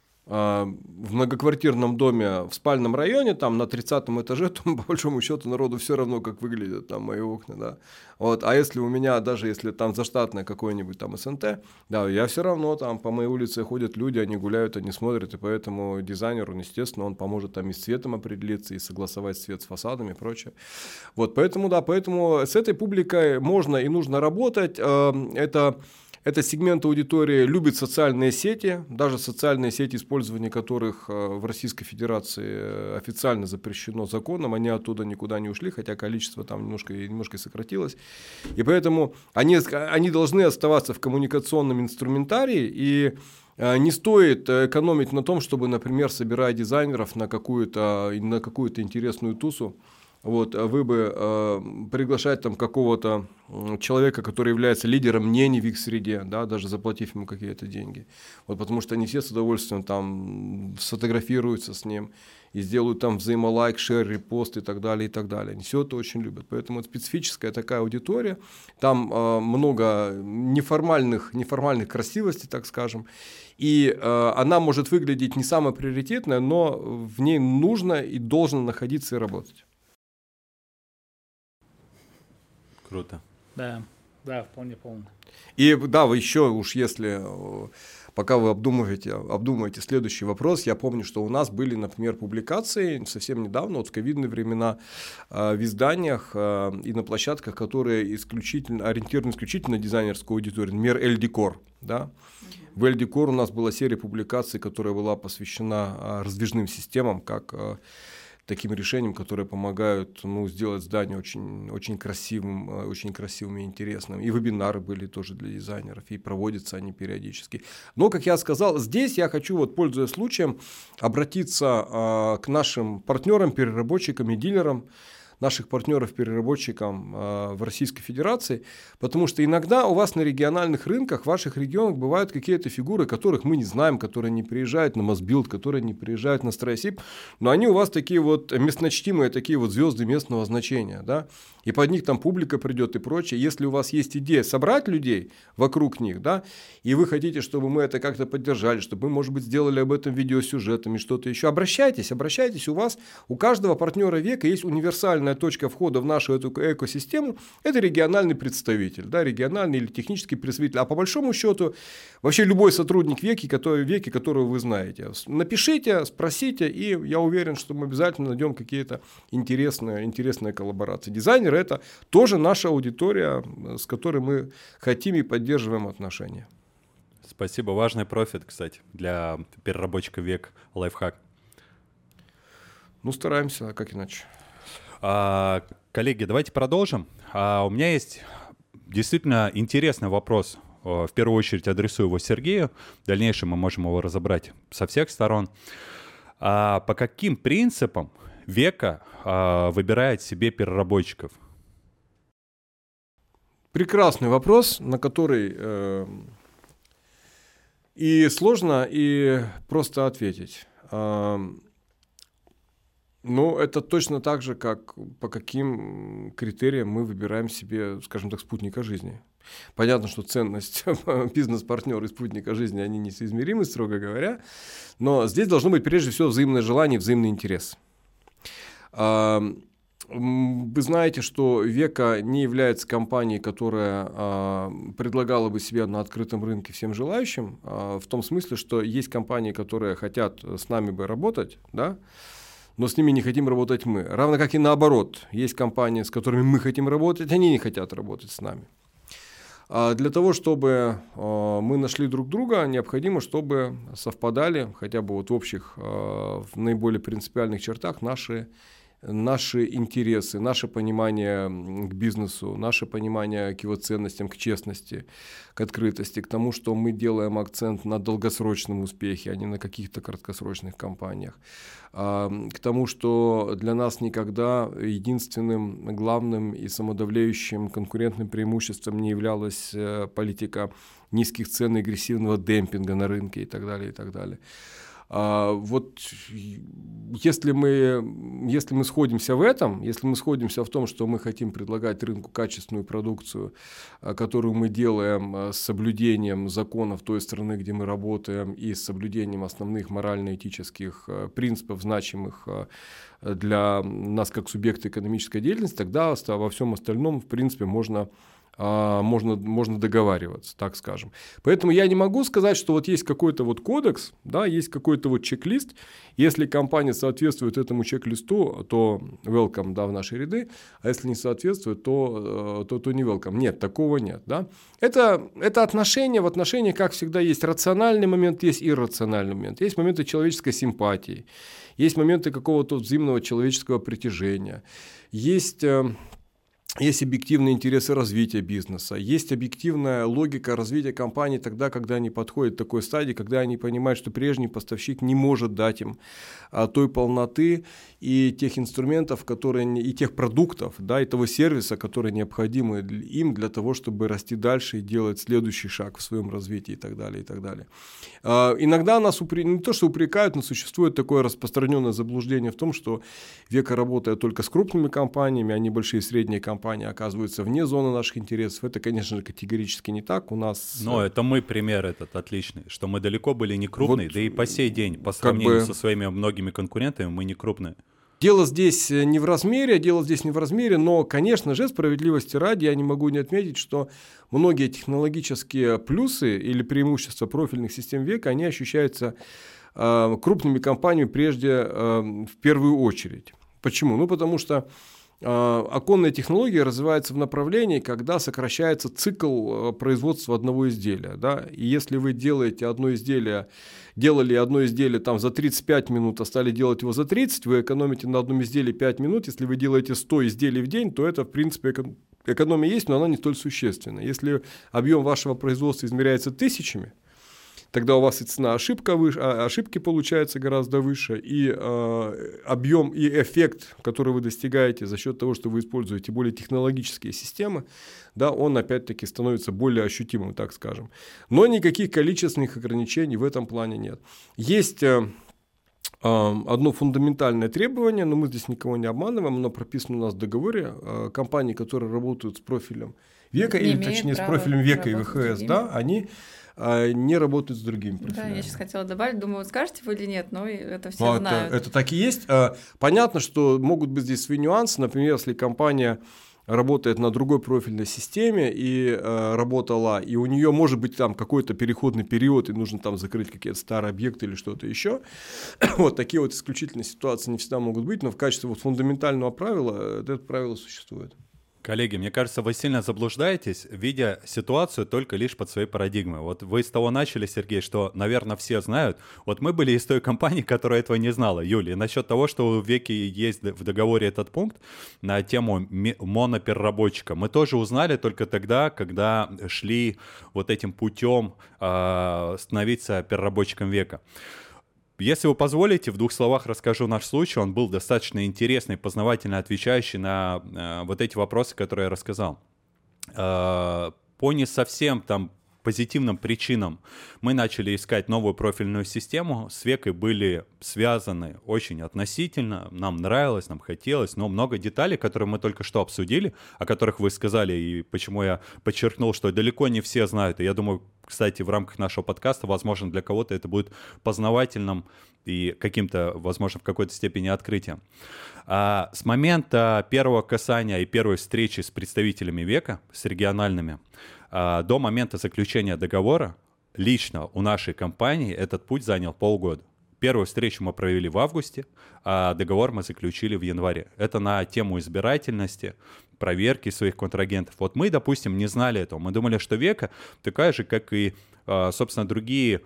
в многоквартирном доме в спальном районе, там на тридцатом этаже, то по большому счету народу все равно, как выглядят там мои окна, да. Вот, а если у меня, даже если там заштатное какое-нибудь там СНТ, да, я все равно там по моей улице ходят люди, они гуляют, они смотрят, и поэтому дизайнеру, естественно, он поможет там и с цветом определиться, и согласовать цвет с фасадами и прочее. Вот, поэтому, да, поэтому с этой публикой можно и нужно работать. Это Это сегмент аудитории любит социальные сети, даже социальные сети, использование которых в Российской Федерации официально запрещено законом, они оттуда никуда не ушли, хотя количество там немножко, немножко сократилось. И поэтому они, они должны оставаться в коммуникационном инструментарии, и не стоит экономить на том, чтобы, например, собирая дизайнеров на какую-то, на какую-то интересную тусу, вот, вы бы э, приглашать там какого-то человека, который является лидером мнений в их среде, да, даже заплатив ему какие-то деньги. Вот, потому что они все с удовольствием там сфотографируются с ним и сделают там взаимолайк, шер, репост и так далее, и так далее. Они все это очень любят. Поэтому это специфическая такая аудитория. Там э, много неформальных, неформальных красивостей, так скажем. И э, она может выглядеть не самой приоритетной, но в ней нужно и должно находиться и работать. Круто. Да, да, вполне полно. И да, вы еще уж если, пока вы обдумываете, обдумываете следующий вопрос, я помню, что у нас были, например, публикации совсем недавно, вот в ковидные времена, в изданиях и на площадках, которые исключительно, ориентированы исключительно на дизайнерскую аудиторию, например, Эль-Декор, да. В Эль-Декор у нас была серия публикаций, которая была посвящена раздвижным системам, как таким решениям, которые помогают, ну, сделать здание очень, очень красивым, очень красивым и интересным. И вебинары были тоже для дизайнеров, и проводятся они периодически. Но, как я сказал, здесь я хочу, вот, пользуясь случаем, обратиться а, к нашим партнерам, переработчикам и дилерам, наших партнеров-переработчикам э, в Российской Федерации, потому что иногда у вас на региональных рынках, в ваших регионах бывают какие-то фигуры, которых мы не знаем, которые не приезжают на Мосбилд, которые не приезжают на Стройсиб, но они у вас такие вот местночтимые, такие вот звезды местного значения, да, и под них там публика придет и прочее. Если у вас есть идея собрать людей вокруг них, да, и вы хотите, чтобы мы это как-то поддержали, чтобы мы, может быть, сделали об этом видеосюжетом и что-то еще, обращайтесь, обращайтесь, у вас, у каждого партнера века есть универсальная точка входа в нашу эту экосистему, это региональный представитель, да, региональный или технический представитель, а по большому счету вообще любой сотрудник веки, который, веки, которого вы знаете. Напишите, спросите, и я уверен, что мы обязательно найдем какие-то интересные, интересные коллаборации. Дизайнеры — это тоже наша аудитория, с которой мы хотим и поддерживаем отношения. Спасибо. Важный профит, кстати, для переработчика век, лайфхак. Ну, стараемся, а как иначе. А, коллеги, давайте продолжим. А, у меня есть действительно интересный вопрос. В первую очередь адресую его Сергею. В дальнейшем мы можем его разобрать со всех сторон. А, по каким принципам Века а, выбирает себе переработчиков? Прекрасный вопрос, на который э, и сложно, и просто ответить. Э, ну, это точно так же, как по каким критериям мы выбираем себе, скажем так, спутника жизни. Понятно, что ценность бизнес-партнера и спутника жизни, они несоизмеримы, строго говоря, но здесь должно быть прежде всего взаимное желание, взаимный интерес. Вы знаете, что Века не является компанией, которая а, предлагала бы себя на открытом рынке всем желающим, а, в том смысле, что есть компании, которые хотят с нами бы работать, да, но с ними не хотим работать мы. Равно как и наоборот, есть компании, с которыми мы хотим работать, они не хотят работать с нами. А для того, чтобы а, мы нашли друг друга, необходимо, чтобы совпадали хотя бы вот в общих, а, в наиболее принципиальных чертах наши наши интересы, наше понимание к бизнесу, наше понимание к его ценностям, к честности, к открытости, к тому, что мы делаем акцент на долгосрочном успехе, а не на каких-то краткосрочных кампаниях, к тому, что для нас никогда единственным, главным и самодавляющим конкурентным преимуществом не являлась политика низких цен и агрессивного демпинга на рынке и так далее, и так далее. А, вот если мы, если мы сходимся в этом, если мы сходимся в том, что мы хотим предлагать рынку качественную продукцию, которую мы делаем с соблюдением законов той страны, где мы работаем, и с соблюдением основных морально-этических принципов, значимых для нас как субъекта экономической деятельности, тогда во всем остальном, в принципе, можно Можно, можно договариваться, так скажем. Поэтому я не могу сказать, что вот есть какой-то вот кодекс, да, есть какой-то вот чек-лист. Если компания соответствует этому чек-листу, то welcome, да, в наши ряды, а если не соответствует, то, то, то не welcome. Нет, такого нет. Да. Это, это отношения, в отношениях, как всегда, есть рациональный момент, есть иррациональный момент. Есть моменты человеческой симпатии, есть моменты какого-то взаимного человеческого притяжения, есть... Есть объективные интересы развития бизнеса, есть объективная логика развития компании тогда, когда они подходят к такой стадии, когда они понимают, что прежний поставщик не может дать им а, той полноты и тех инструментов, которые, и тех продуктов, да, и того сервиса, которые необходимы им для того, чтобы расти дальше и делать следующий шаг в своем развитии и так далее, и так далее. А, иногда нас упре... не то, что упрекают, но существует такое распространенное заблуждение в том, что Века работает только с крупными компаниями, а небольшие и средние компании оказываются вне зоны наших интересов. Это, конечно же, категорически не так. У нас... Но это мы пример этот отличный, что мы далеко были не крупные, вот, да и по сей день, по сравнению как бы... со своими многими конкурентами, мы не крупные. Дело здесь не в размере, дело здесь не в размере, но, конечно же, справедливости ради, я не могу не отметить, что многие технологические плюсы или преимущества профильных систем Века, они ощущаются э, крупными компаниями прежде э, в первую очередь. Почему? Ну, потому что оконная технология развивается в направлении, когда сокращается цикл производства одного изделия. Да? И если вы делаете одно изделие, делали одно изделие там, за тридцать пять минут, а стали делать его за тридцать, вы экономите на одном изделии пять минут. Если вы делаете сто изделий в день, то это, в принципе, экономия есть, но она не столь существенна. Если объем вашего производства измеряется тысячами, тогда у вас и цена ошибка выше, ошибки получается гораздо выше, и э, объем и эффект, который вы достигаете за счет того, что вы используете более технологические системы, да, он опять-таки становится более ощутимым, так скажем. Но никаких количественных ограничений в этом плане нет. Есть э, э, одно фундаментальное требование, но мы здесь никого не обманываем, оно прописано у нас в договоре. Э, компании, которые работают с профилем Века, не или точнее с профилем Века и ВХС, да, они... не работают с другими профилями. Да, я сейчас хотела добавить, думаю, вот скажете вы или нет, но это все ну, знают. Это, это так и есть. Понятно, что могут быть здесь свои нюансы. Например, если компания работает на другой профильной системе и э, работала, и у нее может быть там какой-то переходный период, и нужно там закрыть какие-то старые объекты или что-то еще. Вот такие вот исключительные ситуации не всегда могут быть, но в качестве вот фундаментального правила это правило существует. Коллеги, мне кажется, вы сильно заблуждаетесь, видя ситуацию только лишь под своей парадигмой. Вот вы с того начали, Сергей, что, наверное, все знают. Вот мы были из той компании, которая этого не знала. Юлия, насчет того, что у Веки есть в договоре этот пункт на тему монопереработчика, мы тоже узнали только тогда, когда шли вот этим путем э, становиться переработчиком Века. Если вы позволите, в двух словах расскажу наш случай. Он был достаточно интересный, познавательно отвечающий на э, вот эти вопросы, которые я рассказал. Э, по не совсем там позитивным причинам мы начали искать новую профильную систему. С Векой были связаны очень относительно, нам нравилось, нам хотелось, но много деталей, которые мы только что обсудили, о которых вы сказали, и почему я подчеркнул, что далеко не все знают. И я думаю, кстати, в рамках нашего подкаста, возможно, для кого-то это будет познавательным и каким-то, возможно, в какой-то степени открытием. А с момента первого касания и первой встречи с представителями Века, с региональными, а, до момента заключения договора, лично у нашей компании этот путь занял полгода. Первую встречу мы провели в августе, а договор мы заключили в январе. Это на тему избирательности, проверки своих контрагентов. Вот мы, допустим, не знали этого. Мы думали, что Века такая же, как и, собственно, другие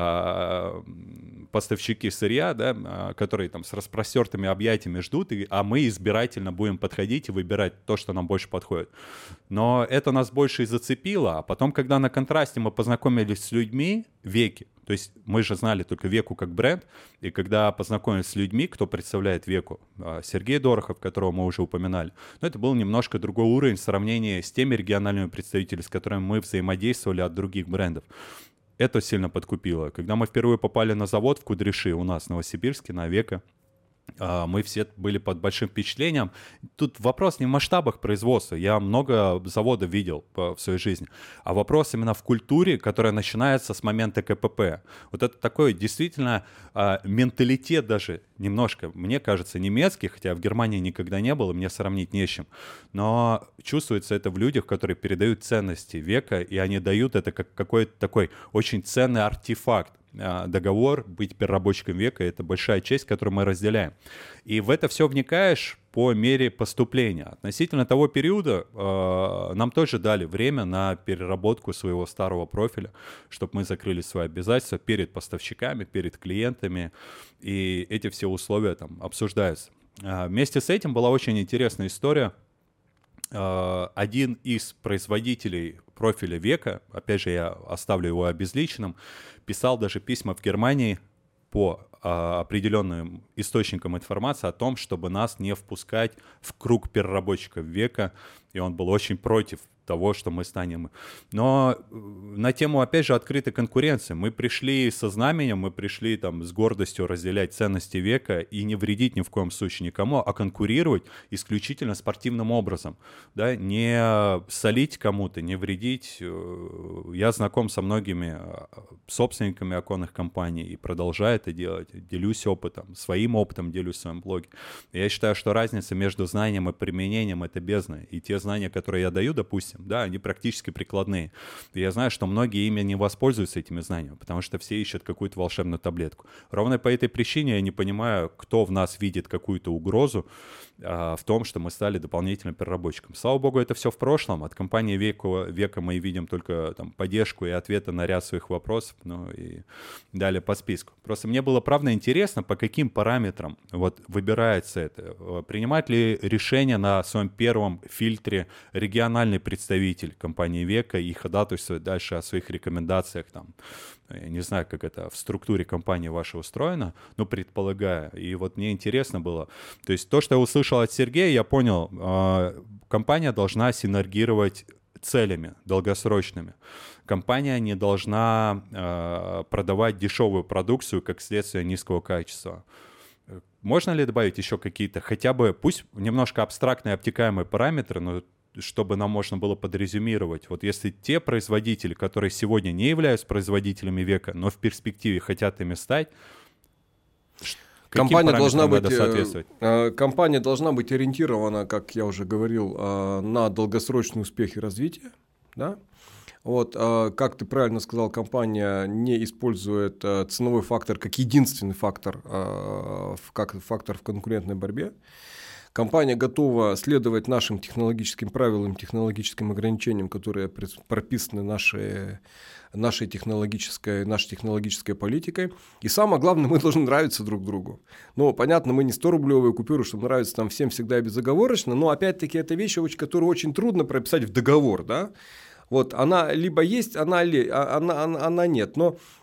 поставщики сырья, да, которые там с распростертыми объятиями ждут, а мы избирательно будем подходить и выбирать то, что нам больше подходит. Но это нас больше и зацепило. А потом, когда на контрасте мы познакомились с людьми Веки, то есть мы же знали только Веку как бренд, и когда познакомились с людьми, кто представляет Веку, Сергей Дорохов, которого мы уже упоминали, но это был немножко другой уровень в сравнении с теми региональными представителями, с которыми мы взаимодействовали от других брендов. Это сильно подкупило. Когда мы впервые попали на завод в Кудряши у нас в Новосибирске, на Века, мы все были под большим впечатлением. Тут вопрос не в масштабах производства. Я много заводов видел в своей жизни. А вопрос именно в культуре, которая начинается с момента КПП. Вот это такой действительно менталитет даже немножко, мне кажется, немецкий, хотя в Германии никогда не был, и мне сравнить не с чем. Но чувствуется это в людях, которые передают ценности Века, и они дают это как какой-то такой очень ценный артефакт. Договор, быть переработчиком Века — это большая честь, которую мы разделяем. И в это все вникаешь по мере поступления. Относительно того периода э, нам тоже дали время на переработку своего старого профиля, чтобы мы закрыли свои обязательства перед поставщиками, перед клиентами, и эти все условия там обсуждаются. Э, вместе с этим была очень интересная история. Один из производителей профиля Века, опять же, я оставлю его обезличенным, писал даже письма в Германии по определенным источникам информации о том, чтобы нас не впускать в круг переработчиков Века, и он был очень против того, что мы станем. Но на тему, опять же, открытой конкуренции. Мы пришли со знаменем, мы пришли там с гордостью разделять ценности Века и не вредить ни в коем случае никому, а конкурировать исключительно спортивным образом. Да? Не солить кому-то, не вредить. Я знаком со многими собственниками оконных компаний и продолжаю это делать. Делюсь опытом, своим опытом делюсь в своем блоге. Я считаю, что разница между знанием и применением — это бездна. И те знания, которые я даю, допустим, да, они практически прикладные. И я знаю, что многие ими не воспользуются этими знаниями, потому что все ищут какую-то волшебную таблетку. Ровно по этой причине я не понимаю, кто в нас видит какую-то угрозу а, в том, что мы стали дополнительным переработчиком. Слава богу, это все в прошлом. От компании Века, Века мы видим только там поддержку и ответы на ряд своих вопросов, ну и далее по списку. Просто мне было правда интересно, по каким параметрам вот выбирается это. Принимать ли решение на своем первом фильтре региональный представитель представитель компании Века и ходатайствовать дальше о своих рекомендациях, там, я не знаю, как это в структуре компании вашей устроено, но предполагаю. И вот мне интересно было, то есть то, что я услышал от Сергея, я понял, э, компания должна синергировать целями долгосрочными. Компания не должна э, продавать дешевую продукцию как следствие низкого качества. Можно ли добавить еще какие-то, хотя бы, пусть немножко абстрактные, обтекаемые параметры, но чтобы нам можно было подрезюмировать. Вот если те производители, которые сегодня не являются производителями Века, но в перспективе хотят ими стать, компания должна быть, компания должна быть ориентирована, как я уже говорил, на долгосрочный успех и развитие. Да? Вот, как ты правильно сказал, компания не использует ценовой фактор как единственный фактор, как фактор в конкурентной борьбе. Компания готова следовать нашим технологическим правилам, технологическим ограничениям, которые прописаны нашей, нашей, технологической, нашей технологической политикой. И самое главное, мы должны нравиться друг другу. Ну, понятно, мы не сто-рублевые купюры, чтобы нравиться там всем всегда и безоговорочно, но опять-таки это вещь, которую очень трудно прописать в договор, да? Вот она либо есть, она, ли, она, она, она нет. Но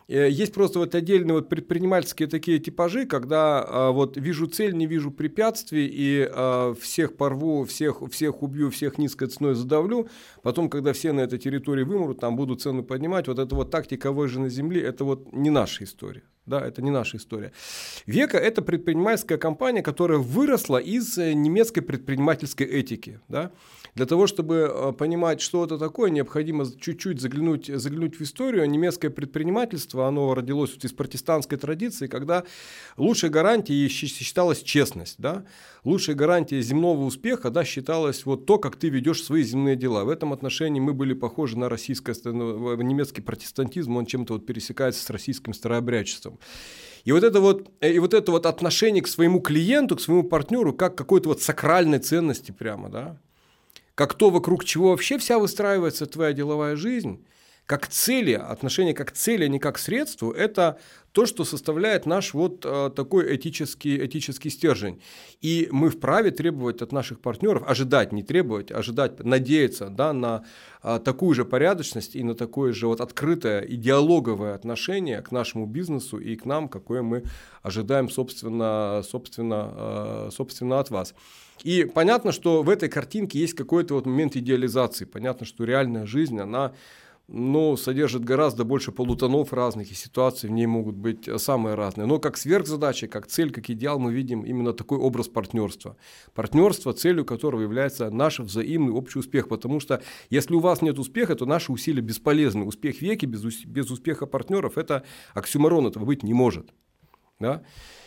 есть просто вот отдельные вот предпринимательские такие типажи, когда а, вот вижу цель, не вижу препятствий, и а, всех порву, всех, всех убью, всех низкой ценой задавлю. Потом, когда все на этой территории вымрут, там будут цену поднимать. Вот эта вот тактика выжженной земли, это вот не наша история. Да, это не наша история. Века – это предпринимательская компания, которая выросла из немецкой предпринимательской этики. Да? Для того, чтобы понимать, что это такое, необходимо чуть-чуть заглянуть, заглянуть в историю. Немецкое предпринимательство, оно родилось из протестантской традиции, когда лучшей гарантией считалась честность. Да? Лучшей гарантией земного успеха, да, считалось вот то, как ты ведешь свои земные дела. В этом отношении мы были похожи на российское, немецкий протестантизм, он чем-то вот пересекается с российским старообрядчеством. И вот, это вот, и вот это вот отношение к своему клиенту, к своему партнеру, как какой-то вот сакральной ценности прямо, да? Как то, вокруг чего вообще вся выстраивается твоя деловая жизнь, как цели, отношение как цели, а не как средству, это то, что составляет наш вот а, такой этический, этический стержень. И мы вправе требовать от наших партнеров, ожидать, не требовать, ожидать, надеяться, да, на а, такую же порядочность и на такое же вот открытое и диалоговое отношение к нашему бизнесу и к нам, какое мы ожидаем, собственно, собственно, а, собственно от вас. И понятно, что в этой картинке есть какой-то вот момент идеализации. Понятно, что реальная жизнь, она, ну, содержит гораздо больше полутонов разных, и ситуации в ней могут быть самые разные. Но как сверхзадача, как цель, как идеал мы видим именно такой образ партнерства. Партнерство, целью которого является наш взаимный общий успех. Потому что если у вас нет успеха, то наши усилия бесполезны. Успех Веки без, без успеха партнеров – это оксюморон, этого быть не может. Да?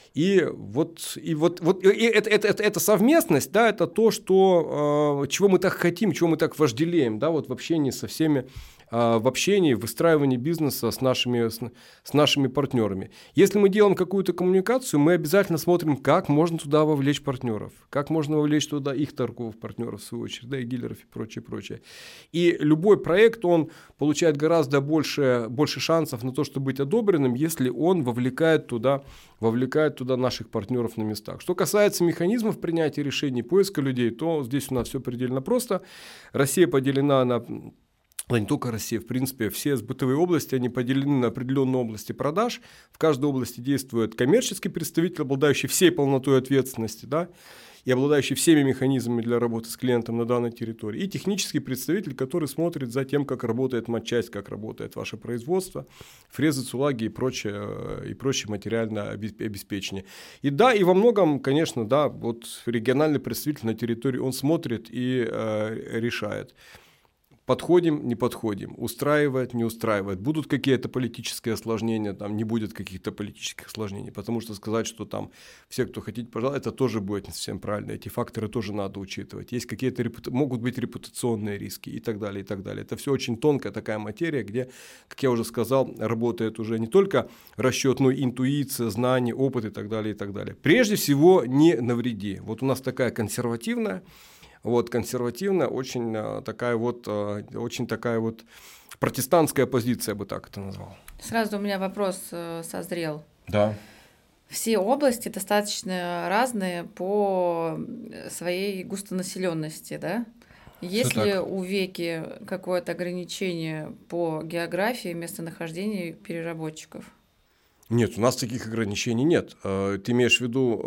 И вот, и вот, вот и это, это, это, это совместность, да, это то, что, э, чего мы так хотим, чего мы так вожделеем, да, вот в общении со всеми, э, в общении, в выстраивании бизнеса с нашими, с, с нашими партнерами. Если мы делаем какую-то коммуникацию, мы обязательно смотрим, как можно туда вовлечь партнеров, как можно вовлечь туда их торговых партнеров, в свою очередь, да, и дилеров и прочее, прочее. И любой проект, он получает гораздо больше, больше шансов на то, чтобы быть одобренным, если он вовлекает туда, вовлекает туда наших партнеров на местах. Что касается механизмов принятия решений, поиска людей, то здесь у нас все предельно просто. Россия поделена на... Да не только Россия, в принципе, все бытовые области, они поделены на определенные области продаж. В каждой области действует коммерческий представитель, обладающий всей полнотой ответственности, да, и обладающий всеми механизмами для работы с клиентом на данной территории, и технический представитель, который смотрит за тем, как работает матчасть, как работает ваше производство, фрезы, цулаги и прочее, и прочее материальное обеспечение. И да, и во многом, конечно, да, вот региональный представитель на территории, он смотрит и э, решает. Подходим, не подходим, устраивает, не устраивает. Будут какие-то политические осложнения, там не будет каких-то политических осложнений, потому что сказать, что там все, кто хотите, пожалуйста, это тоже будет не совсем правильно. Эти факторы тоже надо учитывать. Есть какие-то репута... могут быть репутационные риски и так далее, и так далее. Это все очень тонкая такая материя, где, как я уже сказал, работает уже не только расчет, но и интуиция, знание, опыт и так далее, и так далее. Прежде всего, не навреди. Вот у нас такая консервативная, Вот, консервативная, очень такая вот, очень такая вот протестантская позиция, я бы так это назвал. Сразу у меня вопрос созрел. Да. Все области достаточно разные по своей густонаселенности, да? Есть ли у Веки какое-то ограничение по географии местонахождения переработчиков? Нет, у нас таких ограничений нет. Ты имеешь в виду...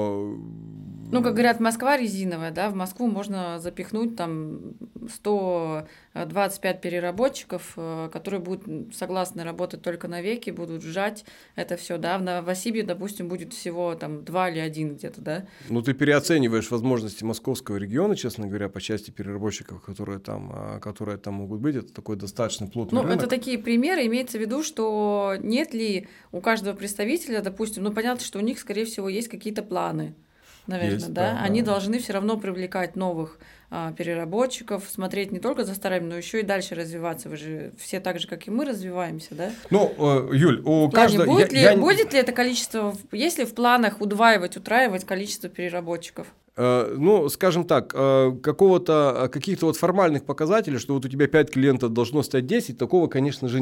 Ну, как говорят, Москва резиновая, да, в Москву можно запихнуть там сто двадцать пять переработчиков, которые будут согласны работать только на Веке, будут сжать это все, да, в Новосибе, допустим, будет всего там два или один где-то, да. Ну, ты переоцениваешь возможности московского региона, честно говоря, по части переработчиков, которые там, которые там могут быть, это такой достаточно плотный ну, рынок. Ну, это такие примеры, имеется в виду, что нет ли у каждого представителя, допустим, ну, понятно, что у них, скорее всего, есть какие-то планы, наверное, есть, да? да, они да. должны все равно привлекать новых а, переработчиков, смотреть не только за старыми, но еще и дальше развиваться. Вы же все так же, как и мы, развиваемся, да? Ну, э, Юль, у каждого... Будет, я, ли, я... будет ли это количество, есть ли в планах удваивать, утраивать количество переработчиков? Э, ну, скажем так, э, какого-то, каких-то вот формальных показателей, что вот у тебя пять клиентов должно стать десять, такого, конечно же, нет.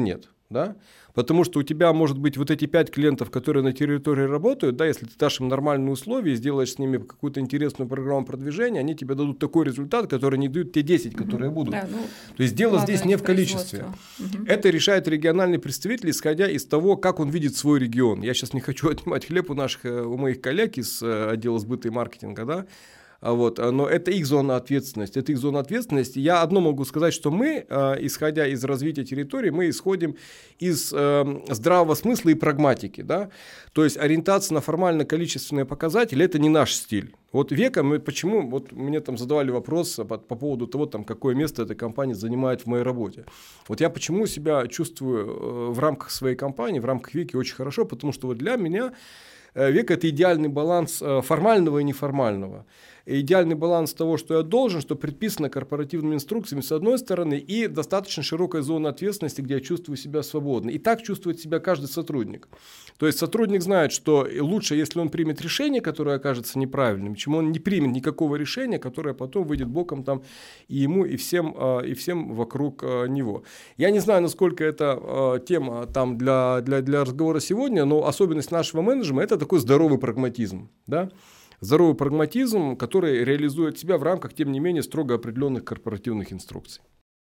Да? Потому что у тебя может быть вот эти пять клиентов, которые на территории работают, да, если ты дашь им нормальные условия и сделаешь с ними какую-то интересную программу продвижения, они тебе дадут такой результат, который не дают те десять, которые будут. Да, ну, то есть дело здесь не в количестве. Угу. Это решает региональный представитель, исходя из того, как он видит свой регион. Я сейчас не хочу отнимать хлеб у наших, у моих коллег из отдела сбыта и маркетинга, да. Вот, но это их зона ответственности, это их зона ответственности. Я одно могу сказать, что мы, исходя из развития территории, мы исходим из здравого смысла и прагматики, да? То есть ориентация на формально-количественные показатели – это не наш стиль. Вот века мы почему, вот мне там задавали вопрос по, по поводу того, там, какое место эта компания занимает в моей работе. Вот я почему себя чувствую в рамках своей компании, в рамках Веки очень хорошо, потому что вот для меня Века – это идеальный баланс формального и неформального. Идеальный баланс того, что я должен, что предписано корпоративными инструкциями с одной стороны, и достаточно широкая зона ответственности, где я чувствую себя свободно. И так чувствует себя каждый сотрудник. То есть сотрудник знает, что лучше, если он примет решение, которое окажется неправильным, чем он не примет никакого решения, которое потом выйдет боком там и ему, и всем, и всем вокруг него. Я не знаю, насколько это тема там для, для, для разговора сегодня, но особенность нашего менеджмента – это такой здоровый прагматизм, да? Здоровый прагматизм, который реализует себя в рамках, тем не менее, строго определенных корпоративных инструкций.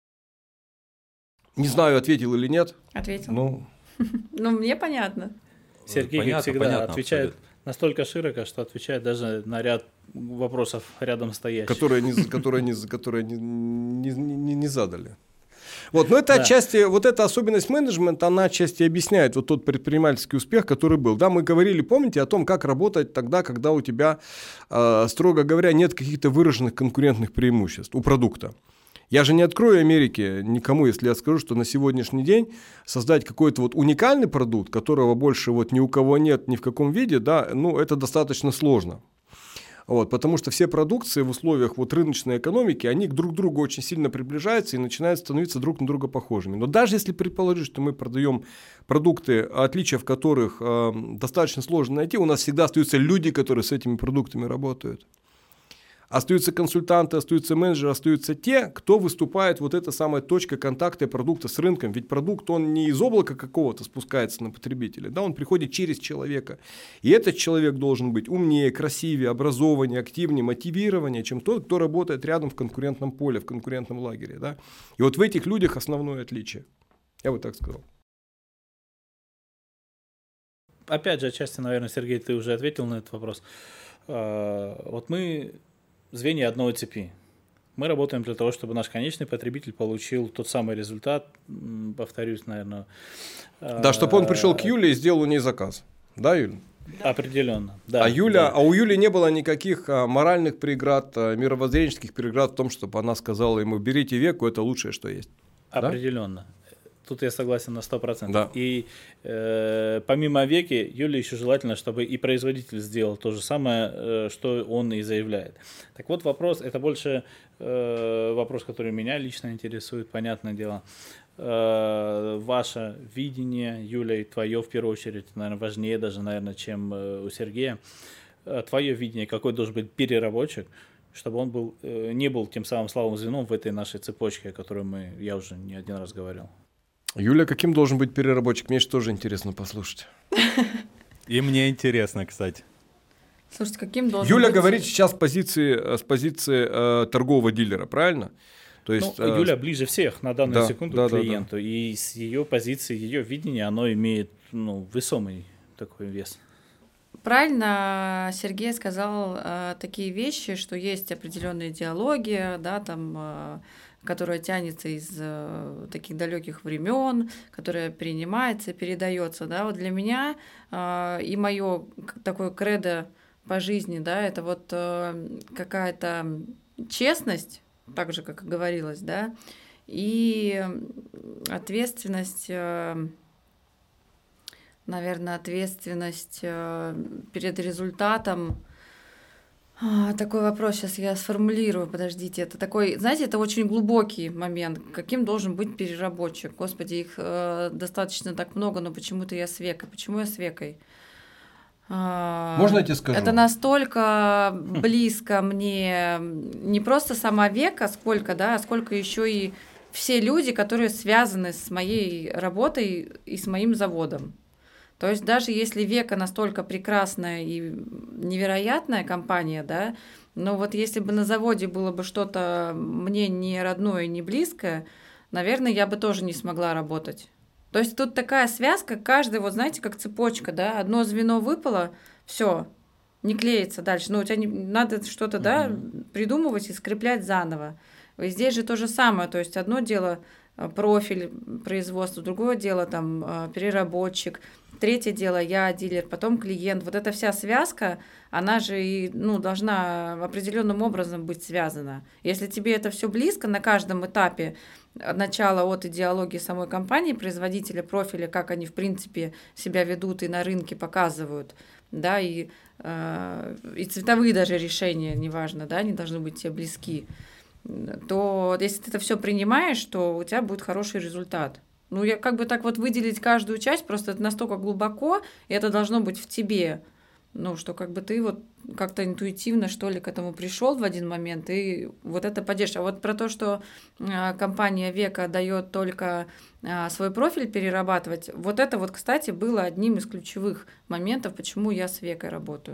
Не знаю, ответил или нет. Ответил. Ну, ну мне понятно. Сергей, понятно, как всегда, понятно, отвечает абсолютно. Настолько широко, что отвечает даже на ряд вопросов рядом стоящих. Которые не, которые не, которые не, не, не, не задали. Вот, но это да. отчасти, вот эта особенность менеджмента, она отчасти объясняет вот тот предпринимательский успех, который был. Да, мы говорили, помните, о том, как работать тогда, когда у тебя, э, строго говоря, нет каких-то выраженных конкурентных преимуществ у продукта. Я же не открою Америке никому, если я скажу, что на сегодняшний день создать какой-то вот уникальный продукт, которого больше вот ни у кого нет ни в каком виде, да, ну, это достаточно сложно. Вот, потому что все продукции в условиях вот рыночной экономики, они друг к другу очень сильно приближаются и начинают становиться друг на друга похожими. Но даже если предположить, что мы продаем продукты, отличия в которых э, достаточно сложно найти, у нас всегда остаются люди, которые с этими продуктами работают. Остаются консультанты, остаются менеджеры, остаются те, кто выступает вот эта самая точка контакта продукта с рынком. Ведь продукт, он не из облака какого-то спускается на потребителя, да, он приходит через человека. И этот человек должен быть умнее, красивее, образованнее, активнее, мотивированнее, чем тот, кто работает рядом в конкурентном поле, в конкурентном лагере. Да. И вот в этих людях основное отличие. Я бы так сказал. Опять же, отчасти, наверное, Сергей, ты уже ответил на этот вопрос. Вот мы... звенья одной цепи. Мы работаем для того, чтобы наш конечный потребитель получил тот самый результат, повторюсь, наверное. Да, чтобы он пришел к Юле и сделал у ней заказ. Да, Юля? Определенно. Да, а, Юля, да. а у Юли не было никаких моральных преград, мировоззренческих преград в том, чтобы она сказала ему: берите Веку, это лучшее, что есть. Определенно. Да? Тут я согласен на сто процентов. Да. И э, помимо Веки, Юле еще желательно, чтобы и производитель сделал то же самое, э, что он и заявляет. Так вот, вопрос, это больше э, вопрос, который меня лично интересует, понятное дело. Э, ваше видение, Юля, и твое в первую очередь, наверное, важнее даже, наверное, чем э, у Сергея. Э, твое видение, какой должен быть переработчик, чтобы он был, э, не был тем самым слабым звеном в этой нашей цепочке, о которой мы, я уже не один раз говорил. Юля, каким должен быть переработчик? Мне же тоже интересно послушать. И мне интересно, кстати. Слушайте, каким должен Юля быть... говорит сейчас с позиции, с позиции э, торгового дилера, правильно? То есть, ну, Юля ближе всех на данную да, секунду да, к клиенту. Да, да. И с ее позиции, ее видения, оно имеет ну, весомый такой вес. Правильно Сергей сказал э, такие вещи, что есть определенная идеология, да, там... Э, которая тянется из э, таких далеких времен, которая принимается, передается, да, вот для меня э, и мое такое кредо по жизни, да, это вот э, какая-то честность, так же, как и говорилось, да, и ответственность, э, наверное, ответственность э, перед результатом. Такой вопрос сейчас я сформулирую, подождите. Это такой, знаете, это очень глубокий момент. Каким должен быть переработчик? Господи, их э, достаточно так много, но почему-то я с Векой. Почему я с Векой? Можно я тебе скажу? Это настолько близко мне не просто сама Века, сколько, да, а сколько еще и все люди, которые связаны с моей работой и с моим заводом. То есть даже если Века настолько прекрасная и невероятная компания, да, но вот если бы на заводе было бы что-то мне не родное, не близкое, наверное, я бы тоже не смогла работать. То есть тут такая связка, каждый, вот знаете, как цепочка, да, одно звено выпало, все, не клеится дальше. Ну, у тебя не, надо что-то, mm-hmm. да, придумывать и скреплять заново. И здесь же то же самое, то есть одно дело профиль производства, другое дело там переработчик, третье дело я дилер, потом клиент. Вот эта вся связка, она же и, ну, должна определенным образом быть связана. Если тебе это все близко на каждом этапе, начала от идеологии самой компании, производителя, профиля, как они в принципе себя ведут и на рынке показывают, да, и, э, и цветовые даже решения, неважно, да, они должны быть тебе близки, то если ты это все принимаешь, то у тебя будет хороший результат. Ну, я как бы так вот выделить каждую часть, просто это настолько глубоко, и это должно быть в тебе, ну, что как бы ты вот как-то интуитивно, что ли, к этому пришел в один момент, и вот это поддержишь. А вот про то, что э, компания Века дает только э, свой профиль перерабатывать, вот это вот, кстати, было одним из ключевых моментов, почему я с Векой работаю.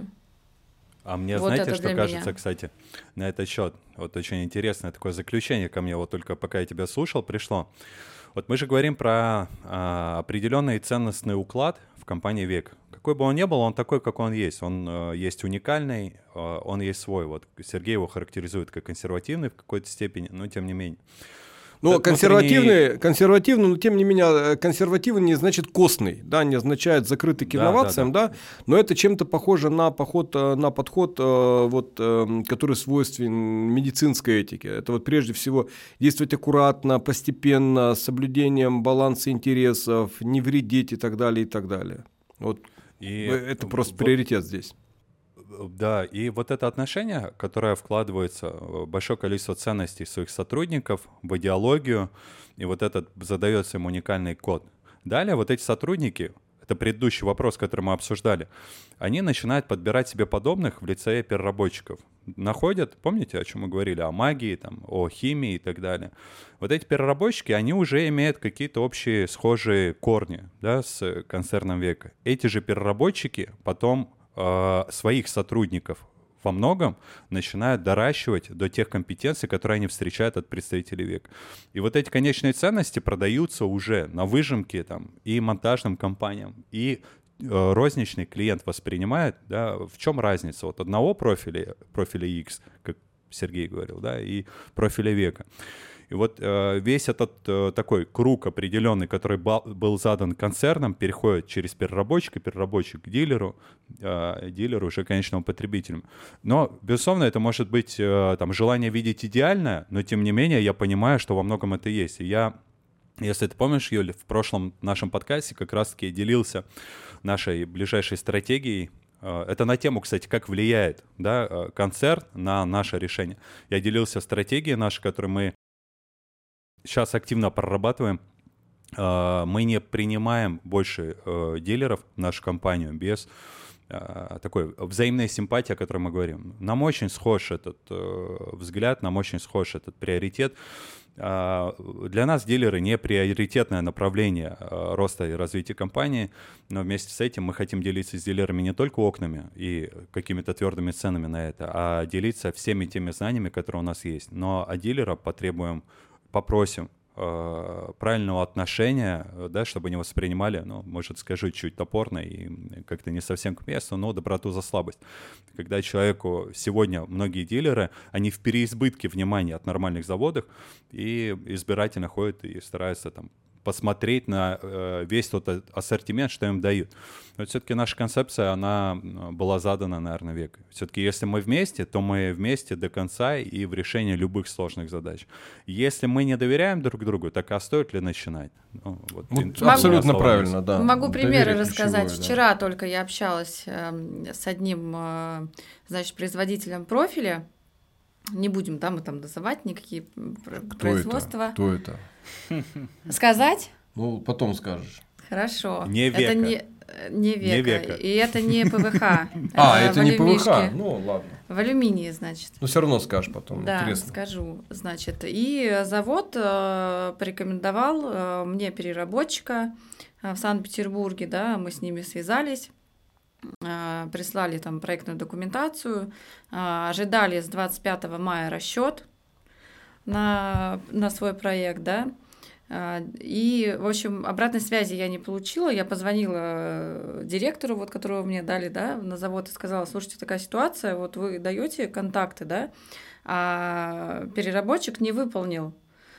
А мне, вот знаете, что кажется, меня. Кстати, на этот счет? Вот очень интересное такое заключение ко мне, вот только пока я тебя слушал, пришло. Вот мы же говорим про а, определенный ценностный уклад в компании Век. Какой бы он ни был, он такой, как он есть. Он а, есть уникальный, а, он есть свой. Вот Сергей его характеризует как консервативный в какой-то степени, но тем не менее. Ну, так консервативный, внутренний... консервативный, но тем не менее, консервативный не значит костный, да, не означает закрытый к инновациям, да, да, да. да, но это чем-то похоже на, поход, на подход, вот, который свойственен медицинской этике. Это вот прежде всего действовать аккуратно, постепенно, с соблюдением баланса интересов, не вредить и так далее, и так далее. Вот и это просто вот... приоритет здесь. Да, и вот это отношение, которое вкладывается в большое количество ценностей своих сотрудников, в идеологию, и вот этот задается им уникальный код. Далее вот эти сотрудники, это предыдущий вопрос, который мы обсуждали, они начинают подбирать себе подобных в лице переработчиков. Находят, помните, о чем мы говорили, о магии, там, о химии и так далее. Вот эти переработчики, они уже имеют какие-то общие схожие корни, да, с концерном Века. Эти же переработчики потом своих сотрудников во многом начинают доращивать до тех компетенций, которые они встречают от представителей Века. И вот эти конечные ценности продаются уже на выжимке там, и монтажным компаниям, и э, розничный клиент воспринимает, да, в чем разница вот одного профиля, профиля X, как Сергей говорил, да, и профиля Века. И вот э, весь этот э, такой круг определенный, который ба- был задан концерном, переходит через переработчика, переработчик к дилеру, э, дилеру уже конечному потребителю. Но, безусловно, это может быть э, там, желание видеть идеальное, но тем не менее я понимаю, что во многом это есть. И я, если ты помнишь, Юль, в прошлом нашем подкасте как раз-таки делился нашей ближайшей стратегией. Это на тему, кстати, как влияет, да, концерн на наше решение. Я делился стратегией нашей, которую мы сейчас активно прорабатываем. Мы не принимаем больше дилеров в нашу компанию без такой взаимной симпатии, о которой мы говорим. Нам очень схож этот взгляд, нам очень схож этот приоритет. Для нас дилеры не приоритетное направление роста и развития компании, но вместе с этим мы хотим делиться с дилерами не только окнами и какими-то твердыми ценами на это, а делиться всеми теми знаниями, которые у нас есть. Но от дилера потребуем, попросим э, правильного отношения, да, чтобы не воспринимали, ну, может, скажу чуть топорно и как-то не совсем к месту, но доброту за слабость. Когда человеку сегодня многие дилеры, они в переизбытке внимания от нормальных заводов и избирательно ходят и стараются там посмотреть на э, весь тот ассортимент, что им дают. Но все-таки наша концепция, она была задана, наверное, Векой. Все-таки если мы вместе, то мы вместе до конца и в решении любых сложных задач. Если мы не доверяем друг другу, так а стоит ли начинать? Ну, вот, вот абсолютно правильно, да. Могу примеры Доверие рассказать. Ключевое, Вчера да. только я общалась э, с одним, э, значит, производителем профиля. Не будем, да, мы там называть никакие Кто производства. Это? Кто это? Сказать? Ну, потом скажешь. Хорошо. Не Века. Это не... Не века. Не века. И это не ПВХ. А, это не ПВХ. Ну, ладно. В алюминии, значит. Ну, все равно скажешь потом. Да, интересно. скажу. Значит, и завод э, порекомендовал э, мне переработчика э, в Санкт-Петербурге, да, мы с ними связались, э, прислали там проектную документацию, э, ожидали с двадцать пятого мая расчет на, на свой проект, да. И, в общем, обратной связи я не получила. Я позвонила директору, вот, которого мне дали, да, на завод, и сказала: слушайте, такая ситуация, вот вы даете контакты, да, а переработчик не выполнил.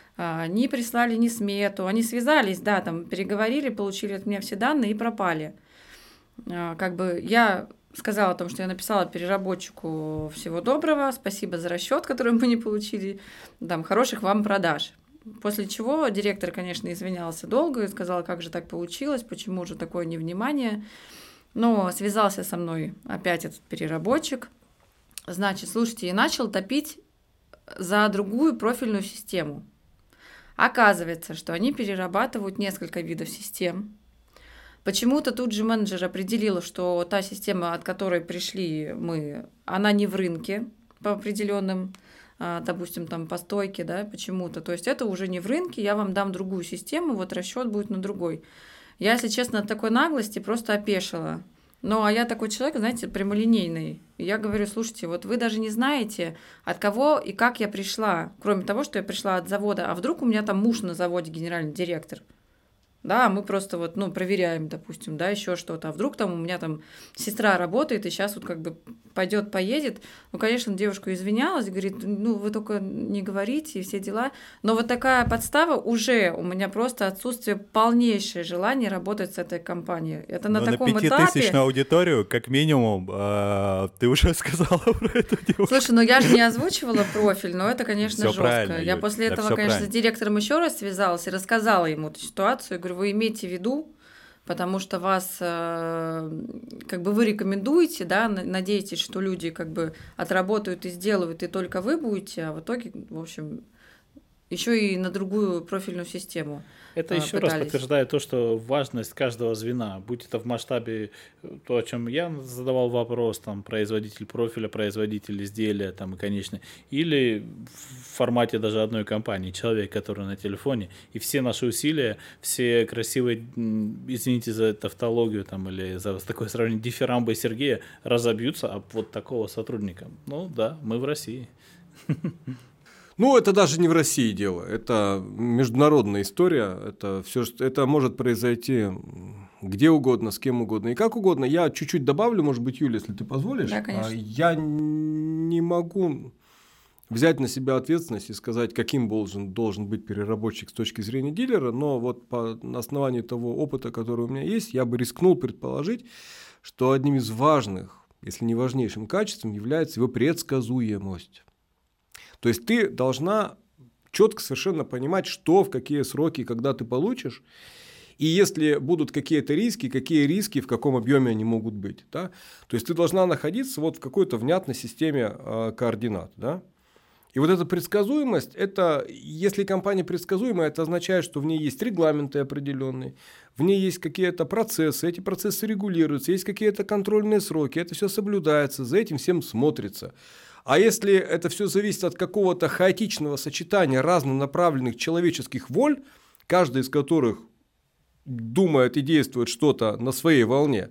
Не прислали ни смету, они связались, да, там переговорили, получили от меня все данные и пропали. Как бы я сказала о том, что я написала переработчику: всего доброго, спасибо за расчет, который мы не получили, там, хороших вам продаж. После чего директор, конечно, извинялся долго и сказал, как же так получилось, почему же такое невнимание. Но связался со мной опять этот переработчик. Значит, слушайте, и начал топить за другую профильную систему. Оказывается, что они перерабатывают несколько видов систем. Почему-то тут же менеджер определил, что та система, от которой пришли мы, она не в рынке по определенным, допустим, там по стойке, да, почему-то. То есть это уже не в рынке, я вам дам другую систему, вот расчет будет на другой. Я, если честно, от такой наглости просто опешила. Ну, а я такой человек, знаете, прямолинейный. И я говорю: слушайте, вот вы даже не знаете, от кого и как я пришла, кроме того, что я пришла от завода. А вдруг у меня там муж на заводе генеральный директор? Да, мы просто вот, ну, проверяем, допустим, да, еще что-то. А вдруг там у меня там сестра работает, и сейчас вот как бы пойдет, поедет. Ну, конечно, девушка извинялась, говорит: ну, вы только не говорите, и все дела. Но вот такая подстава уже у меня просто отсутствие полнейшее желание работать с этой компанией. Это на Но таком на этапе. На пятитысячную аудиторию, как минимум, э, ты уже сказала про эту девушку. Слушай, ну я же не озвучивала профиль, но это, конечно, Всё жестко. Я Юль, после да этого, всё конечно, правильно. с директором еще раз связалась и рассказала ему эту ситуацию. Я говорю: вы имейте в виду, потому что вас, э, как бы вы рекомендуете, да, надеетесь, что люди как бы отработают и сделают, и только вы будете, а в итоге, в общем, еще и на другую профильную систему. Это еще пытались. раз подтверждает то, что важность каждого звена, будь это в масштабе, то, о чем я задавал вопрос, там, производитель профиля, производитель изделия, там, и конечный, или в формате даже одной компании, человек, который на телефоне, и все наши усилия, все красивые, извините за тавтологию, там, или за такое сравнение, дифирамбы Сергея разобьются об вот такого сотрудника. Ну да, мы в России. Ну, это даже не в России дело, это международная история, это все, это может произойти где угодно, с кем угодно и как угодно. Я чуть-чуть добавлю, может быть, Юля, если ты позволишь. Да, конечно. Я не могу взять на себя ответственность и сказать, каким должен, должен быть переработчик с точки зрения дилера, но вот по, на основании того опыта, который у меня есть, я бы рискнул предположить, что одним из важных, если не важнейшим качеством является его предсказуемость. То есть ты должна четко совершенно понимать, что, в какие сроки, когда ты получишь. И если будут какие-то риски, какие риски, в каком объеме они могут быть. Да? То есть ты должна находиться вот в какой-то внятной системе э, координат. Да? И вот эта предсказуемость, это, если компания предсказуемая, это означает, что в ней есть регламенты определенные, в ней есть какие-то процессы, эти процессы регулируются, есть какие-то контрольные сроки, это все соблюдается, за этим всем смотрится. А если это все зависит от какого-то хаотичного сочетания разнонаправленных человеческих воль, каждая из которых думает и действует что-то на своей волне,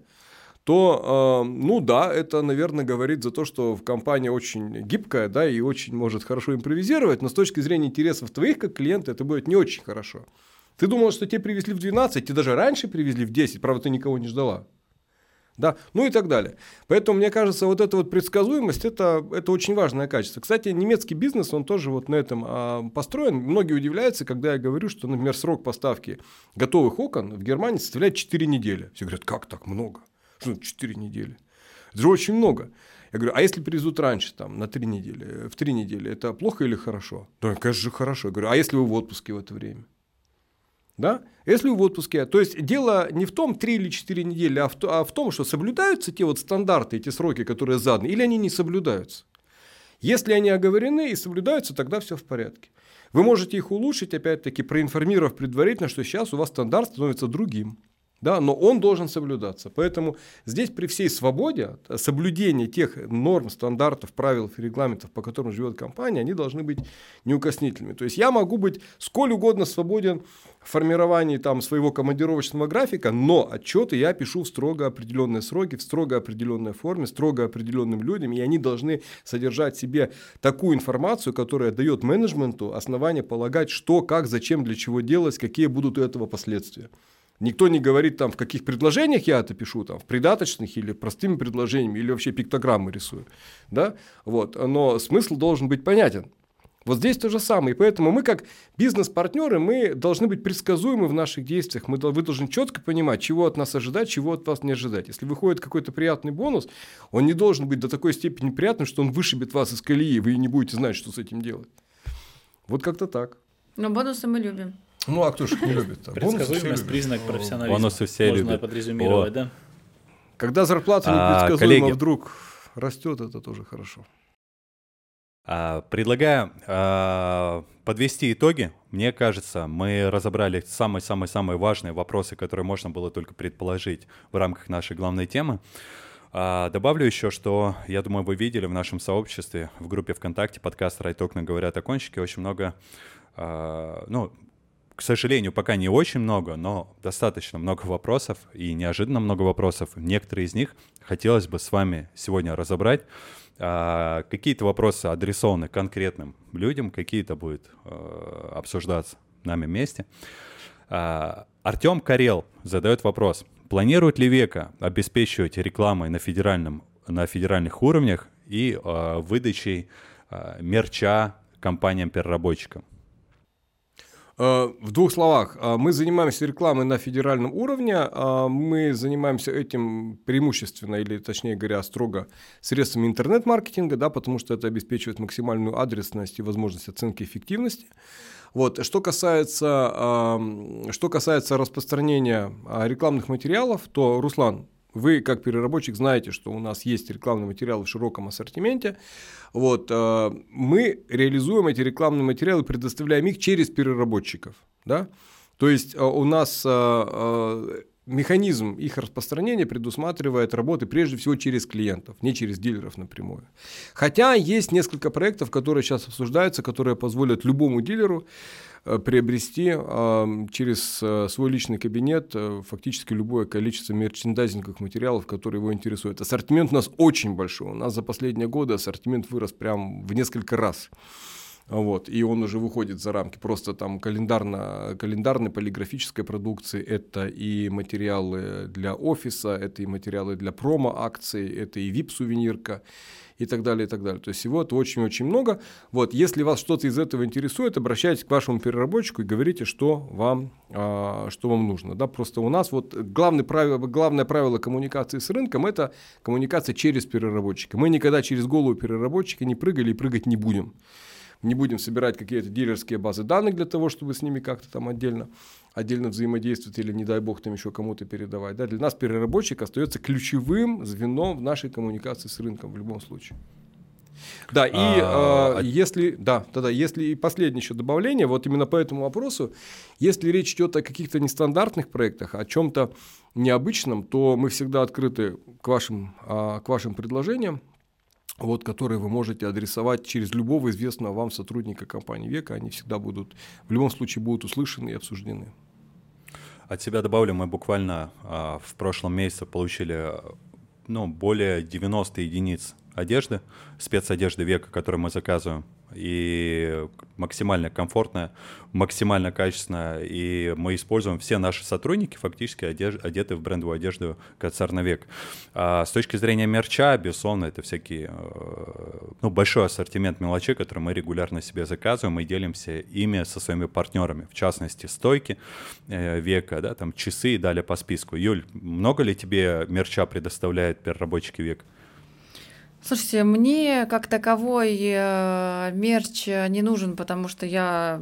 то, э, ну да, это, наверное, говорит за то, что компания очень гибкая, да, и очень может хорошо импровизировать, но с точки зрения интересов твоих как клиента это будет не очень хорошо. Ты думал, что тебе привезли в двенадцать, тебе даже раньше привезли в десять, правда, ты никого не ждала. Да, ну и так далее. Поэтому, мне кажется, вот эта вот предсказуемость, это, это очень важное качество. Кстати, немецкий бизнес, он тоже вот на этом а, построен. Многие удивляются, когда я говорю, что, например, срок поставки готовых окон в Германии составляет четыре недели. Все говорят: как так много? Что четыре недели? Это же очень много. Я говорю: а если привезут раньше, там, на три недели, в три недели, это плохо или хорошо? Да, конечно же, хорошо. Я говорю: а если вы в отпуске в это время? Да? Если вы в отпуске, то есть дело не в том три или четыре недели, а в, а в том, что соблюдаются те вот стандарты, эти сроки, которые заданы, или они не соблюдаются. Если они оговорены и соблюдаются, тогда все в порядке. Вы можете их улучшить, опять-таки, проинформировав предварительно, что сейчас у вас стандарт становится другим. Да, но он должен соблюдаться. Поэтому здесь при всей свободе соблюдение тех норм, стандартов, правил и регламентов, по которым живет компания, они должны быть неукоснительными. То есть я могу быть сколь угодно свободен в формировании там, своего командировочного графика, но отчеты я пишу в строго определенные сроки, в строго определенной форме, строго определенным людям, и они должны содержать в себе такую информацию, которая дает менеджменту основание полагать, что, как, зачем, для чего делать, какие будут у этого последствия. Никто не говорит, там, в каких предложениях я это пишу, там, в придаточных или простыми предложениями, или вообще пиктограммы рисую. Да? Вот. Но смысл должен быть понятен. Вот здесь то же самое. И поэтому мы, как бизнес-партнеры, мы должны быть предсказуемы в наших действиях. Мы, вы должны четко понимать, чего от нас ожидать, чего от вас не ожидать. Если выходит какой-то приятный бонус, он не должен быть до такой степени приятным, что он вышибет вас из колеи, и вы не будете знать, что с этим делать. Вот как-то так. Но бонусы мы любим. Ну, а кто же их не любит? Предсказуемость – признак профессионализма. Бонусы все Можно любят. подрезюмировать, О. да? Когда зарплата непредсказуемо А, коллеги. вдруг растет, это тоже хорошо. А, Предлагаю а, подвести итоги. Мне кажется, мы разобрали самые-самые-самые важные вопросы, которые можно было только предположить в рамках нашей главной темы. А, Добавлю еще, что, я думаю, вы видели в нашем сообществе, в группе ВКонтакте подкаст «Райтокна говорят окончики» очень много, а, ну, к сожалению, пока не очень много, но достаточно много вопросов и неожиданно много вопросов. Некоторые из них хотелось бы с вами сегодня разобрать. А, какие-то вопросы адресованы конкретным людям, какие-то будут а, обсуждаться нами вместе. А, Артем Карел задает вопрос. Планирует ли Века обеспечивать рекламой на, федеральном, на федеральных уровнях и а, выдачей а, мерча компаниям-переработчикам? В двух словах, мы занимаемся рекламой на федеральном уровне, мы занимаемся этим преимущественно, или точнее говоря, строго средствами интернет-маркетинга, да, потому что это обеспечивает максимальную адресность и возможность оценки эффективности. Вот. Что касается, что касается распространения рекламных материалов, то, Руслан, вы, как переработчик, знаете, что у нас есть рекламные материалы в широком ассортименте. Вот, э, мы реализуем эти рекламные материалы, предоставляем их через переработчиков. Да? То есть э, у нас э, э, механизм их распространения предусматривает работы прежде всего через клиентов, не через дилеров напрямую. Хотя есть несколько проектов, которые сейчас обсуждаются, которые позволят любому дилеру приобрести э, через э, свой личный кабинет э, фактически любое количество мерчендайзинговых материалов, которые его интересуют. Ассортимент у нас очень большой. У нас за последние годы ассортимент вырос прям в несколько раз. Вот, и он уже выходит за рамки просто там календарно, календарной полиграфической продукции. Это и материалы для офиса, это и материалы для промо-акций, это и ви ай пи-сувенирка. И так далее, и так далее. То есть всего это очень-очень много. Вот, если вас что-то из этого интересует, обращайтесь к вашему переработчику и говорите, что вам, а, что вам нужно. Да, просто у нас вот главное правило, главное правило коммуникации с рынком – это коммуникация через переработчика. Мы никогда через голову переработчика не прыгали и прыгать не будем. Не будем собирать какие-то дилерские базы данных для того, чтобы с ними как-то там отдельно, отдельно взаимодействовать или, не дай бог, там еще кому-то передавать. Да? Для нас переработчик остается ключевым звеном в нашей коммуникации с рынком в любом случае. Да, и а, э, если, да, да, если и последнее еще добавление, вот именно по этому вопросу, если речь идет о каких-то нестандартных проектах, о чем-то необычном, то мы всегда открыты к вашим, э, к вашим предложениям. Вот, которые вы можете адресовать через любого известного вам сотрудника компании Века, они всегда будут, в любом случае будут услышаны и обсуждены. От себя добавлю, мы буквально а, в прошлом месяце получили ну, более девяноста единиц одежды, спецодежды Века, которую мы заказываем, и максимально комфортная, максимально качественная, и мы используем, все наши сотрудники фактически одеж, одеты в брендовую одежду концерна Век. А с точки зрения мерча, безусловно, это всякие, ну, большой ассортимент мелочей, которые мы регулярно себе заказываем и делимся ими со своими партнерами, в частности, стойки Века, да, там часы и далее по списку. Юль, много ли тебе мерча предоставляет переработчики Век? Слушайте, мне как таковой э, мерч не нужен, потому что я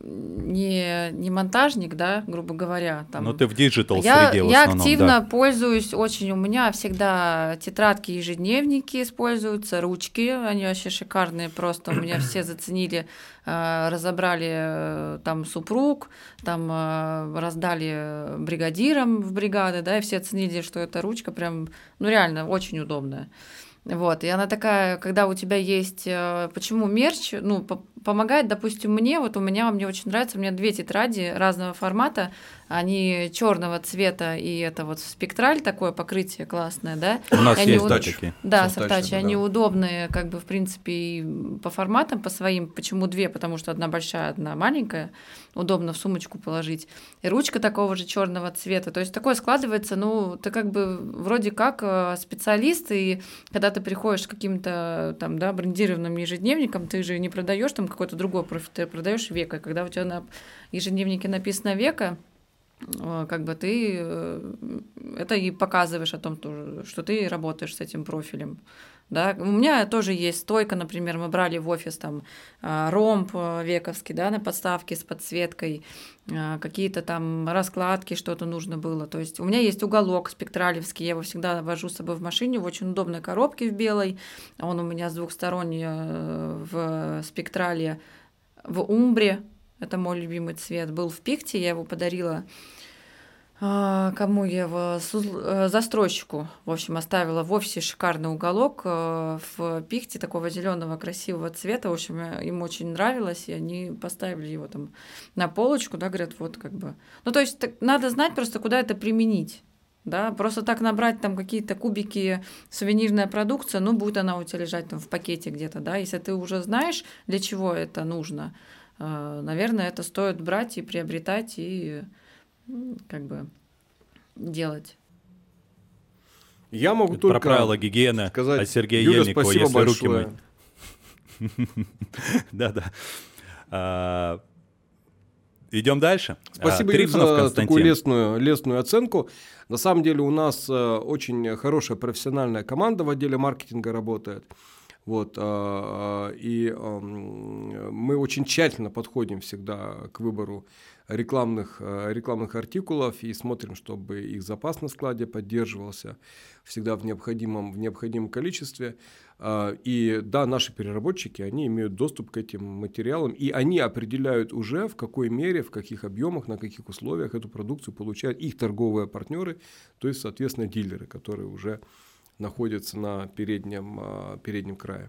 не, не монтажник, да, грубо говоря. Там. Но ты в диджитал я, среде в я основном, активно да. пользуюсь очень. У меня всегда тетрадки, ежедневники используются, ручки, они вообще шикарные просто. У меня все заценили, э, разобрали э, там супруг, там э, раздали бригадирам в бригады, да, и все оценили, что эта ручка прям, ну реально очень удобная. Вот, и она такая, когда у тебя есть, почему мерч, ну, помогает, допустим, мне, вот у меня, мне очень нравится, у меня две тетради разного формата, они черного цвета, и это вот спектраль, такое покрытие классное, да. У нас и есть, они да, уд... такие. Да, софтачи, они да. удобные, как бы, в принципе, и по форматам, по своим. Почему две? Потому что одна большая, одна маленькая, удобно в сумочку положить. И ручка такого же черного цвета. То есть такое складывается, ну, ты как бы вроде как специалист, и когда ты приходишь к каким-то там, да, брендированным ежедневникам, ты же не продаешь там какой-то другой профиль, ты продаешь Века. И когда у тебя на ежедневнике написано Века, как бы ты это и показываешь о том, что ты работаешь с этим профилем. Да? У меня тоже есть стойка, например, мы брали в офис там ромб вековский, да, на подставке с подсветкой, какие-то там раскладки, что-то нужно было. То есть у меня есть уголок спектралевский, я его всегда вожу с собой в машине в очень удобной коробке в белой. Он у меня с двухсторонней в спектрале в умбре. Это мой любимый цвет. Был в пикте, я его подарила. Кому я его? Застройщику. В общем, оставила в офисе шикарный уголок в пихте такого зеленого красивого цвета. В общем, им очень нравилось, и они поставили его там на полочку, да, говорят, вот как бы. Ну, то есть надо знать просто, куда это применить. Да, просто так набрать там какие-то кубики, сувенирная продукция, ну, будет она у тебя лежать там в пакете где-то, да. Если ты уже знаешь, для чего это нужно, наверное, это стоит брать и приобретать, и как бы делать. Я могу это только про правила гигиены сказать, от Сергея Юля, Ельникова, спасибо если большое. руки мыть. Да-да. Идем дальше. Спасибо, Юля, за такую лестную, лестную оценку. На самом деле у нас очень хорошая профессиональная команда в отделе маркетинга работает. Вот, и мы очень тщательно подходим всегда к выбору рекламных, рекламных артикулов и смотрим, чтобы их запас на складе поддерживался всегда в необходимом, в необходимом количестве. И да, наши переработчики, они имеют доступ к этим материалам, и они определяют уже, в какой мере, в каких объемах, на каких условиях эту продукцию получают их торговые партнеры, то есть, соответственно, дилеры, которые уже находятся на переднем, переднем крае.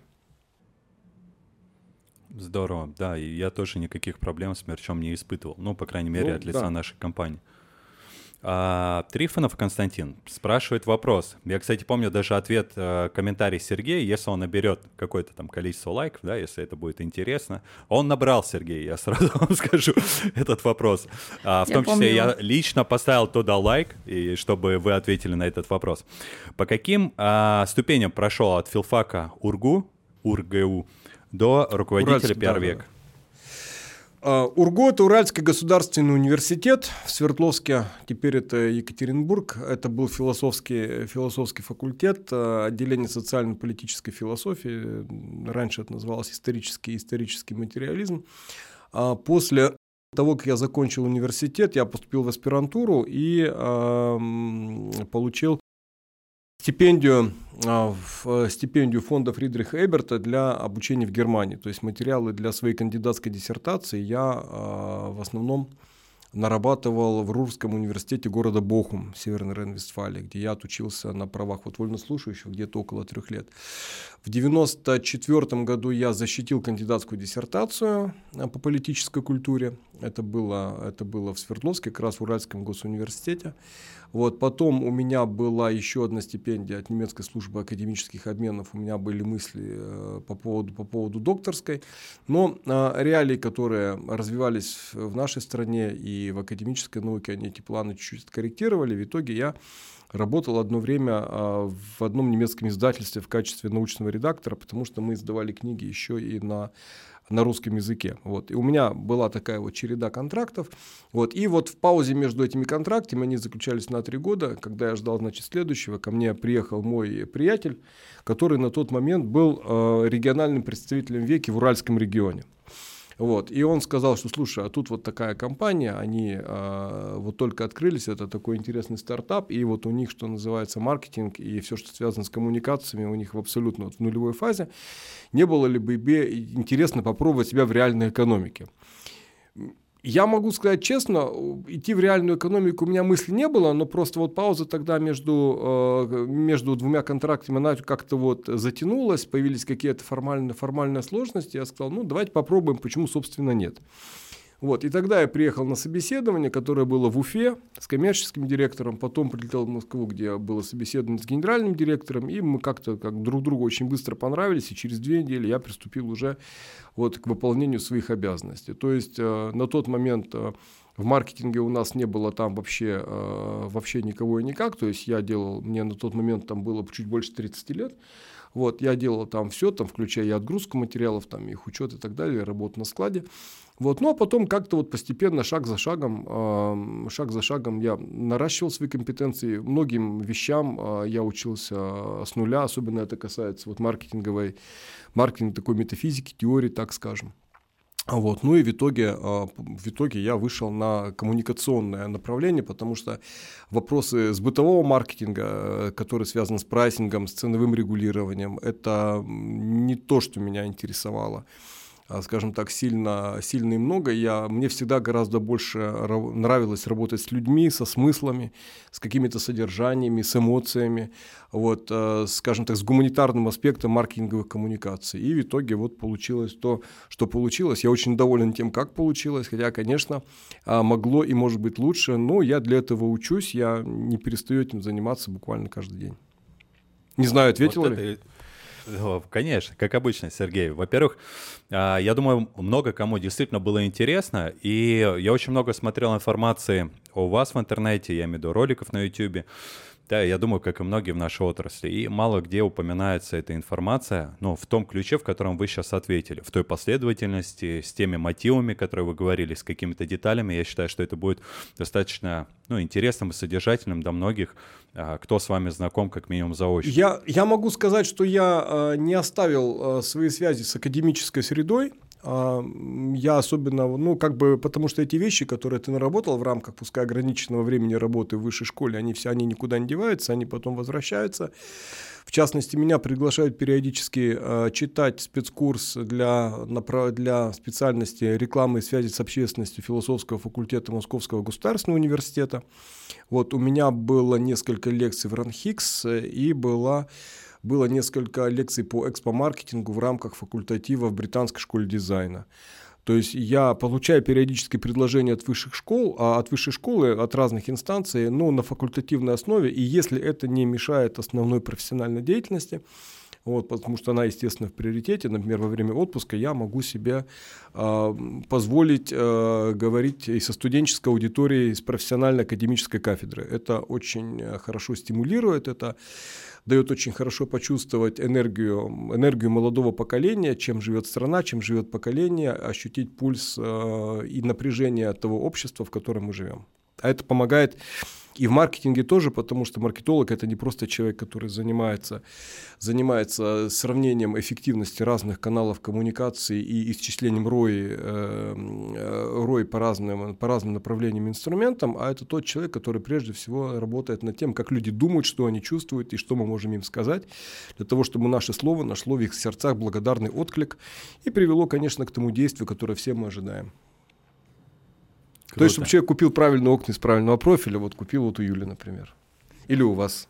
Здорово, да, и я тоже никаких проблем с мерчом не испытывал, ну, по крайней мере, ну, от лица да. нашей компании. А, Трифонов Константин спрашивает вопрос. Я, кстати, помню даже ответ, э, комментарий Сергея, если он наберет какое-то там количество лайков, да, если это будет интересно. Он набрал, Сергей, я сразу вам скажу этот вопрос. А, в я том числе помню. Я лично поставил туда лайк, и, чтобы вы ответили на этот вопрос. По каким а, ступеням прошел от филфака УрГУ, УрГУ до руководителя пи ар-века? Да, да. УрГУ – это Уральский государственный университет в Свердловске, теперь это Екатеринбург. Это был философский, философский факультет, отделение социально-политической философии. Раньше это называлось исторический, исторический материализм. После того, как я закончил университет, я поступил в аспирантуру и э, получил стипендию, в стипендию фонда Фридриха Эберта для обучения в Германии. То есть материалы для своей кандидатской диссертации я в основном нарабатывал в Рурском университете города Бохум, Северной Рейн-Вестфалии, где я отучился на правах вот вольнослушающего где-то около трех лет. В девяносто четвёртом году я защитил кандидатскую диссертацию по политической культуре. Это было, это было в Свердловске, как раз в Уральском госуниверситете. Вот, потом у меня была еще одна стипендия от немецкой службы академических обменов. У меня были мысли э, по поводу, по поводу докторской. Но э, реалии, которые развивались в нашей стране и в академической науке, они эти планы чуть-чуть откорректировали. В итоге я работал одно время э, в одном немецком издательстве в качестве научного редактора, потому что мы издавали книги еще и на на русском языке. Вот. И у меня была такая вот череда контрактов. Вот. И вот в паузе между этими контрактами, они заключались на три года, когда я ждал, значит, следующего, ко мне приехал мой приятель, который на тот момент был э, региональным представителем Веки в Уральском регионе. Вот. И он сказал, что слушай, а тут вот такая компания, они э, вот только открылись, это такой интересный стартап, и вот у них, что называется, маркетинг и все, что связано с коммуникациями, у них в абсолютно вот в нулевой фазе. Не было ли бы тебе интересно попробовать себя в реальной экономике? Я могу сказать честно, идти в реальную экономику у меня мысли не было, но просто вот пауза тогда между, э, между двумя контрактами, она как-то вот затянулась, появились какие-то формальные, формальные сложности, я сказал, ну давайте попробуем, почему, собственно, нет. Вот, и тогда я приехал на собеседование, которое было в Уфе с коммерческим директором, потом прилетел в Москву, где было собеседование с генеральным директором, и мы как-то как друг другу очень быстро понравились, и через две недели я приступил уже вот к выполнению своих обязанностей. То есть э, на тот момент э, в маркетинге у нас не было там вообще, э, вообще никого и никак, то есть я делал, мне на тот момент там было чуть больше тридцати лет, вот, я делал там все, там, включая и отгрузку материалов, там, их учет и так далее, работу на складе. Вот, ну, а потом как-то вот постепенно, шаг за шагом, э, шаг за шагом я наращивал свои компетенции. Многим вещам э, я учился с нуля, особенно это касается вот маркетинговой, маркетинга такой метафизики, теории, так скажем. Вот, ну и в итоге, в итоге я вышел на коммуникационное направление, потому что вопросы с бытового маркетинга, которые связаны с прайсингом, с ценовым регулированием, это не то, что меня интересовало. Скажем так, сильно, сильно и много. Я, мне всегда гораздо больше нравилось работать с людьми, со смыслами, с какими-то содержаниями, с эмоциями, вот, скажем так, с гуманитарным аспектом маркетинговых коммуникаций. И в итоге вот получилось то, что получилось. Я очень доволен тем, как получилось, хотя, конечно, могло и может быть лучше, но я для этого учусь, я не перестаю этим заниматься буквально каждый день. Не знаю, ответил вот ли? Это... Конечно, как обычно, Сергей. Во-первых, я думаю, много кому действительно было интересно, и я очень много смотрел информации о вас в интернете, я имею в виду роликов на YouTube. Да, я думаю, как и многие в нашей отрасли. И мало где упоминается эта информация, ну, в том ключе, в котором вы сейчас ответили, в той последовательности, с теми мотивами, которые вы говорили, с какими-то деталями. Я считаю, что это будет достаточно, ну, интересным и содержательным для многих, кто с вами знаком, как минимум, заочно. Я, я могу сказать, что я э, не оставил э, свои связи с академической средой. Я особенно, ну, как бы, потому что эти вещи, которые ты наработал в рамках, пускай ограниченного времени работы в высшей школе, они все, они никуда не деваются, они потом возвращаются. В частности, меня приглашают периодически э, читать спецкурс для, для специальности рекламы и связи с общественностью философского факультета Московского государственного университета. Вот у меня было несколько лекций в РАНХИКС и была... Было несколько лекций по экспо-маркетингу в рамках факультатива в Британской школе дизайна. То есть я получаю периодически предложения от высших школ, а от высшей школы, от разных инстанций, но на факультативной основе, и если это не мешает основной профессиональной деятельности, вот, потому что она, естественно, в приоритете, например, во время отпуска я могу себе э, позволить э, говорить и со студенческой аудиторией, с профессиональной академической кафедры. Это очень хорошо стимулирует, это дает очень хорошо почувствовать энергию, энергию молодого поколения, чем живет страна, чем живет поколение, ощутить пульс э, и напряжение того общества, в котором мы живем. А это помогает и в маркетинге тоже, потому что маркетолог – это не просто человек, который занимается, занимается сравнением эффективности разных каналов коммуникации и исчислением рои, э, рои по разным, по разным направлениям и инструментам, а это тот человек, который прежде всего работает над тем, как люди думают, что они чувствуют и что мы можем им сказать, для того, чтобы наше слово нашло в их сердцах благодарный отклик и привело, конечно, к тому действию, которое все мы ожидаем. Круто. То есть, чтобы человек купил правильные окна из правильного профиля, вот купил вот у Юли, например. Или у вас.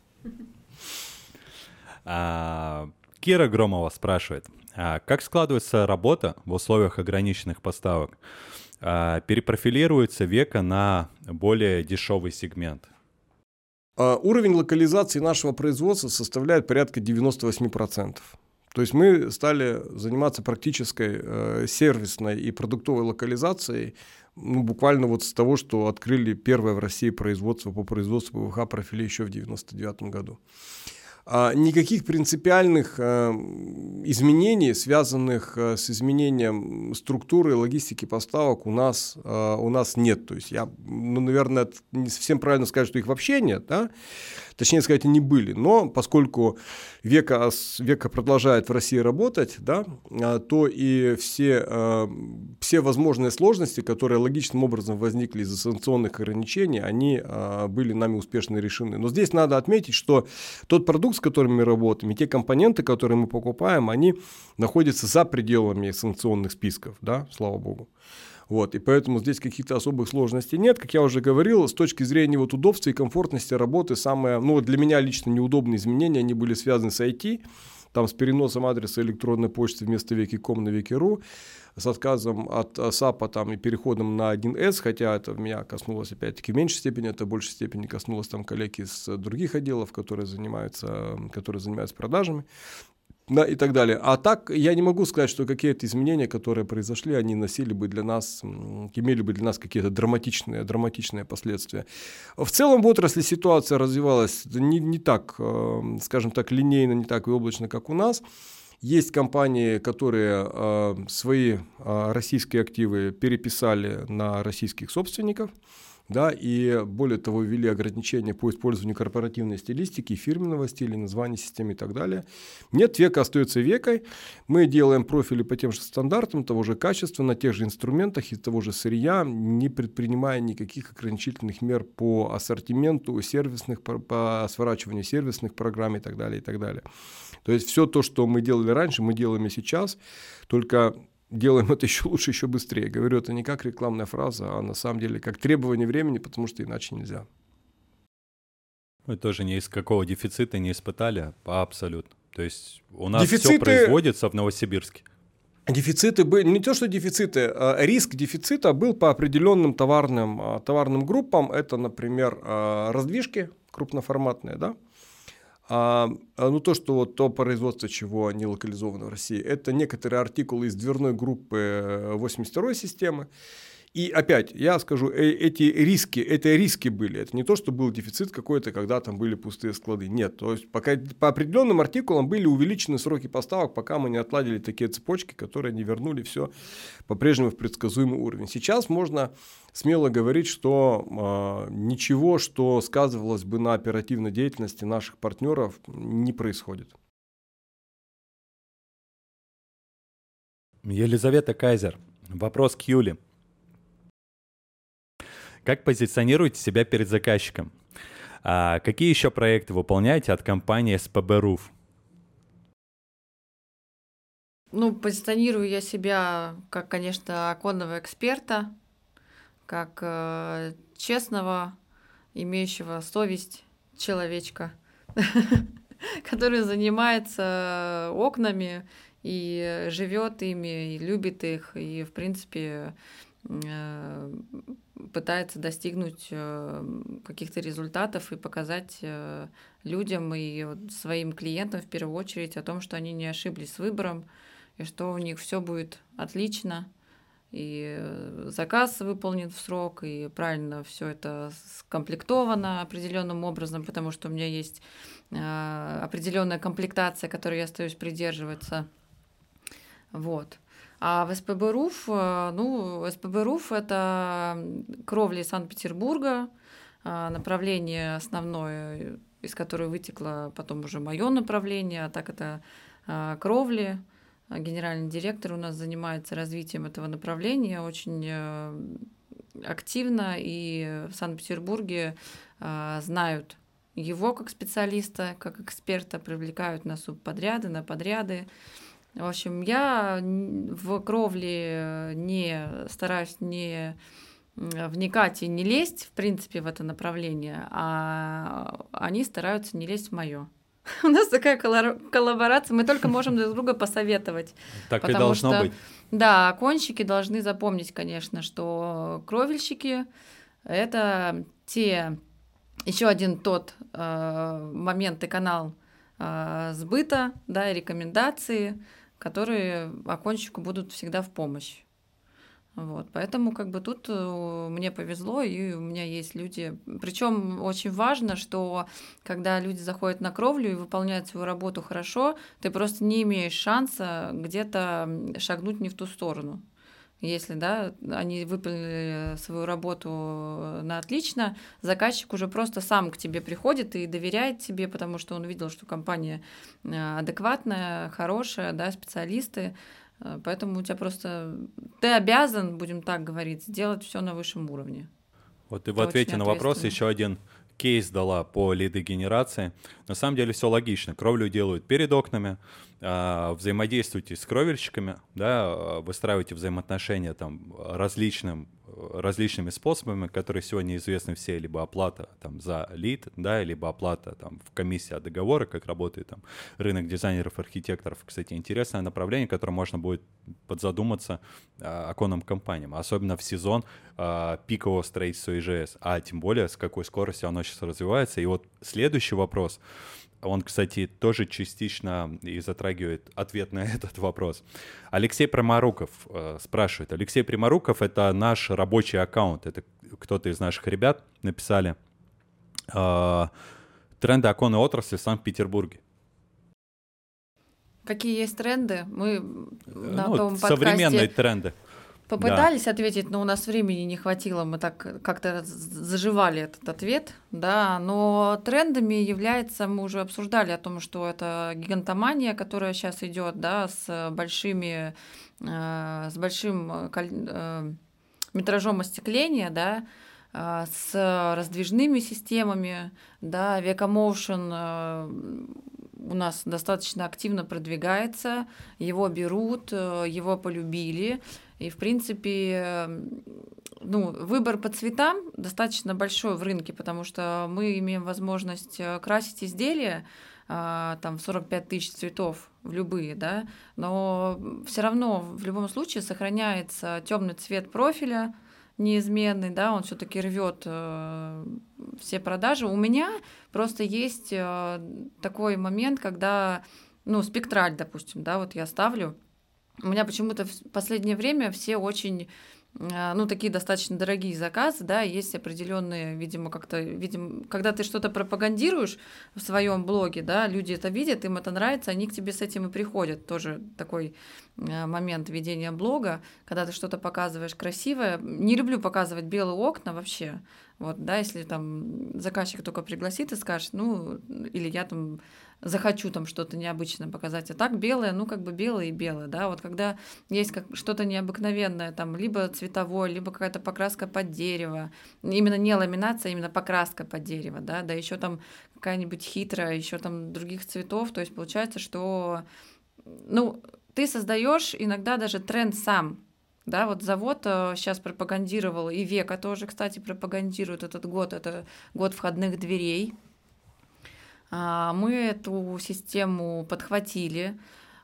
А, Кира Громова спрашивает, а как складывается работа в условиях ограниченных поставок? А, перепрофилируется Века на более дешевый сегмент? А, уровень локализации нашего производства составляет порядка девяносто восемь процентов. То есть мы стали заниматься практической э, сервисной и продуктовой локализацией, ну, буквально вот с того, что открыли первое в России производство по производству ПВХ-профилей еще в девяносто девятом году. никаких принципиальных изменений, связанных с изменением структуры логистики поставок, у нас, у нас нет. То есть я, ну, наверное, не совсем правильно сказать, что их вообще нет, да? Точнее сказать, они были. Но поскольку Века, Века продолжает в России работать, да, то и все, все возможные сложности, которые логичным образом возникли из-за санкционных ограничений, они были нами успешно решены. Но здесь надо отметить, что тот продукт, с которым мы работаем, и те компоненты, которые мы покупаем, они находятся за пределами санкционных списков, да, слава богу. Вот, и поэтому здесь каких-то особых сложностей нет. Как я уже говорил, с точки зрения вот удобства и комфортности работы, самые, ну, для меня лично неудобные изменения, они были связаны с ай ти, там, с переносом адреса электронной почты вместо веки точка ком на веки точка ру, с отказом от сапа там, и переходом на один эс, хотя это меня коснулось опять-таки в меньшей степени, это в большей степени коснулось там коллег из других отделов, которые занимаются, которые занимаются продажами. Да, и так далее. А так я не могу сказать, что какие-то изменения, которые произошли, они носили бы для нас, имели бы для нас какие-то драматичные, драматичные последствия. В целом в отрасли ситуация развивалась не, не так, скажем так, линейно, не так и облачно, как у нас. Есть компании, которые э, свои э, российские активы переписали на российских собственников. Да, и более того, ввели ограничения по использованию корпоративной стилистики, фирменного стиля, названий системы и так далее. Нет, Века остается Векой. Мы делаем профили по тем же стандартам, того же качества, на тех же инструментах, из того же сырья, не предпринимая никаких ограничительных мер по ассортименту сервисных, по, по сворачиванию сервисных программ и так далее, и так далее. То есть все то, что мы делали раньше, мы делаем и сейчас, только делаем это еще лучше, еще быстрее. Говорю, это не как рекламная фраза, а на самом деле как требование времени, потому что иначе нельзя. Мы тоже ни из какого дефицита не испытали, абсолютно. То есть у нас дефициты... все производится в Новосибирске. Дефициты были, не то что дефициты, а риск дефицита был по определенным товарным, товарным группам. Это, например, раздвижки крупноформатные, да? А, ну, то, что вот то производство, чего не локализовано в России, это некоторые артикулы из дверной группы восемьдесят второй системы. И опять, я скажу, эти риски, это риски были. Это не то, что был дефицит какой-то, когда там были пустые склады. Нет, то есть пока, по определенным артикулам были увеличены сроки поставок, пока мы не отладили такие цепочки, которые не вернули все по-прежнему в предсказуемый уровень. Сейчас можно смело говорить, что э, ничего, что сказывалось бы на оперативной деятельности наших партнеров, не происходит. Елизавета Кайзер. Вопрос к Юле. Как позиционируете себя перед заказчиком? А какие еще проекты выполняете от компании эс пэ бэ РУФ? Ну, позиционирую я себя как, конечно, оконного эксперта, как э, честного, имеющего совесть человечка, который занимается окнами и живет ими, и любит их, и, в принципе, пытается достигнуть каких-то результатов и показать людям и своим клиентам в первую очередь о том, что они не ошиблись с выбором, и что у них все будет отлично, и заказ выполнен в срок, и правильно все это скомплектовано определенным образом, потому что у меня есть определенная комплектация, которой я остаюсь придерживаться. Вот. А в эс пэ бэ РУФ, ну, эс пэ бэ РУФ – это кровли Санкт-Петербурга, направление основное, из которого вытекло потом уже мое направление, а так это кровли. Генеральный директор у нас занимается развитием этого направления очень активно, и в Санкт-Петербурге знают его как специалиста, как эксперта, привлекают на субподряды, на подряды. В общем, я в кровли не стараюсь не вникать и не лезть, в принципе, в это направление, а они стараются не лезть в мое. У нас такая коллаборация, мы только можем друг друга посоветовать. Так и должно что, быть. Да, оконщики должны запомнить, конечно, что кровельщики – это те, еще один тот э, момент и канал э, сбыта, да, и рекомендации, которые оконщику будут всегда в помощь. Вот, поэтому как бы тут мне повезло, и у меня есть люди. Причем очень важно, что когда люди заходят на кровлю и выполняют свою работу хорошо, ты просто не имеешь шанса где-то шагнуть не в ту сторону. Если, да, они выполнили свою работу на отлично, заказчик уже просто сам к тебе приходит и доверяет тебе, потому что он видел, что компания адекватная, хорошая, да, специалисты. Поэтому у тебя просто... Ты обязан, будем так говорить, сделать все на высшем уровне. Вот ты в ответе на вопрос еще один кейс дала по лидогенерации. На самом деле все логично. Кровлю делают перед окнами, взаимодействуйте с кровельщиками, да, выстраивайте взаимоотношения там различным, различными способами, которые сегодня известны все, либо оплата там за лид, да, либо оплата там в комиссии от договора, как работает там рынок дизайнеров, архитекторов. Кстати, интересное направление, которое можно будет подзадуматься а, оконным компаниям, особенно в сезон а, пикового строительства ИЖС, а тем более с какой скоростью оно сейчас развивается. И вот следующий вопрос, он, кстати, тоже частично и затрагивает ответ на этот вопрос. Алексей Примаруков э, спрашивает. Алексей Примаруков — это наш рабочий аккаунт. Это кто-то из наших ребят написали. Э, тренды оконной отрасли в Санкт-Петербурге. Какие есть тренды? Мы на ну, том современные подкасте... тренды. Попытались да. ответить, но у нас времени не хватило, мы так как-то заживали этот ответ, да, но трендами является, мы уже обсуждали о том, что это гигантомания, которая сейчас идет, да, с большими, э, с большим э, метражом остекления, да, э, с раздвижными системами, да, Векомоушен э, у нас достаточно активно продвигается, его берут, э, его полюбили. И, в принципе, ну, выбор по цветам достаточно большой в рынке, потому что мы имеем возможность красить изделия там, в сорок пять тысяч цветов, в любые, да, но все равно в любом случае сохраняется темный цвет профиля, неизменный, да, он все-таки рвет э, все продажи. У меня просто есть э, такой момент, когда, ну, спектраль, допустим, да, вот я ставлю. У меня почему-то в последнее время все очень, ну, такие достаточно дорогие заказы, да, есть определенные, видимо, как-то, видимо, когда ты что-то пропагандируешь в своем блоге, да, люди это видят, им это нравится, они к тебе с этим и приходят. Тоже такой момент ведения блога, когда ты что-то показываешь красивое. Не люблю показывать белые окна вообще. Вот, да, если там заказчик только пригласит и скажет, ну, или я там захочу там что-то необычное показать, а так белое, ну, как бы белое и белое, да, вот когда есть как что-то необыкновенное, там, либо цветовое, либо какая-то покраска под дерево, именно не ламинация, а именно покраска под дерево, да, да, еще там какая-нибудь хитрая, еще там других цветов, то есть получается, что, ну, ты создаешь иногда даже тренд сам. Да, вот завод сейчас пропагандировал, и Века тоже, кстати, пропагандирует этот год, это год входных дверей. Мы эту систему подхватили,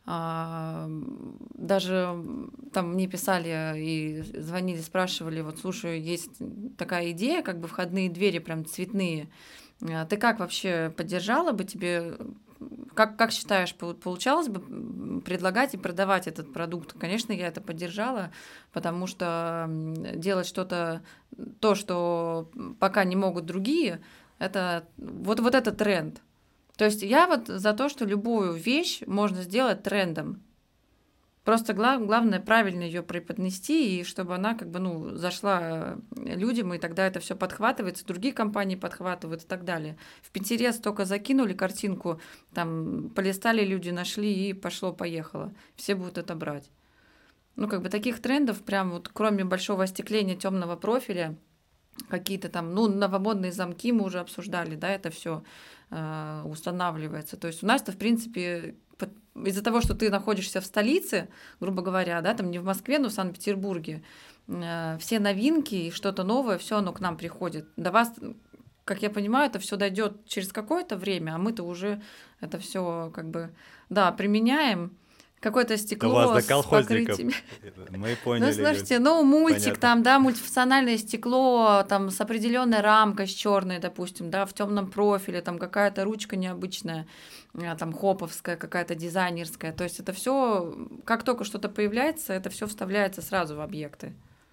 даже там мне писали и звонили, спрашивали, вот, слушай, есть такая идея, как бы входные двери прям цветные, ты как вообще поддержала бы тебе... Как, как считаешь, получалось бы предлагать и продавать этот продукт? Конечно, я это поддержала, потому что делать что-то, то, что пока не могут другие, это вот, вот это тренд. То есть я вот за то, что любую вещь можно сделать трендом. Просто глав, главное правильно ее преподнести, и чтобы она как бы, ну, зашла людям, и тогда это все подхватывается, другие компании подхватывают и так далее. В Pinterest только закинули картинку, там полистали люди, нашли, и пошло-поехало. Все будут это брать. Ну, как бы таких трендов, прям вот кроме большого остекления темного профиля, какие-то там, ну, новомодные замки мы уже обсуждали, да, это все э, устанавливается. То есть у нас-то, в принципе, из-за того, что ты находишься в столице, грубо говоря, да, там не в Москве, но в Санкт-Петербурге, э, все новинки и что-то новое, все оно к нам приходит. До вас, как я понимаю, это все дойдет через какое-то время, а мы-то уже это все как бы, да, применяем. Какое-то стекло вас с до покрытиями. Мы поняли. Ну, слушайте, ну, мультик Понятно. там, да, мультифункциональное стекло, там, с определенной рамкой, с черной, допустим, да, в темном профиле, там, какая-то ручка необычная, там, хоповская, какая-то дизайнерская. То есть это все, как только что-то появляется, это все вставляется сразу в объекты.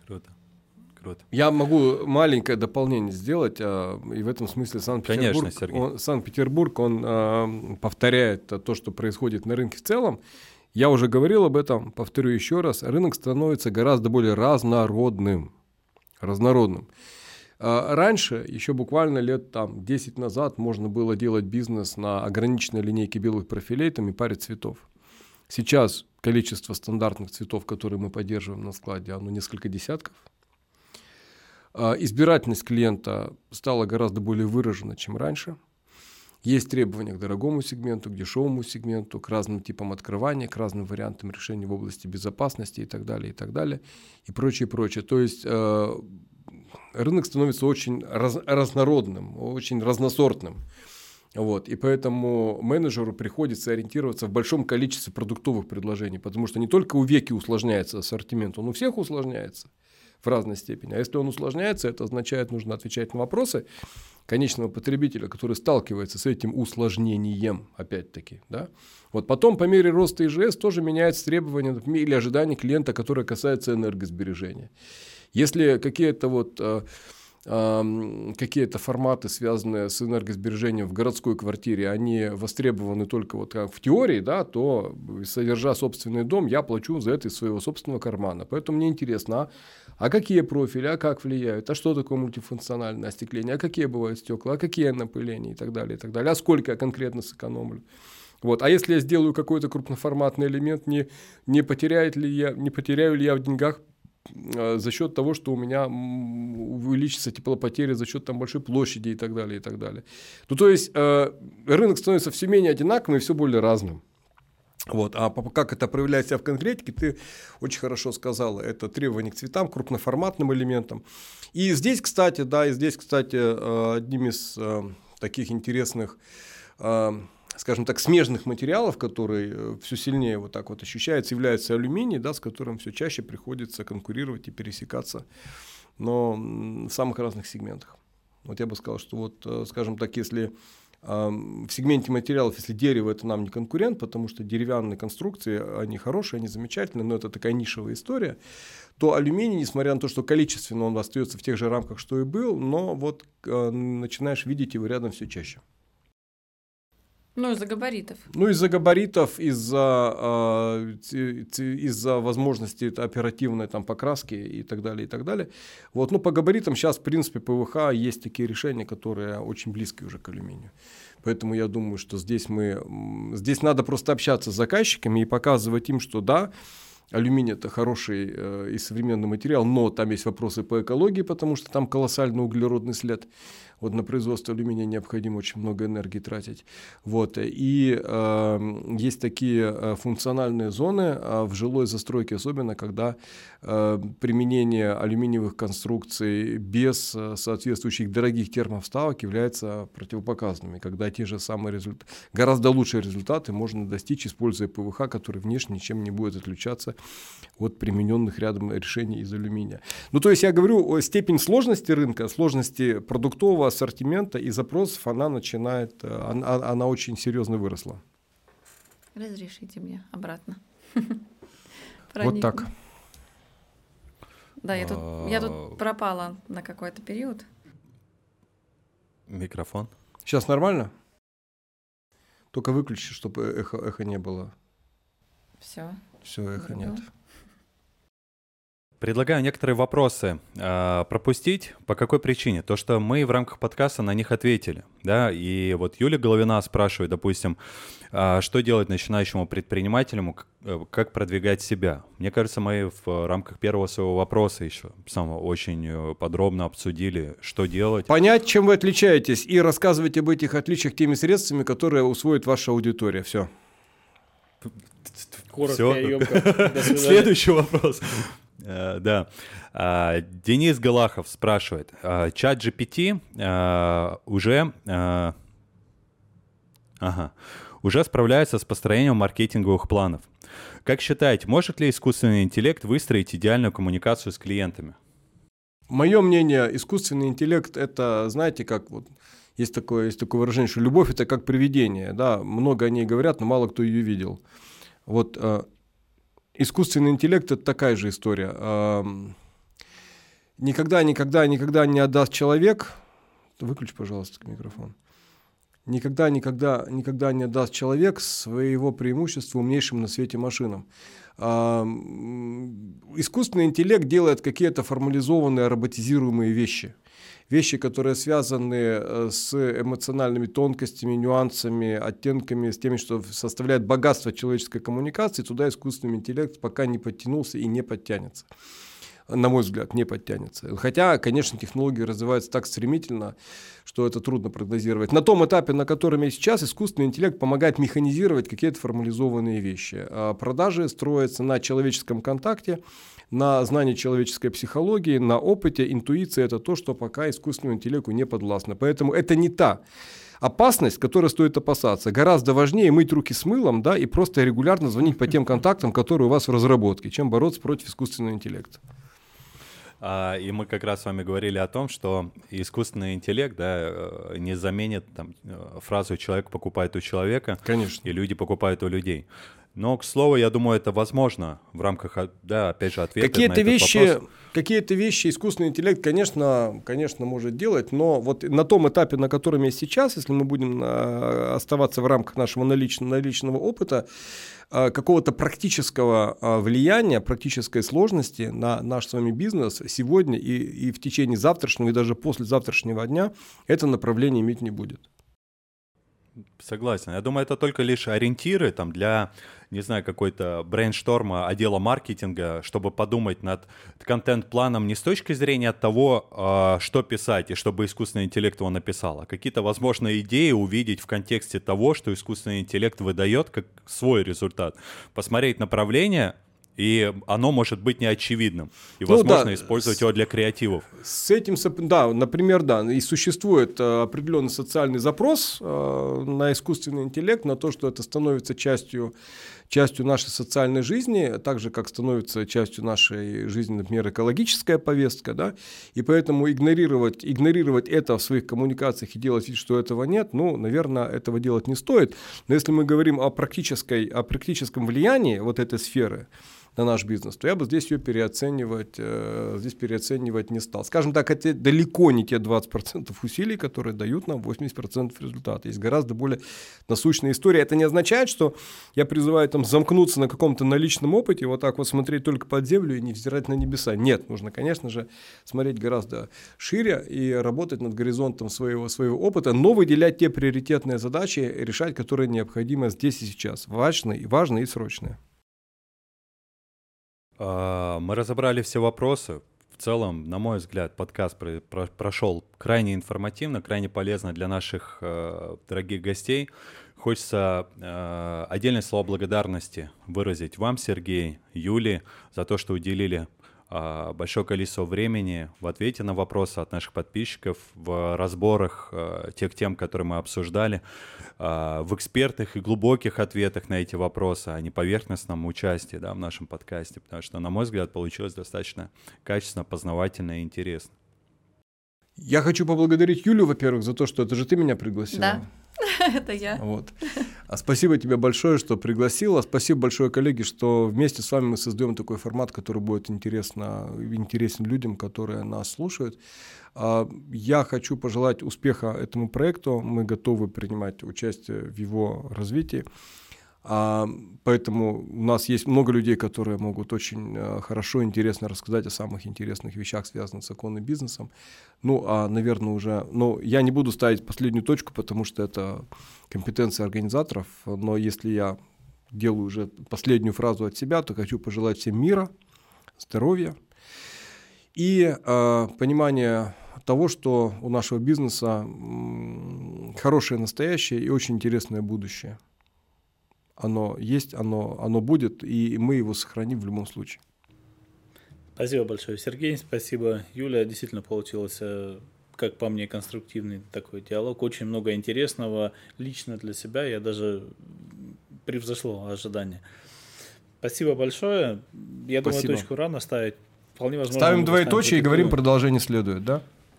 Круто. Круто. Я могу маленькое дополнение сделать, и в этом смысле Санкт-Петербург, Конечно, Сергей. он, Санкт-Петербург, он повторяет то, что происходит на рынке в целом. Я уже говорил об этом, повторю еще раз, рынок становится гораздо более разнородным. Разнородным. Раньше, еще буквально лет там, десять назад, можно было делать бизнес на ограниченной линейке белых профилей там, и паре цветов. Сейчас количество стандартных цветов, которые мы поддерживаем на складе, оно несколько десятков. Избирательность клиента стала гораздо более выражена, чем раньше. Есть требования к дорогому сегменту, к дешевому сегменту, к разным типам открывания, к разным вариантам решений в области безопасности и так далее, и так далее, и прочее, прочее. То есть э, рынок становится очень раз, разнородным, очень разносортным. Вот, и поэтому менеджеру приходится ориентироваться в большом количестве продуктовых предложений, потому что не только у Веки усложняется ассортимент, он у всех усложняется в разной степени. А если он усложняется, это означает, нужно отвечать на вопросы конечного потребителя, который сталкивается с этим усложнением, опять-таки. Да? Вот потом по мере роста ИЖС тоже меняются требования или ожидания клиента, которые касаются энергосбережения. Если какие-то вот... какие-то форматы, связанные с энергосбережением в городской квартире, они востребованы только вот как в теории, да, то, содержа собственный дом, я плачу за это из своего собственного кармана. Поэтому мне интересно, а, а какие профили, а как влияют, а что такое мультифункциональное остекление, а какие бывают стекла, а какие напыления и так далее, и так далее, а сколько я конкретно сэкономлю. Вот. А если я сделаю какой-то крупноформатный элемент, не, не, потеряет ли я, не потеряю ли я в деньгах за счет того, что у меня увеличится теплопотеря за счет там, большой площади и так далее, и так далее. Ну, то есть, э, рынок становится все менее одинаковым и все более разным. Вот. А как это проявляет себя в конкретике, ты очень хорошо сказала. Это требования к цветам, крупноформатным элементам. И здесь, кстати, да, и здесь, кстати, одним из э, таких интересных... Э, скажем так, смежных материалов, которые все сильнее вот так вот ощущаются, является алюминий, да, с которым все чаще приходится конкурировать и пересекаться, но в самых разных сегментах. Вот я бы сказал, что вот, скажем так, если в сегменте материалов, если дерево это нам не конкурент, потому что деревянные конструкции, они хорошие, они замечательные, но это такая нишевая история, то алюминий, несмотря на то, что количественно он остается в тех же рамках, что и был, но вот начинаешь видеть его рядом все чаще. Ну, из-за габаритов. Ну, из-за габаритов, из-за, из-за возможности оперативной там, покраски и так далее, и так далее. Вот. Ну, по габаритам сейчас, в принципе, ПВХ есть такие решения, которые очень близки уже к алюминию. Поэтому я думаю, что здесь, мы, здесь надо просто общаться с заказчиками и показывать им, что да, алюминий – это хороший э, и современный материал, но там есть вопросы по экологии, потому что там колоссальный углеродный след. Вот на производство алюминия необходимо очень много энергии тратить. Вот. И э, есть такие функциональные зоны э, в жилой застройке, особенно когда э, применение алюминиевых конструкций без э, соответствующих дорогих термовставок является противопоказанными, когда те же самые результаты, гораздо лучшие результаты можно достичь, используя ПВХ, который внешне ничем не будет отличаться от примененных рядом решений из алюминия. Ну, то есть я говорю о степени сложности рынка, сложности продуктового ассортимента и запросов, она начинает, она, она очень серьезно выросла. Разрешите мне обратно. Вот так. Да, я тут, я тут пропала на какой-то период. Микрофон. Сейчас нормально? Только выключи, чтобы эхо, эхо не было. Все. Все, эхо нет. Предлагаю некоторые вопросы э, пропустить. По какой причине? То, что мы в рамках подкаста на них ответили. Да? И вот Юлия Головина спрашивает, допустим, э, что делать начинающему предпринимателю, как, как продвигать себя. Мне кажется, мы в рамках первого своего вопроса еще самого очень подробно обсудили, что делать. Понять, чем вы отличаетесь, и рассказывать об этих отличиях теми средствами, которые усвоит ваша аудитория. Все. Коротко и емко. Следующий вопрос. Uh, да. Uh, Денис Галахов спрашивает. Uh, чат джи пи ти uh, уже, uh, ага, уже справляется с построением маркетинговых планов. Как считаете, может ли искусственный интеллект выстроить идеальную коммуникацию с клиентами? Мое мнение, искусственный интеллект — это, знаете, как вот есть такое, есть такое выражение, что любовь — это как привидение. Да? Много о ней говорят, но мало кто ее видел. Вот... Искусственный интеллект – это такая же история. никогда, никогда, никогда не отдаст человек, выключи, пожалуйста, микрофон, никогда, никогда, никогда не отдаст человек своего преимущества умнейшим на свете машинам. А, искусственный интеллект делает какие-то формализованные, роботизируемые вещи. Вещи, которые связаны с эмоциональными тонкостями, нюансами, оттенками, с теми, что составляет богатство человеческой коммуникации, туда искусственный интеллект пока не подтянулся и не подтянется. На мой взгляд, не подтянется. Хотя, конечно, технологии развиваются так стремительно, что это трудно прогнозировать. На том этапе, на котором я сейчас, искусственный интеллект помогает механизировать какие-то формализованные вещи. А продажи строятся на человеческом контакте, на знании человеческой психологии, на опыте. Интуиция – это то, что пока искусственному интеллекту не подвластно. Поэтому это не та опасность, которой стоит опасаться. Гораздо важнее мыть руки с мылом, да, и просто регулярно звонить по тем контактам, которые у вас в разработке, чем бороться против искусственного интеллекта. И мы как раз с вами говорили о том, что искусственный интеллект, да, не заменит там, фразу «человек покупает у человека», конечно, и люди покупают у людей. Но, к слову, я думаю, это возможно в рамках, да, опять же, ответа какие-то на этот вещи, вопрос. Какие-то вещи искусственный интеллект, конечно, конечно, может делать, но вот на том этапе, на котором я сейчас, если мы будем оставаться в рамках нашего наличного, наличного опыта, какого-то практического влияния, практической сложности на наш с вами бизнес сегодня и, и в течение завтрашнего, и даже после завтрашнего дня это направление иметь не будет. Согласен. Я думаю, это только лишь ориентиры там, для, не знаю, какой-то брейншторма отдела маркетинга, чтобы подумать над контент-планом не с точки зрения того, что писать, и чтобы искусственный интеллект его написал, а какие-то возможные идеи увидеть в контексте того, что искусственный интеллект выдает как свой результат. Посмотреть направление, и оно может быть неочевидным. И, возможно, ну, да, использовать его для креативов. С этим, да, например, да, и существует определенный социальный запрос на искусственный интеллект, на то, что это становится частью, частью нашей социальной жизни, так же, как становится частью нашей жизни, например, экологическая повестка, да, и поэтому игнорировать, игнорировать это в своих коммуникациях и делать вид, что этого нет, ну, наверное, этого делать не стоит. Но если мы говорим о, практической, о практическом влиянии вот этой сферы на наш бизнес, то я бы здесь ее переоценивать, э, здесь переоценивать не стал. Скажем так, это далеко не те двадцать процентов усилий, которые дают нам восемьдесят процентов результата. Есть гораздо более насущная история. Это не означает, что я призываю там замкнуться на каком-то наличном опыте, вот так вот смотреть только под землю и не взирать на небеса. Нет, нужно, конечно же, смотреть гораздо шире и работать над горизонтом своего, своего опыта, но выделять те приоритетные задачи, решать, которые необходимы здесь и сейчас. Важные, важные и срочные. Мы разобрали все вопросы. В целом, на мой взгляд, подкаст про- про- прошел крайне информативно, крайне полезно для наших э, дорогих гостей. Хочется э, отдельное слово благодарности выразить вам, Сергей, Юле, за то, что уделили э, большое количество времени в ответе на вопросы от наших подписчиков, в разборах э, тех тем, которые мы обсуждали, э, в экспертных и глубоких ответах на эти вопросы, а не поверхностном участии, да, в нашем подкасте, потому что, на мой взгляд, получилось достаточно качественно, познавательно и интересно. Я хочу поблагодарить Юлю, во-первых, за то, что это же ты меня пригласила. Да, это я. Вот. А спасибо тебе большое, что пригласила. Спасибо большое, коллеги, что вместе с вами мы создаем такой формат, который будет интересно, интересен людям, которые нас слушают. Я хочу пожелать успеха этому проекту. Мы готовы принимать участие в его развитии. А, поэтому у нас есть много людей, которые могут очень а, хорошо и интересно рассказать о самых интересных вещах, связанных с оконным бизнесом. Ну, а, наверное, уже... Ну, я не буду ставить последнюю точку, потому что это компетенция организаторов, но если я делаю уже последнюю фразу от себя, то хочу пожелать всем мира, здоровья и а, понимания того, что у нашего бизнеса м, хорошее настоящее и очень интересное будущее. Оно есть, оно, оно будет, и мы его сохраним в любом случае. Спасибо большое, Сергей. Спасибо, Юля. Действительно получилось, как по мне, конструктивный такой диалог. Очень много интересного лично для себя. Я даже превзошло ожидания. Спасибо большое. Я Спасибо. думаю, точку рано ставить. Вполне возможно. Ставим двоеточие и говорим, продолжение следует, да?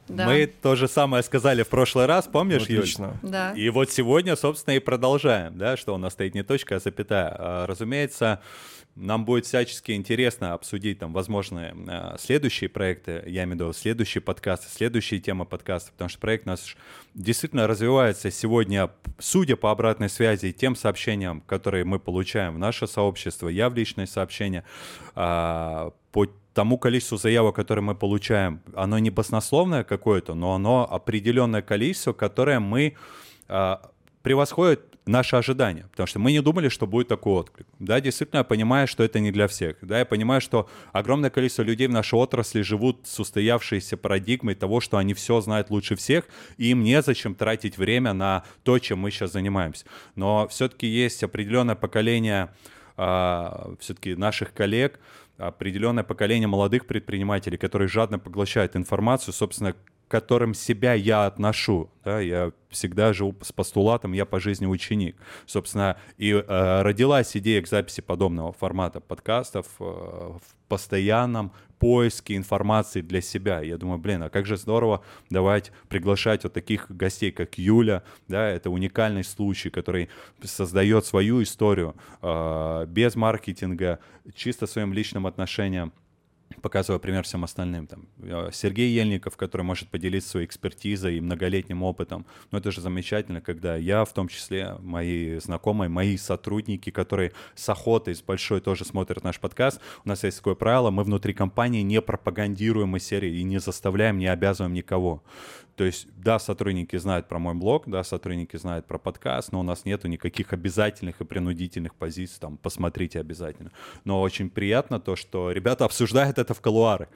Да. Мы то же самое сказали в прошлый раз, помнишь, Отлично. Юль? Да. И вот сегодня, собственно, и продолжаем, да, что у нас стоит не точка, а запятая. А, разумеется, нам будет всячески интересно обсудить там возможные а, следующие проекты, я имею в виду следующие подкасты, следующие темы подкаста, потому что проект у нас действительно развивается сегодня, судя по обратной связи и тем сообщениям, которые мы получаем в наше сообщество, я в личные сообщения, а, по тому количеству заявок, которые мы получаем, оно не баснословное какое-то, но оно определенное количество, которое мы а, превосходит наши ожидания, потому что мы не думали, что будет такой отклик. Да, действительно, я понимаю, что это не для всех. Да, я понимаю, что огромное количество людей в нашей отрасли живут с устоявшейся парадигмой того, что они все знают лучше всех, и им незачем тратить время на то, чем мы сейчас занимаемся. Но все-таки есть определенное поколение а, все-таки наших коллег, определенное поколение молодых предпринимателей, которые жадно поглощают информацию, собственно, к которым себя я отношу. Да? Я всегда живу с постулатом «я по жизни ученик». Собственно, и э, родилась идея к записи подобного формата подкастов э, в постоянном поиске информации для себя. Я думаю, блин, а как же здорово давать приглашать вот таких гостей, как Юля. Да? Это уникальный случай, который создает свою историю э, без маркетинга, чисто своим личным отношением, показывая пример всем остальным. Там, Сергей Ельников, который может поделиться своей экспертизой и многолетним опытом. Но это же замечательно, когда я, в том числе мои знакомые, мои сотрудники, которые с охотой, с большой тоже смотрят наш подкаст. У нас есть такое правило, мы внутри компании не пропагандируем из серии и не заставляем, не обязываем никого. То есть, да, сотрудники знают про мой блог, да, сотрудники знают про подкаст, но у нас нету никаких обязательных и принудительных позиций, там, посмотрите обязательно. Но очень приятно то, что ребята обсуждают это в кулуарах.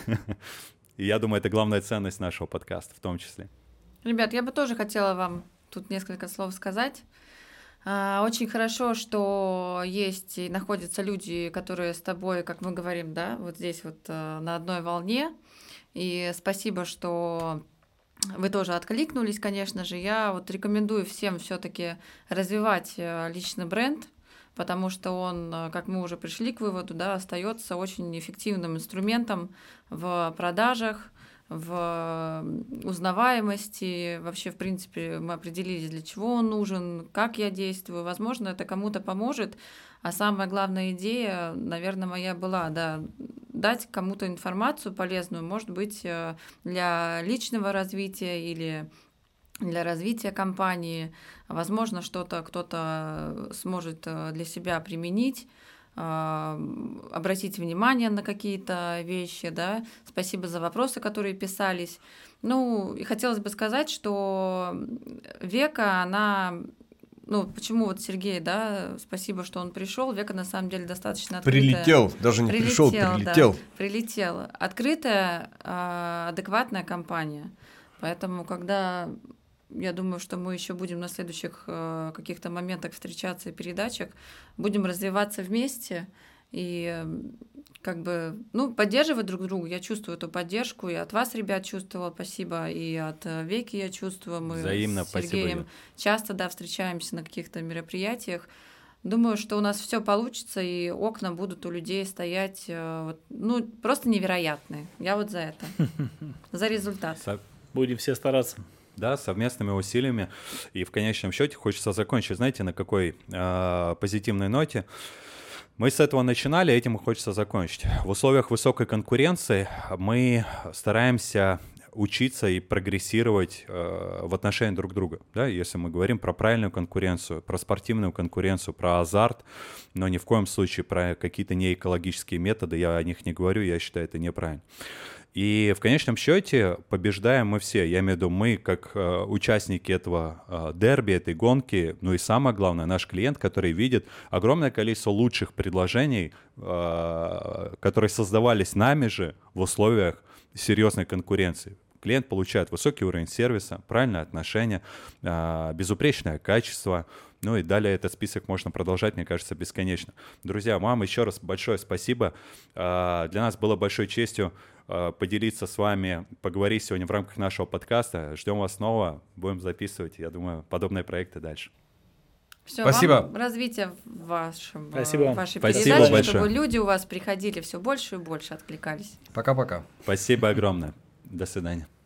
И я думаю, это главная ценность нашего подкаста в том числе. Ребят, я бы тоже хотела вам тут несколько слов сказать. Очень хорошо, что есть и находятся люди, которые с тобой, как мы говорим, да, вот здесь вот на одной волне. И спасибо, что вы тоже откликнулись, конечно же. Я вот рекомендую всем все-таки развивать личный бренд, потому что он, как мы уже пришли к выводу, да, остается очень эффективным инструментом в продажах, в узнаваемости. Вообще, в принципе, мы определились, для чего он нужен, как я действую. Возможно, это кому-то поможет. А самая главная идея, наверное, моя была, да, дать кому-то информацию полезную, может быть, для личного развития или для развития компании. Возможно, что-то кто-то сможет для себя применить, обратить внимание на какие-то вещи, да. Спасибо за вопросы, которые писались. Ну, и хотелось бы сказать, что Века, она... Ну, почему вот Сергей, да, спасибо, что он пришел. Века, на самом деле, достаточно открытая. Прилетел, даже не пришел, прилетел. Да, прилетел. Открытая, адекватная компания. Поэтому, когда... Я думаю, что мы еще будем на следующих э, каких-то моментах встречаться и передачах, будем развиваться вместе и э, как бы, ну, поддерживать друг друга. Я чувствую эту поддержку, и от вас, ребят, чувствовала, спасибо, и от Веки я чувствую. Мы Взаимно, с Сергеем спасибо. часто, да, встречаемся на каких-то мероприятиях. Думаю, что у нас все получится, и окна будут у людей стоять, э, вот, ну, просто невероятные. Я вот за это, за результат. Будем все стараться. Да, совместными усилиями. И в конечном счете хочется закончить, знаете, на какой э, позитивной ноте. Мы с этого начинали, этим и хочется закончить. В условиях высокой конкуренции мы стараемся учиться и прогрессировать э, в отношении друг друга. Да? Если мы говорим про правильную конкуренцию, про спортивную конкуренцию, про азарт, но ни в коем случае про какие-то неэкологические методы, я о них не говорю, я считаю, это неправильно. И в конечном счете побеждаем мы все. Я имею в виду мы, как э, участники этого э, дерби, этой гонки, ну и самое главное, наш клиент, который видит огромное количество лучших предложений, э, которые создавались нами же в условиях серьезной конкуренции. Клиент получает высокий уровень сервиса, правильное отношение, э, безупречное качество. Ну и далее этот список можно продолжать, мне кажется, бесконечно. Друзья, вам еще раз большое спасибо. Э, для нас было большой честью поделиться с вами, поговорить сегодня в рамках нашего подкаста. Ждем вас снова, будем записывать, я думаю, подобные проекты дальше. Все, спасибо. Вам развития в вашем, спасибо. вашей Спасибо передаче, большое. чтобы люди у вас приходили все больше и больше, откликались. Пока-пока. Спасибо огромное. До свидания.